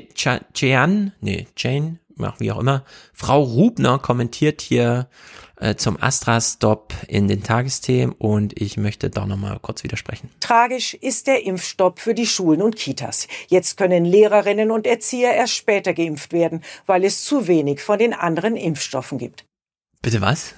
wie auch immer, Frau Rubner kommentiert hier zum Astra-Stop in den Tagesthemen und ich möchte da nochmal kurz widersprechen. Tragisch ist der Impfstopp für die Schulen und Kitas. Jetzt können Lehrerinnen und Erzieher erst später geimpft werden, weil es zu wenig von den anderen Impfstoffen gibt. Bitte was?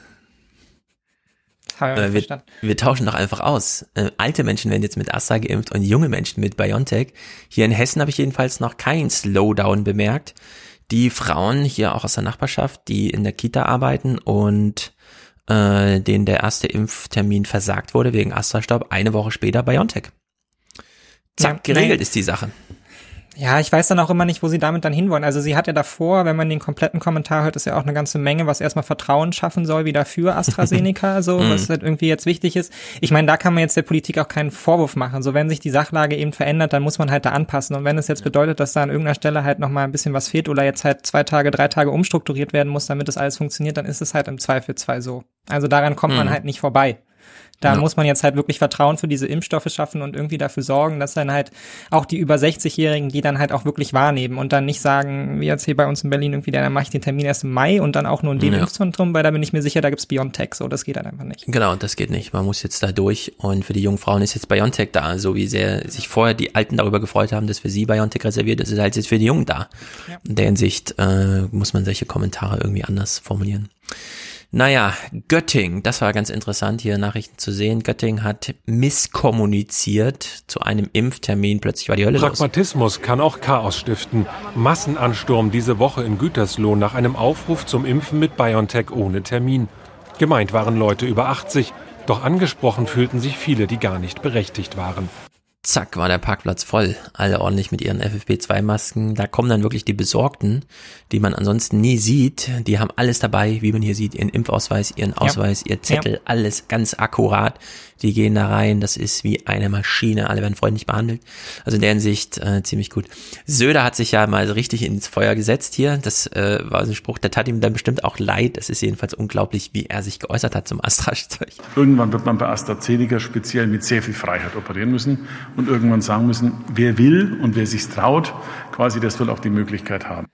Wir tauschen doch einfach aus. Alte Menschen werden jetzt mit Astra geimpft und junge Menschen mit BioNTech. Hier in Hessen habe ich jedenfalls noch keinen Slowdown bemerkt. Die Frauen hier auch aus der Nachbarschaft, die in der Kita arbeiten und denen der erste Impftermin versagt wurde wegen Astra-Stopp, eine Woche später BioNTech. Zack, geregelt ist die Sache. Ja, ich weiß dann auch immer nicht, wo sie damit dann hinwollen. Also sie hat ja davor, wenn man den kompletten Kommentar hört, ist ja auch eine ganze Menge, was erstmal Vertrauen schaffen soll, wieder für AstraZeneca, so, was halt irgendwie jetzt wichtig ist. Ich meine, da kann man jetzt der Politik auch keinen Vorwurf machen. So, wenn sich die Sachlage eben verändert, dann muss man halt da anpassen. Und wenn es jetzt bedeutet, dass da an irgendeiner Stelle halt nochmal ein bisschen was fehlt oder jetzt halt 2 Tage, 3 Tage umstrukturiert werden muss, damit das alles funktioniert, dann ist es halt im Zweifelsfall so. Also daran kommt man halt nicht vorbei. Da muss man jetzt halt wirklich Vertrauen für diese Impfstoffe schaffen und irgendwie dafür sorgen, dass dann halt auch die über 60-Jährigen, die dann halt auch wirklich wahrnehmen und dann nicht sagen, wie jetzt hier bei uns in Berlin irgendwie, dann mache ich den Termin erst im Mai und dann auch nur in dem Impfzentrum, weil da bin ich mir sicher, da gibt's BioNTech, so, das geht halt einfach nicht. Genau, das geht nicht. Man muss jetzt da durch und für die jungen Frauen ist jetzt BioNTech da, so wie sehr sich vorher die Alten darüber gefreut haben, dass für sie BioNTech reserviert ist, ist halt jetzt für die Jungen da. Ja. In der Hinsicht muss man solche Kommentare irgendwie anders formulieren. Naja, Göttingen, das war ganz interessant, hier Nachrichten zu sehen. Göttingen hat misskommuniziert zu einem Impftermin. Plötzlich war die Hölle los. Pragmatismus kann auch Chaos stiften. Massenansturm diese Woche in Gütersloh nach einem Aufruf zum Impfen mit BioNTech ohne Termin. Gemeint waren Leute über 80, doch angesprochen fühlten sich viele, die gar nicht berechtigt waren. Zack, war der Parkplatz voll. Alle ordentlich mit ihren FFP2-Masken. Da kommen dann wirklich die Besorgten, die man ansonsten nie sieht. Die haben alles dabei, wie man hier sieht, ihren Impfausweis, ihren Ausweis, ihr Zettel, alles ganz akkurat. Die gehen da rein, das ist wie eine Maschine, alle werden freundlich behandelt. Also in der Hinsicht ziemlich gut. Söder hat sich ja mal richtig ins Feuer gesetzt hier. Das war so ein Spruch, der tat ihm dann bestimmt auch leid. Es ist jedenfalls unglaublich, wie er sich geäußert hat zum Astra-Zeug. Irgendwann wird man bei AstraZeneca speziell mit sehr viel Freiheit operieren müssen und irgendwann sagen müssen, wer will und wer sich's traut, quasi, das will auch die Möglichkeit haben.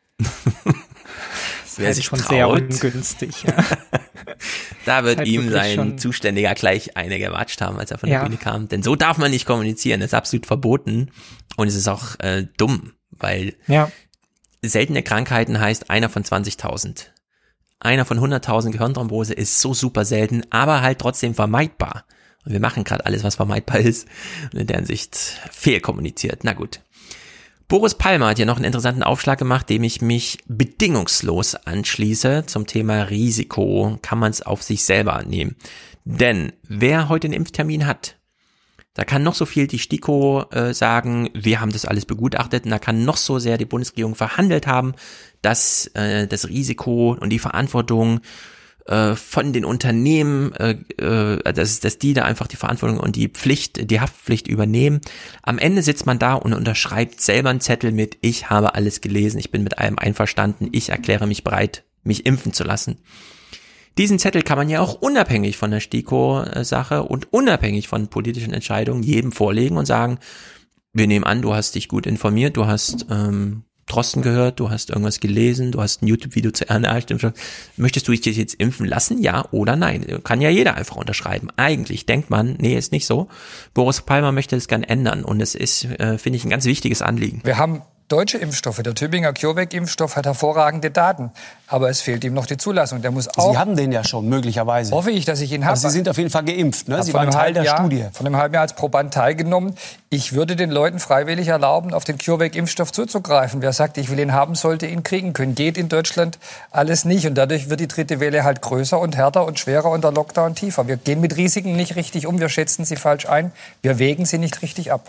Wer sich schon traut, sehr ungünstig. Ja. Da wird halt ihm sein Zuständiger gleich eine gewatscht haben, als er von der Bühne kam. Denn so darf man nicht kommunizieren. Das ist absolut verboten. Und es ist auch dumm, weil seltene Krankheiten heißt einer von 20.000. Einer von 100.000 Gehirnthrombose ist so super selten, aber halt trotzdem vermeidbar. Und wir machen gerade alles, was vermeidbar ist. Und in der Hinsicht fehlkommuniziert. Na gut. Boris Palmer hat hier noch einen interessanten Aufschlag gemacht, dem ich mich bedingungslos anschließe zum Thema Risiko. Kann man es auf sich selber nehmen? Denn wer heute einen Impftermin hat, da kann noch so viel die STIKO sagen, wir haben das alles begutachtet, und da kann noch so sehr die Bundesregierung verhandelt haben, dass das Risiko und die Verantwortung von den Unternehmen, dass die da einfach die Verantwortung und die Haftpflicht übernehmen. Am Ende sitzt man da und unterschreibt selber einen Zettel mit, ich habe alles gelesen, ich bin mit allem einverstanden, ich erkläre mich bereit, mich impfen zu lassen. Diesen Zettel kann man ja auch unabhängig von der STIKO-Sache und unabhängig von politischen Entscheidungen jedem vorlegen und sagen, wir nehmen an, du hast dich gut informiert, du hast Drosten gehört, du hast irgendwas gelesen, du hast ein YouTube-Video zur RNA-Impfstoff. Möchtest du dich jetzt impfen lassen? Ja oder nein? Kann ja jeder einfach unterschreiben. Eigentlich denkt man, nee, ist nicht so. Boris Palmer möchte das gern ändern und es ist, finde ich, ein ganz wichtiges Anliegen. Wir haben deutsche Impfstoffe. Der Tübinger CureVac-Impfstoff hat hervorragende Daten, aber es fehlt ihm noch die Zulassung. Der muss auch. Sie haben den ja schon möglicherweise. Hoffe ich, dass ich ihn habe. Aber Sie sind auf jeden Fall geimpft, ne? Sie waren Teil der Studie. Von einem halben Jahr als Proband teilgenommen. Ich würde den Leuten freiwillig erlauben, auf den CureVac-Impfstoff zuzugreifen. Wer sagt, ich will ihn haben, sollte ihn kriegen können. Geht in Deutschland alles nicht. Und dadurch wird die dritte Welle halt größer und härter und schwerer und der Lockdown tiefer. Wir gehen mit Risiken nicht richtig um. Wir schätzen sie falsch ein. Wir wägen sie nicht richtig ab.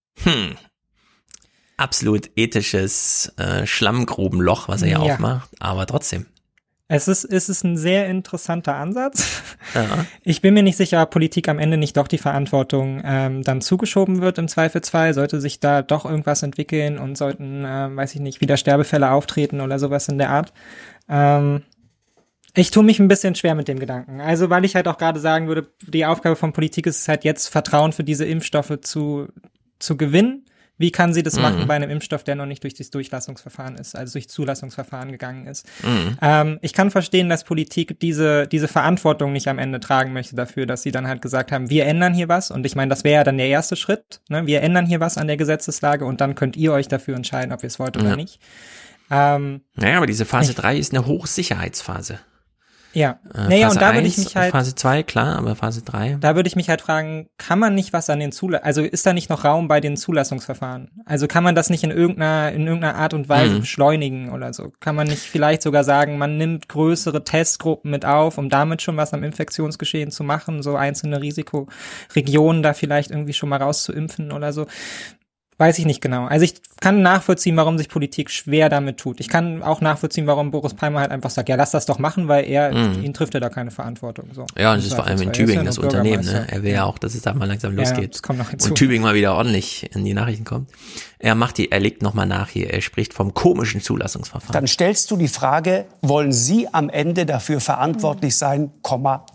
Absolut ethisches Schlammgrubenloch, was er hier aufmacht, aber trotzdem. Es ist ein sehr interessanter Ansatz. Ja. Ich bin mir nicht sicher, ob Politik am Ende nicht doch die Verantwortung dann zugeschoben wird im Zweifelsfall. Sollte sich da doch irgendwas entwickeln und sollten, weiß ich nicht, wieder Sterbefälle auftreten oder sowas in der Art. Ich tue mich ein bisschen schwer mit dem Gedanken. Also, weil ich halt auch gerade sagen würde, die Aufgabe von Politik ist es halt jetzt, Vertrauen für diese Impfstoffe zu gewinnen. Wie kann sie das machen bei einem Impfstoff, der noch nicht durch das Durchlassungsverfahren ist, also durch Zulassungsverfahren gegangen ist? Ich kann verstehen, dass Politik diese Verantwortung nicht am Ende tragen möchte dafür, dass sie dann halt gesagt haben, wir ändern hier was. Und ich meine, das wäre ja dann der erste Schritt. Ne? Wir ändern hier was an der Gesetzeslage und dann könnt ihr euch dafür entscheiden, ob ihr es wollt oder nicht. Naja, aber diese Phase 3 ist eine Hochsicherheitsphase. Ja, naja, und da würde ich mich halt. Phase 2, klar, aber Phase 3. Da würde ich mich halt fragen, kann man nicht was an den also ist da nicht noch Raum bei den Zulassungsverfahren? Also kann man das nicht in irgendeiner Art und Weise beschleunigen oder so? Kann man nicht vielleicht sogar sagen, man nimmt größere Testgruppen mit auf, um damit schon was am Infektionsgeschehen zu machen, so einzelne Risikoregionen da vielleicht irgendwie schon mal rauszuimpfen oder so? Weiß ich nicht genau. Also ich kann nachvollziehen, warum sich Politik schwer damit tut. Ich kann auch nachvollziehen, warum Boris Palmer halt einfach sagt, ja, lass das doch machen, weil ihn trifft ja da keine Verantwortung. So. Ja, und es ist vor allem in Tübingen das Unternehmen. Ne? Er will ja auch, dass es da mal langsam losgeht. Das kommt noch hinzu. Und Tübingen mal wieder ordentlich in die Nachrichten kommt. Er legt nochmal nach hier. Er spricht vom komischen Zulassungsverfahren. Dann stellst du die Frage, wollen Sie am Ende dafür verantwortlich sein, das, ...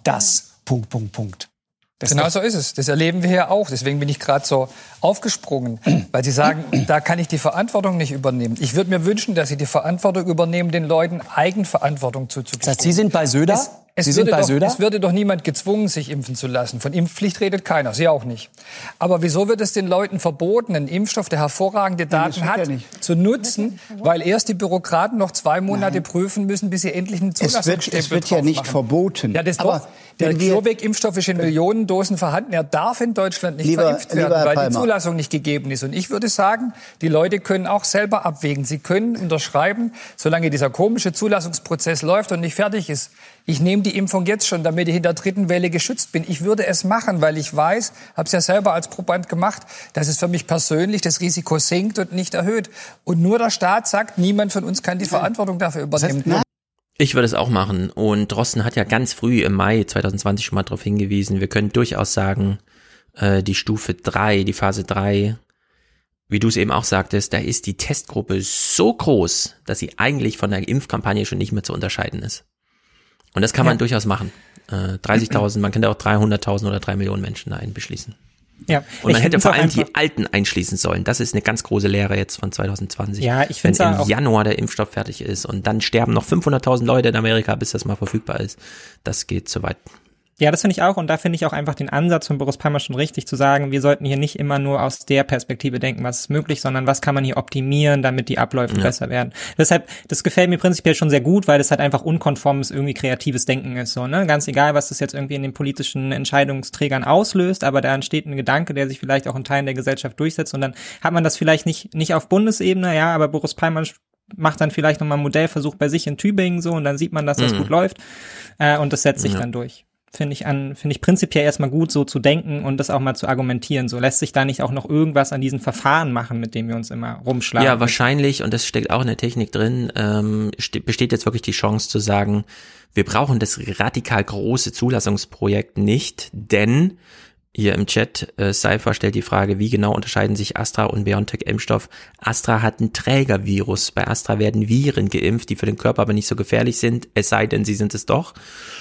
Genau so ist es. Das erleben wir hier auch. Deswegen bin ich gerade so aufgesprungen, weil Sie sagen, da kann ich die Verantwortung nicht übernehmen. Ich würde mir wünschen, dass Sie die Verantwortung übernehmen, den Leuten Eigenverantwortung zuzugestehen. Das heißt, Sie sind bei Söder? Es würde doch niemand gezwungen, sich impfen zu lassen. Von Impfpflicht redet keiner, Sie auch nicht. Aber wieso wird es den Leuten verboten, einen Impfstoff, der hervorragende Daten hat, zu nutzen, weil erst die Bürokraten noch 2 Monate prüfen müssen, bis sie endlich einen Zulassungsstempel Es wird ja nicht verboten. Ja, der CureVac-Impfstoff ist in Millionen Dosen vorhanden. Er darf in Deutschland nicht verimpft werden, weil die Zulassung nicht gegeben ist. Und ich würde sagen, die Leute können auch selber abwägen. Sie können unterschreiben, solange dieser komische Zulassungsprozess läuft und nicht fertig ist. Ich nehme die Impfung jetzt schon, damit ich in der 3. Welle geschützt bin. Ich würde es machen, weil ich weiß, habe es ja selber als Proband gemacht, dass es für mich persönlich das Risiko sinkt und nicht erhöht. Und nur der Staat sagt, niemand von uns kann die Verantwortung dafür übernehmen. Ich würde es auch machen. Und Drosten hat ja ganz früh im Mai 2020 schon mal darauf hingewiesen, wir können durchaus sagen, die Stufe 3, die Phase 3, wie du es eben auch sagtest, da ist die Testgruppe so groß, dass sie eigentlich von der Impfkampagne schon nicht mehr zu unterscheiden ist. Und das kann man durchaus machen. 30.000, man könnte auch 300.000 oder 3 Millionen Menschen da beschließen. Ja, und man hätte vor allem die Alten einschließen sollen. Das ist eine ganz große Lehre jetzt von 2020. Ja, ich finde wenn im Januar der Impfstoff fertig ist und dann sterben noch 500.000 Leute in Amerika, bis das mal verfügbar ist. Das geht zu weit. Ja, das finde ich auch. Und da finde ich auch einfach den Ansatz von Boris Palmer schon richtig, zu sagen, wir sollten hier nicht immer nur aus der Perspektive denken, was ist möglich, sondern was kann man hier optimieren, damit die Abläufe besser werden. Deshalb, das gefällt mir prinzipiell schon sehr gut, weil das halt einfach unkonformes, irgendwie kreatives Denken ist. So, ne? Ganz egal, was das jetzt irgendwie in den politischen Entscheidungsträgern auslöst, aber da entsteht ein Gedanke, der sich vielleicht auch in Teilen der Gesellschaft durchsetzt. Und dann hat man das vielleicht nicht auf Bundesebene, ja, aber Boris Palmer macht dann vielleicht nochmal einen Modellversuch bei sich in Tübingen so und dann sieht man, dass das gut läuft. Und das setzt sich dann durch. Finde ich prinzipiell erstmal gut, so zu denken und das auch mal zu argumentieren. So lässt sich da nicht auch noch irgendwas an diesen Verfahren machen, mit dem wir uns immer rumschlagen. Ja, wahrscheinlich, und das steckt auch in der Technik drin, besteht jetzt wirklich die Chance zu sagen, wir brauchen das radikal große Zulassungsprojekt nicht, denn hier im Chat, Cypher stellt die Frage, wie genau unterscheiden sich Astra und BioNTech-Impfstoff? Astra hat ein Trägervirus. Bei Astra werden Viren geimpft, die für den Körper aber nicht so gefährlich sind, es sei denn, sie sind es doch.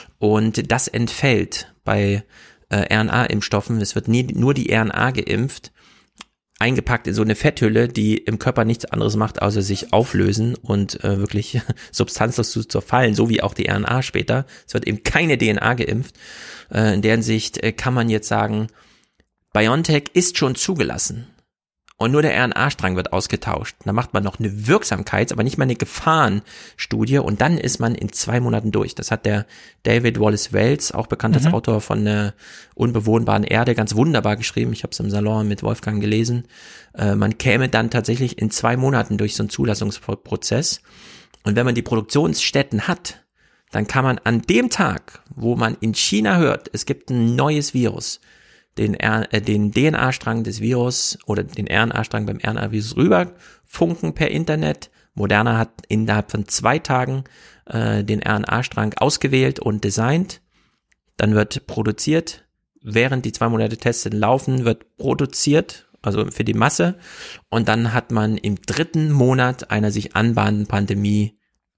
Und das entfällt bei RNA-Impfstoffen. Es wird nur die RNA geimpft, eingepackt in so eine Fetthülle, die im Körper nichts anderes macht, außer sich auflösen und wirklich substanzlos zu zerfallen, so wie auch die RNA später. Es wird eben keine DNA geimpft. In deren Sicht kann man jetzt sagen, BioNTech ist schon zugelassen und nur der RNA-Strang wird ausgetauscht. Da macht man noch eine Wirksamkeits-, aber nicht mal eine Gefahrenstudie und dann ist man in 2 Monaten durch. Das hat der David Wallace-Wells, auch bekannt als Autor von der unbewohnbaren Erde, ganz wunderbar geschrieben. Ich habe es im Salon mit Wolfgang gelesen. Man käme dann tatsächlich in 2 Monaten durch so einen Zulassungsprozess. Und wenn man die Produktionsstätten hat, dann kann man an dem Tag, wo man in China hört, es gibt ein neues Virus, den DNA-Strang des Virus oder den RNA-Strang beim RNA-Virus rüberfunken per Internet. Moderna hat innerhalb von 2 Tagen den RNA-Strang ausgewählt und designt. Dann wird produziert, während die 2 Monate Tests laufen, wird produziert, also für die Masse. Und dann hat man im 3. Monat einer sich anbahnenden Pandemie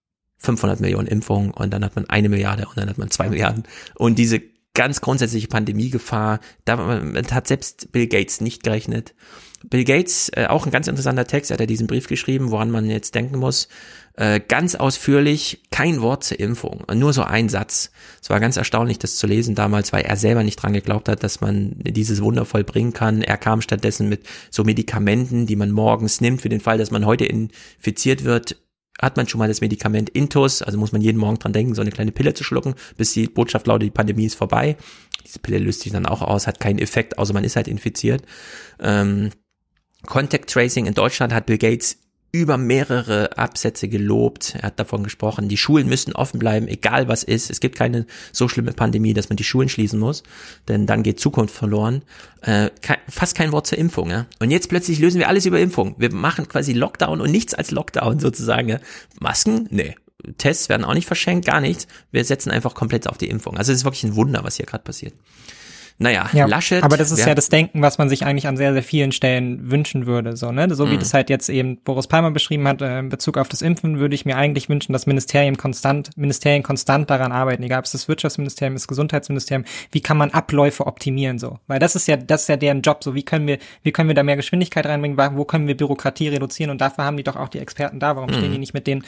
500 Millionen Impfungen und dann hat man 1 Milliarde und dann hat man 2 Milliarden. Und diese ganz grundsätzliche Pandemiegefahr, da hat selbst Bill Gates nicht gerechnet. Bill Gates, auch ein ganz interessanter Text, hat er diesen Brief geschrieben, woran man jetzt denken muss, ganz ausführlich, kein Wort zur Impfung, nur so ein Satz. Es war ganz erstaunlich, das zu lesen damals, weil er selber nicht dran geglaubt hat, dass man dieses Wunder vollbringen kann. Er kam stattdessen mit so Medikamenten, die man morgens nimmt, für den Fall, dass man heute infiziert wird, hat man schon mal das Medikament Intus, also muss man jeden Morgen dran denken, so eine kleine Pille zu schlucken, bis die Botschaft lautet, die Pandemie ist vorbei. Diese Pille löst sich dann auch aus, hat keinen Effekt, außer man ist halt infiziert. Contact Tracing in Deutschland hat Bill Gates über mehrere Absätze gelobt. Er hat davon gesprochen, die Schulen müssen offen bleiben, egal was ist. Es gibt keine so schlimme Pandemie, dass man die Schulen schließen muss, denn dann geht Zukunft verloren. Fast kein Wort zur Impfung. Ja? Und jetzt plötzlich lösen wir alles über Impfung. Wir machen quasi Lockdown und nichts als Lockdown sozusagen. Ja? Masken? Nee. Tests werden auch nicht verschenkt, gar nichts. Wir setzen einfach komplett auf die Impfung. Also es ist wirklich ein Wunder, was hier gerade passiert. Naja, ja, Laschet. Aber das ist ja das Denken, was man sich eigentlich an sehr, sehr vielen Stellen wünschen würde. So, ne? So wie das halt jetzt eben Boris Palmer beschrieben hat, in Bezug auf das Impfen, würde ich mir eigentlich wünschen, dass Ministerien konstant daran arbeiten, egal ob es das Wirtschaftsministerium, das Gesundheitsministerium, wie kann man Abläufe optimieren, so. Weil das ist ja deren Job, so. Wie können wir da mehr Geschwindigkeit reinbringen, wo können wir Bürokratie reduzieren, und dafür haben die doch auch die Experten da. Warum stehen die nicht mit den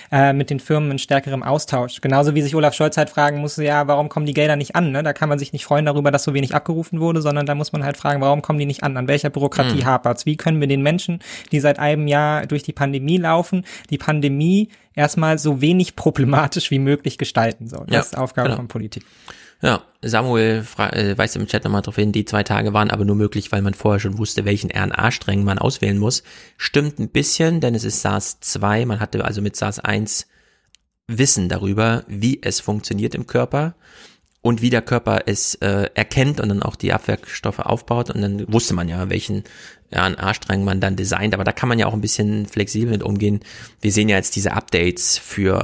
Firmen in stärkerem Austausch? Genauso wie sich Olaf Scholz halt fragen muss, ja, warum kommen die Gelder nicht an, ne? Da kann man sich nicht freuen darüber, dass so wenig abgerufen wurde, sondern da muss man halt fragen, warum kommen die nicht an welcher Bürokratie hapert's? Wie können wir den Menschen, die seit einem Jahr durch die Pandemie laufen, die Pandemie erstmal so wenig problematisch wie möglich gestalten sollen? Das ist Aufgabe von Politik. Ja, Samuel weist im Chat nochmal drauf hin, die 2 Tage waren aber nur möglich, weil man vorher schon wusste, welchen RNA-Strang man auswählen muss. Stimmt ein bisschen, denn es ist SARS-2, man hatte also mit SARS-1 Wissen darüber, wie es funktioniert im Körper und wie der Körper es erkennt und dann auch die Abwehrstoffe aufbaut, und dann wusste man ja, welchen RNA-Strang man dann designt, aber da kann man ja auch ein bisschen flexibel mit umgehen. Wir sehen ja jetzt diese Updates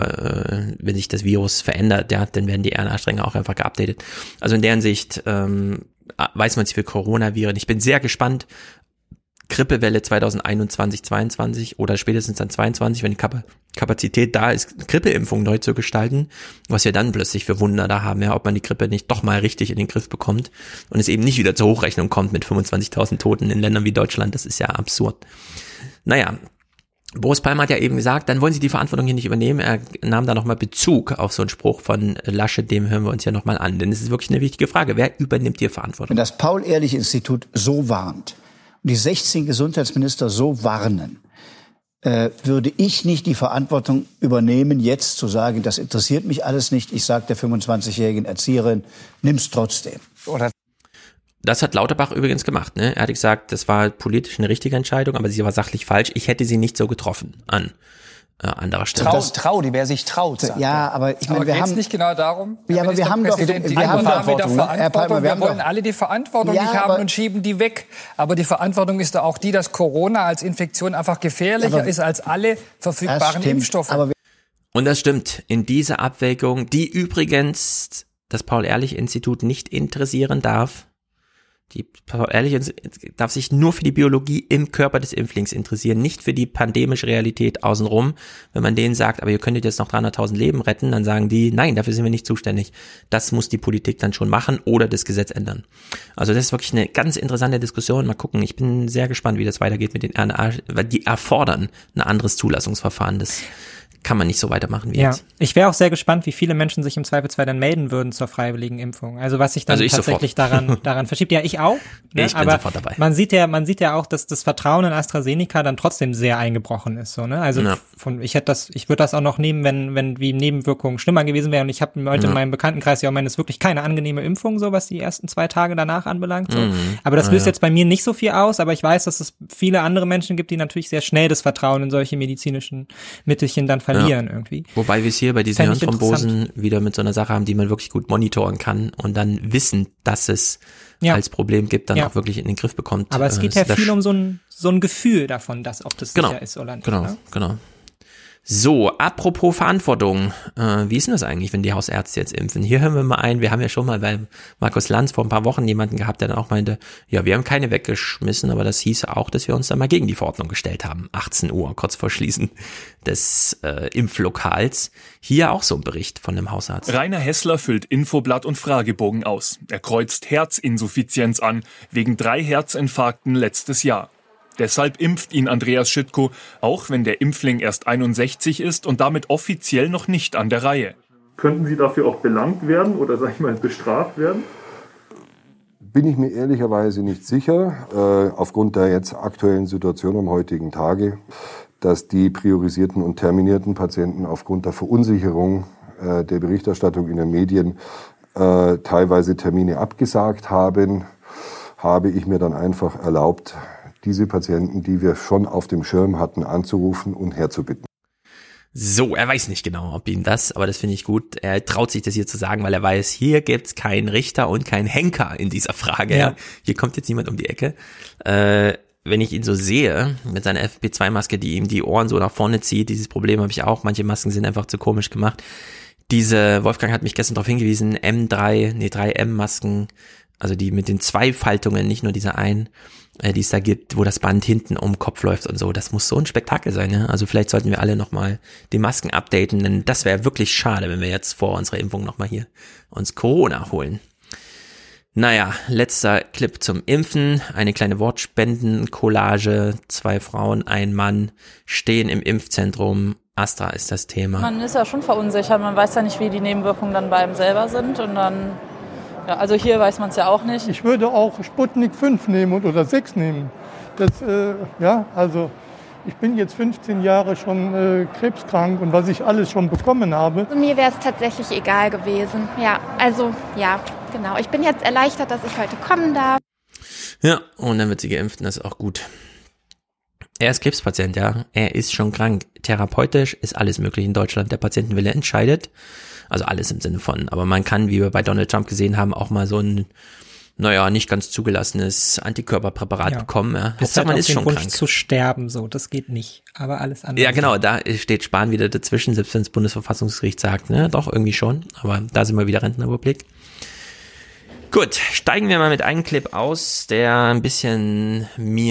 für, wenn sich das Virus verändert, ja, dann werden die RNA-Stränge auch einfach geupdatet. Also in deren Sicht weiß man es für Coronaviren. Ich bin sehr gespannt, Grippewelle 2021, 22 oder spätestens dann 22, wenn die Kapazität da ist, Grippeimpfung neu zu gestalten, was wir dann plötzlich für Wunder da haben, ja, ob man die Grippe nicht doch mal richtig in den Griff bekommt und es eben nicht wieder zur Hochrechnung kommt mit 25.000 Toten in Ländern wie Deutschland. Das ist ja absurd. Naja, Boris Palmer hat ja eben gesagt, dann wollen Sie die Verantwortung hier nicht übernehmen. Er nahm da nochmal Bezug auf so einen Spruch von Laschet, dem hören wir uns ja nochmal an, denn es ist wirklich eine wichtige Frage. Wer übernimmt hier Verantwortung? Wenn das Paul-Ehrlich-Institut so warnt, die 16 Gesundheitsminister so warnen, würde ich nicht die Verantwortung übernehmen, jetzt zu sagen, das interessiert mich alles nicht. Ich sage der 25-jährigen Erzieherin, nimm's trotzdem. Das hat Lauterbach übrigens gemacht, ne? Er hat gesagt, das war politisch eine richtige Entscheidung, aber sie war sachlich falsch. Ich hätte sie nicht so getroffen an anderer Stelle. Die wer sich traut. Sagt ja, aber ich meine, wir haben nicht genau darum. Ja, aber wir haben doch Verantwortung. Wir wollen alle die Verantwortung nicht haben und schieben die weg. Aber die Verantwortung ist doch auch die, dass Corona als Infektion einfach gefährlicher ist als alle verfügbaren Impfstoffe. Und das stimmt. In dieser Abwägung, die übrigens das Paul-Ehrlich-Institut nicht interessieren darf. Die Paul-Ehrlich-Institut darf sich nur für die Biologie im Körper des Impflings interessieren, nicht für die pandemische Realität außenrum. Wenn man denen sagt, aber ihr könntet jetzt noch 300.000 Leben retten, dann sagen die, nein, dafür sind wir nicht zuständig. Das muss die Politik dann schon machen oder das Gesetz ändern. Also das ist wirklich eine ganz interessante Diskussion. Mal gucken, ich bin sehr gespannt, wie das weitergeht mit den RNA, weil die erfordern ein anderes Zulassungsverfahren. Das kann man nicht so weitermachen wie jetzt. Ich wäre auch sehr gespannt, wie viele Menschen sich im Zweifelsfall dann melden würden zur freiwilligen Impfung. Also was sich dann tatsächlich daran verschiebt. Ja, ich auch. Ne? Ich bin sofort dabei. Man sieht ja auch, dass das Vertrauen in AstraZeneca dann trotzdem sehr eingebrochen ist. So, ne? Also ich würde das auch noch nehmen, wenn die Nebenwirkungen schlimmer gewesen wären. Und ich habe heute in meinem Bekanntenkreis ja auch es ist wirklich keine angenehme Impfung, so was die ersten 2 Tage danach anbelangt. So. Aber das löst jetzt bei mir nicht so viel aus. Aber ich weiß, dass es viele andere Menschen gibt, die natürlich sehr schnell das Vertrauen in solche medizinischen Mittelchen dann verlieren irgendwie. Wobei wir es hier bei diesen Hirnthrombosen wieder mit so einer Sache haben, die man wirklich gut monitoren kann und dann wissen, dass es als Problem gibt, dann auch wirklich in den Griff bekommt. Aber es geht ja viel um so ein Gefühl davon, dass ob das sicher ist oder nicht. Genau. So, apropos Verantwortung, wie ist denn das eigentlich, wenn die Hausärzte jetzt impfen? Hier hören wir mal ein, wir haben ja schon mal bei Markus Lanz vor ein paar Wochen jemanden gehabt, der dann auch meinte, ja, wir haben keine weggeschmissen, aber das hieß auch, dass wir uns dann mal gegen die Verordnung gestellt haben. 18 Uhr, kurz vor Schließen des Impflokals. Hier auch so ein Bericht von einem Hausarzt. Rainer Hessler füllt Infoblatt und Fragebogen aus. Er kreuzt Herzinsuffizienz an, wegen 3 Herzinfarkten letztes Jahr. Deshalb impft ihn Andreas Schüttko, auch wenn der Impfling erst 61 ist und damit offiziell noch nicht an der Reihe. Könnten Sie dafür auch belangt werden oder, sag ich mal, bestraft werden? Bin ich mir ehrlicherweise nicht sicher, aufgrund der jetzt aktuellen Situation am heutigen Tage, dass die priorisierten und terminierten Patienten aufgrund der Verunsicherung der Berichterstattung in den Medien teilweise Termine abgesagt haben, habe ich mir dann einfach erlaubt, diese Patienten, die wir schon auf dem Schirm hatten, anzurufen und herzubitten. So, er weiß nicht genau, ob ihm das, aber das finde ich gut. Er traut sich das hier zu sagen, weil er weiß, hier gibt's keinen Richter und keinen Henker in dieser Frage. Ja. Hier kommt jetzt niemand um die Ecke. Wenn ich ihn so sehe, mit seiner FFP2-Maske, die ihm die Ohren so nach vorne zieht, dieses Problem habe ich auch. Manche Masken sind einfach zu komisch gemacht. Wolfgang hat mich gestern darauf hingewiesen, 3M-Masken, also die mit den 2 Faltungen, nicht nur diese einen, die es da gibt, wo das Band hinten um den Kopf läuft und so. Das muss so ein Spektakel sein, ne? Also vielleicht sollten wir alle nochmal die Masken updaten, denn das wäre wirklich schade, wenn wir jetzt vor unserer Impfung nochmal hier uns Corona holen. Naja, letzter Clip zum Impfen. Eine kleine Wortspenden-Collage. 2 Frauen, ein Mann stehen im Impfzentrum. Astra ist das Thema. Man ist ja schon verunsichert. Man weiß ja nicht, wie die Nebenwirkungen dann bei einem selber sind. Und dann, ja, also hier weiß man es ja auch nicht. Ich würde auch Sputnik 5 nehmen oder 6 nehmen. Also ich bin jetzt 15 Jahre schon krebskrank und was ich alles schon bekommen habe. Also mir wäre es tatsächlich egal gewesen. Ja, genau. Ich bin jetzt erleichtert, dass ich heute kommen darf. Ja, und dann wird sie geimpft und das ist auch gut. Er ist Krebspatient, ja. Er ist schon krank. Therapeutisch ist alles möglich in Deutschland. Der Patientenwille entscheidet. Also alles im Sinne von. Aber man kann, wie wir bei Donald Trump gesehen haben, auch mal so ein, nicht ganz zugelassenes Antikörperpräparat bekommen. Ja. Hauptsache, man ist schon krank. Zu sterben, so, das geht nicht. Aber alles andere. Ja, genau, da steht Spahn wieder dazwischen, selbst wenn das Bundesverfassungsgericht sagt, ne, doch, irgendwie schon. Aber da sind wir wieder Rentenrepublik. Gut, steigen wir mal mit einem Clip aus, der ein bisschen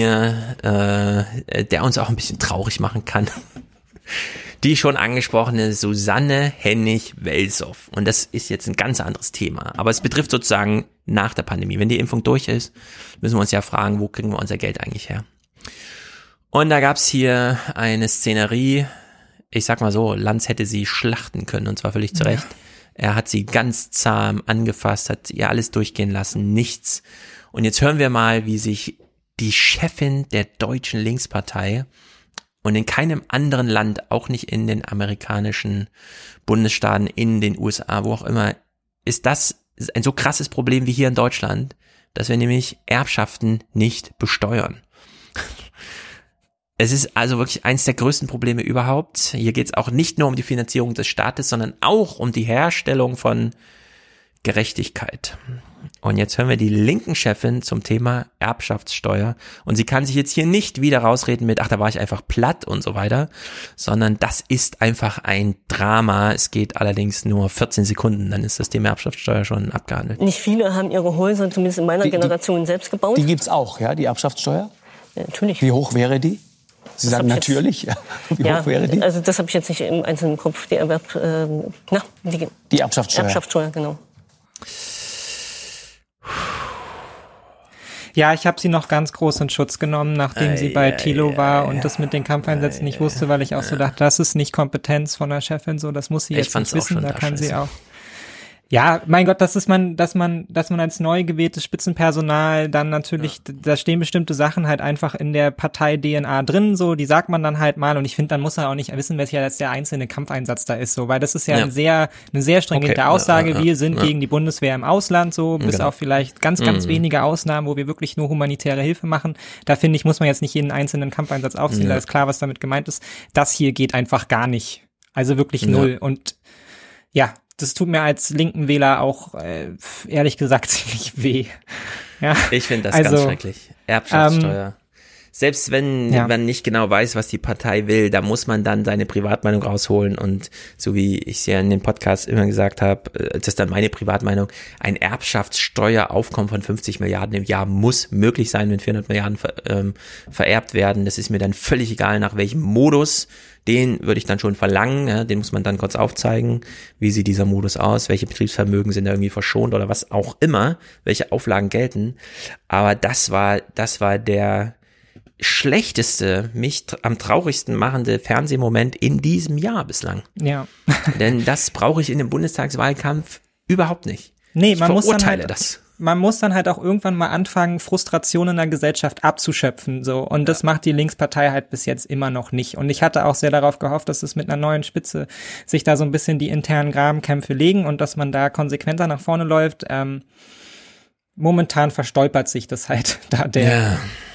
der uns auch ein bisschen traurig machen kann. Die schon angesprochene Susanne Hennig-Welsow. Und das ist jetzt ein ganz anderes Thema. Aber es betrifft sozusagen nach der Pandemie. Wenn die Impfung durch ist, müssen wir uns ja fragen, wo kriegen wir unser Geld eigentlich her? Und da gab's hier eine Szenerie, ich sag mal so, Lanz hätte sie schlachten können, und zwar völlig zu Recht. Ja. Er hat sie ganz zahm angefasst, hat ihr alles durchgehen lassen, nichts. Und jetzt hören wir mal, wie sich die Chefin der Deutschen Linkspartei und in keinem anderen Land, auch nicht in den amerikanischen Bundesstaaten, in den USA, wo auch immer, ist das ein so krasses Problem wie hier in Deutschland, dass wir nämlich Erbschaften nicht besteuern. Es ist also wirklich eins der größten Probleme überhaupt. Hier geht es auch nicht nur um die Finanzierung des Staates, sondern auch um die Herstellung von Gerechtigkeit. Und jetzt hören wir die linken Chefin zum Thema Erbschaftssteuer. Und sie kann sich jetzt hier nicht wieder rausreden mit, da war ich einfach platt und so weiter, sondern das ist einfach ein Drama. Es geht allerdings nur 14 Sekunden, dann ist das Thema Erbschaftssteuer schon abgehandelt. Nicht viele haben ihre Häuser, zumindest in meiner Generation, selbst gebaut. Die gibt's auch, ja, die Erbschaftssteuer? Ja, natürlich. Wie hoch wäre die? Sie sagen natürlich. Wie hoch wäre die? Also das habe ich jetzt nicht im einzelnen Kopf. Die Erbschaftssteuer. Erbschaftssteuer, genau. Ja, ich habe sie noch ganz groß in Schutz genommen, nachdem sie bei Thilo war und das mit den Kampfeinsätzen nicht wusste, weil ich auch so dachte, das ist nicht Kompetenz von der Chefin, so, das muss sie jetzt nicht wissen, da kann sie auch. Ja, mein Gott, dass man als neu gewähltes Spitzenpersonal dann natürlich, da stehen bestimmte Sachen halt einfach in der Partei-DNA drin, so, die sagt man dann halt mal, und ich finde, dann muss er auch nicht wissen, welcher jetzt der einzelne Kampfeinsatz da ist, so, weil das ist ja eine sehr stringente Aussage, wir sind gegen die Bundeswehr im Ausland, so, bis auf vielleicht ganz wenige Ausnahmen, wo wir wirklich nur humanitäre Hilfe machen. Da finde ich, muss man jetzt nicht jeden einzelnen Kampfeinsatz aufziehen, da ist klar, was damit gemeint ist. Das hier geht einfach gar nicht. Also wirklich null. Und ja, das tut mir als linken Wähler auch, ehrlich gesagt, ziemlich weh. Ja, ich finde das ganz schrecklich. Erbschaftssteuer. Selbst wenn man nicht genau weiß, was die Partei will, da muss man dann seine Privatmeinung rausholen. Und so wie ich es ja in dem Podcast immer gesagt habe, das ist dann meine Privatmeinung, ein Erbschaftssteueraufkommen von 50 Milliarden im Jahr muss möglich sein, wenn 400 Milliarden vererbt werden. Das ist mir dann völlig egal, nach welchem Modus. Den würde ich dann schon verlangen, ja, den muss man dann kurz aufzeigen, wie sieht dieser Modus aus, welche Betriebsvermögen sind da irgendwie verschont oder was auch immer, welche Auflagen gelten. Aber das war der schlechteste, mich am traurigsten machende Fernsehmoment in diesem Jahr bislang. Ja. Denn das brauche ich in dem Bundestagswahlkampf überhaupt nicht. Nee, ich verurteile das. Man muss dann halt auch irgendwann mal anfangen, Frustrationen in der Gesellschaft abzuschöpfen, so. Und das macht die Linkspartei halt bis jetzt immer noch nicht. Und ich hatte auch sehr darauf gehofft, dass es mit einer neuen Spitze sich da so ein bisschen die internen Grabenkämpfe legen und dass man da konsequenter nach vorne läuft. Momentan verstolpert sich das halt da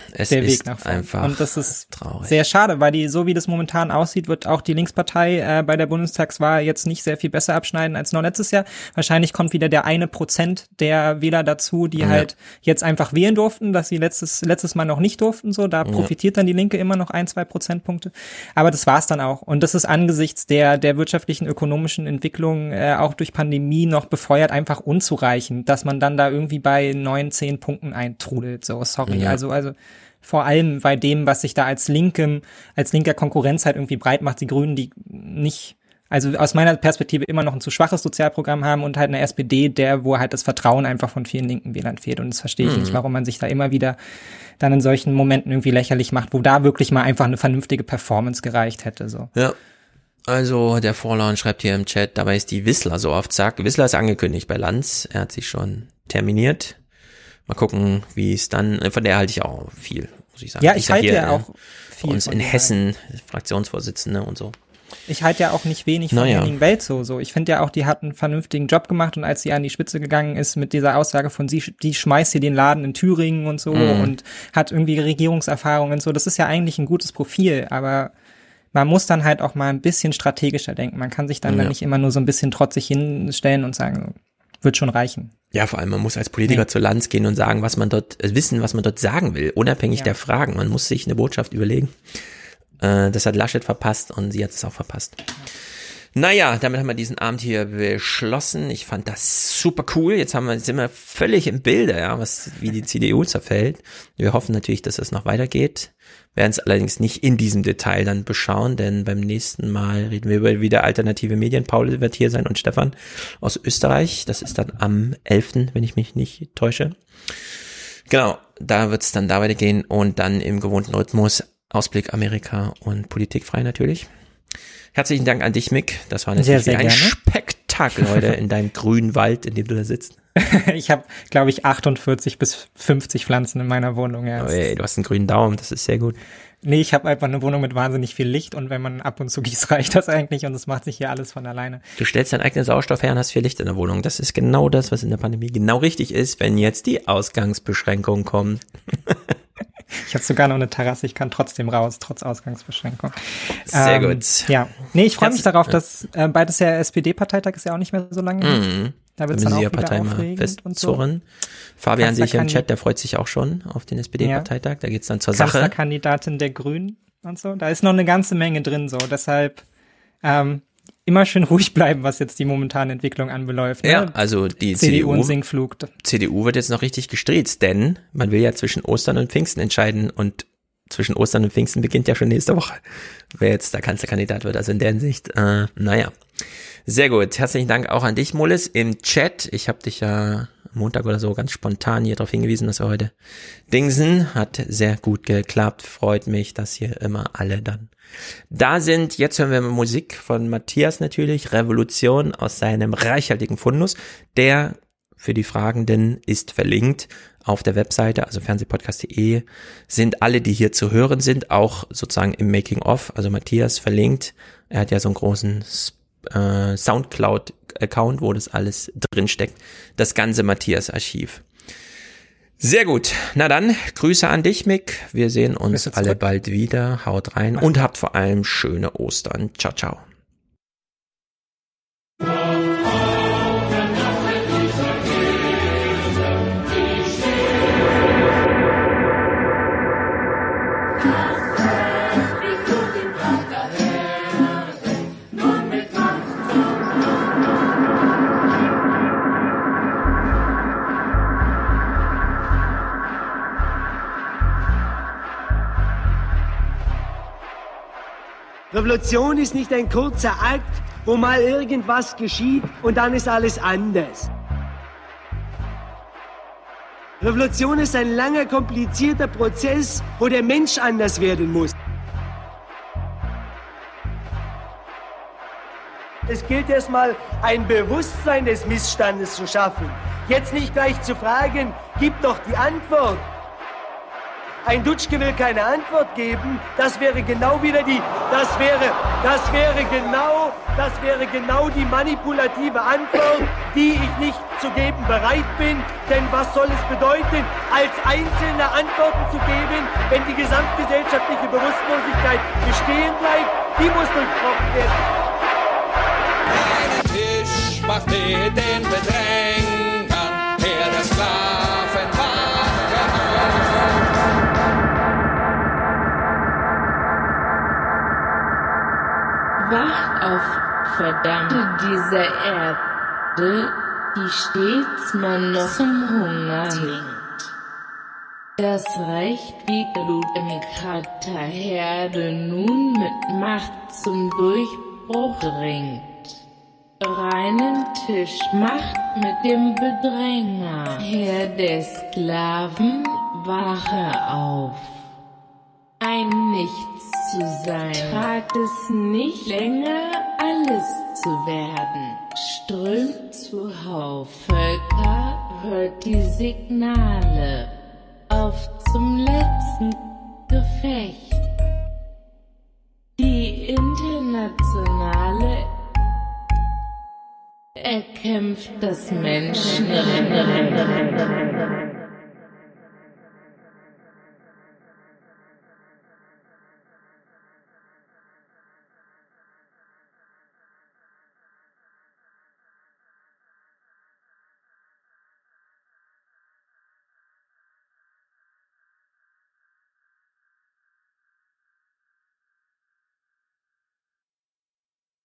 der Weg nach vorne. Einfach und das ist traurig. Sehr schade, weil so wie das momentan aussieht, wird auch die Linkspartei bei der Bundestagswahl jetzt nicht sehr viel besser abschneiden als noch letztes Jahr. Wahrscheinlich kommt wieder der 1% der Wähler dazu, die halt jetzt einfach wählen durften, dass sie letztes Mal noch nicht durften. So, da profitiert dann die Linke immer noch 1-2 Prozentpunkte. Aber das war's dann auch. Und das ist angesichts der wirtschaftlichen, ökonomischen Entwicklung auch durch Pandemie noch befeuert einfach unzureichend, dass man dann da irgendwie bei 9-10 Punkten eintrudelt. So, sorry. Ja. Also vor allem bei dem, was sich da als linker Konkurrenz halt irgendwie breit macht, die Grünen, die nicht, also aus meiner Perspektive immer noch ein zu schwaches Sozialprogramm haben und halt eine SPD, wo halt das Vertrauen einfach von vielen linken Wählern fehlt. Und das verstehe ich nicht, warum man sich da immer wieder dann in solchen Momenten irgendwie lächerlich macht, wo da wirklich mal einfach eine vernünftige Performance gereicht hätte. So. Ja. Also der Vorlauen schreibt hier im Chat, dabei ist die Wissler so auf Zack. Wissler ist angekündigt bei Lanz, er hat sich schon terminiert. Mal gucken, wie es dann, von der halte ich auch viel, muss ich sagen. Ja, ich halte ja auch viel. Bei uns in Hessen, Fraktionsvorsitzende und so. Ich halte ja auch nicht wenig von Henning Welt so. Ich finde ja auch, die hat einen vernünftigen Job gemacht und als sie an die Spitze gegangen ist mit dieser Aussage von sie, die schmeißt hier den Laden in Thüringen und so und hat irgendwie Regierungserfahrung und so. Das ist ja eigentlich ein gutes Profil, aber man muss dann halt auch mal ein bisschen strategischer denken. Man kann sich dann nicht immer nur so ein bisschen trotzig hinstellen und sagen, wird schon reichen. Ja, vor allem, man muss als Politiker zur Lanz gehen und sagen, was man dort sagen will, unabhängig der Fragen. Man muss sich eine Botschaft überlegen. Das hat Laschet verpasst und sie hat es auch verpasst. Naja, damit haben wir diesen Abend hier beschlossen. Ich fand das super cool. Jetzt sind wir völlig im Bilde, ja, wie die CDU zerfällt. Wir hoffen natürlich, dass es noch weitergeht. Werden es allerdings nicht in diesem Detail dann beschauen, denn beim nächsten Mal reden wir über wieder alternative Medien. Paul wird hier sein und Stefan aus Österreich. Das ist dann am 11., wenn ich mich nicht täusche. Genau, da wird es dann da weitergehen und dann im gewohnten Rhythmus Ausblick Amerika und Politikfrei natürlich. Herzlichen Dank an dich, Mick. Das war natürlich sehr ein Spektakel heute in deinem grünen Wald, in dem du da sitzt. Ich habe, glaube ich, 48 bis 50 Pflanzen in meiner Wohnung. Ja. Oh, ey, du hast einen grünen Daumen, das ist sehr gut. Nee, ich habe einfach eine Wohnung mit wahnsinnig viel Licht und wenn man ab und zu gießt, reicht das eigentlich und das macht sich hier alles von alleine. Du stellst deinen eigenen Sauerstoff her und hast viel Licht in der Wohnung. Das ist genau das, was in der Pandemie genau richtig ist, wenn jetzt die Ausgangsbeschränkungen kommen. Ich habe sogar noch eine Terrasse, ich kann trotzdem raus, trotz Ausgangsbeschränkung. Sehr gut. Ja, nee, ich freue mich darauf, dass beides der SPD-Parteitag ist ja auch nicht mehr so lange. Da wird es dann auch wieder aufregend und so. Fabian sehe ich im Chat, der freut sich auch schon auf den SPD-Parteitag. Da geht's dann zur Sache. Kanzlerkandidatin der Grünen und so. Da ist noch eine ganze Menge drin so. Deshalb immer schön ruhig bleiben, was jetzt die momentane Entwicklung anbeläuft. Ne? Ja, also die CDU und Sinkflug. CDU wird jetzt noch richtig gestriezt, denn man will ja zwischen Ostern und Pfingsten entscheiden und zwischen Ostern und Pfingsten beginnt ja schon nächste Woche, wer jetzt der Kanzlerkandidat wird. Also in der Hinsicht, naja. Sehr gut. Herzlichen Dank auch an dich, Mullis, im Chat. Ich habe dich ja Montag oder so ganz spontan hier darauf hingewiesen, dass wir heute dingsen. Hat sehr gut geklappt. Freut mich, dass hier immer alle dann da sind. Jetzt hören wir Musik von Matthias natürlich. Revolution aus seinem reichhaltigen Fundus. Der für die Fragenden ist verlinkt auf der Webseite, also fernsehpodcast.de, sind alle, die hier zu hören sind, auch sozusagen im Making-of. Also Matthias verlinkt. Er hat ja so einen großen Soundcloud-Account, wo das alles drinsteckt. Das ganze Matthias-Archiv. Sehr gut. Na dann, Grüße an dich, Mick. Wir sehen uns alle bald wieder. Haut rein und habt vor allem schöne Ostern. Ciao, ciao. Revolution ist nicht ein kurzer Akt, wo mal irgendwas geschieht und dann ist alles anders. Revolution ist ein langer, komplizierter Prozess, wo der Mensch anders werden muss. Es gilt erstmal, ein Bewusstsein des Missstandes zu schaffen. Jetzt nicht gleich zu fragen, gib doch die Antwort. Ein Dutschke will keine Antwort geben. Das wäre genau wieder das wäre genau die manipulative Antwort, die ich nicht zu geben bereit bin. Denn was soll es bedeuten, als Einzelne Antworten zu geben, wenn die gesamtgesellschaftliche Bewusstlosigkeit bestehen bleibt? Die muss durchbrochen werden. Einen Tisch macht mit den Bedrängern, her der Sklaven Wacht auf, verdammte diese Erde, die stets man noch zum Hunger zwingt. Das Recht wie Blut im Katerherde nun mit Macht zum Durchbruch ringt. Reinen Tisch macht mit dem Bedränger, Herr der Sklaven, wache auf. Ein Nichts zu sein, tragt es nicht länger, alles zu werden. Strömt zuhauf, Völker, hört die Signale, auf zum letzten Gefecht. Die internationale erkämpft das Menschenrecht.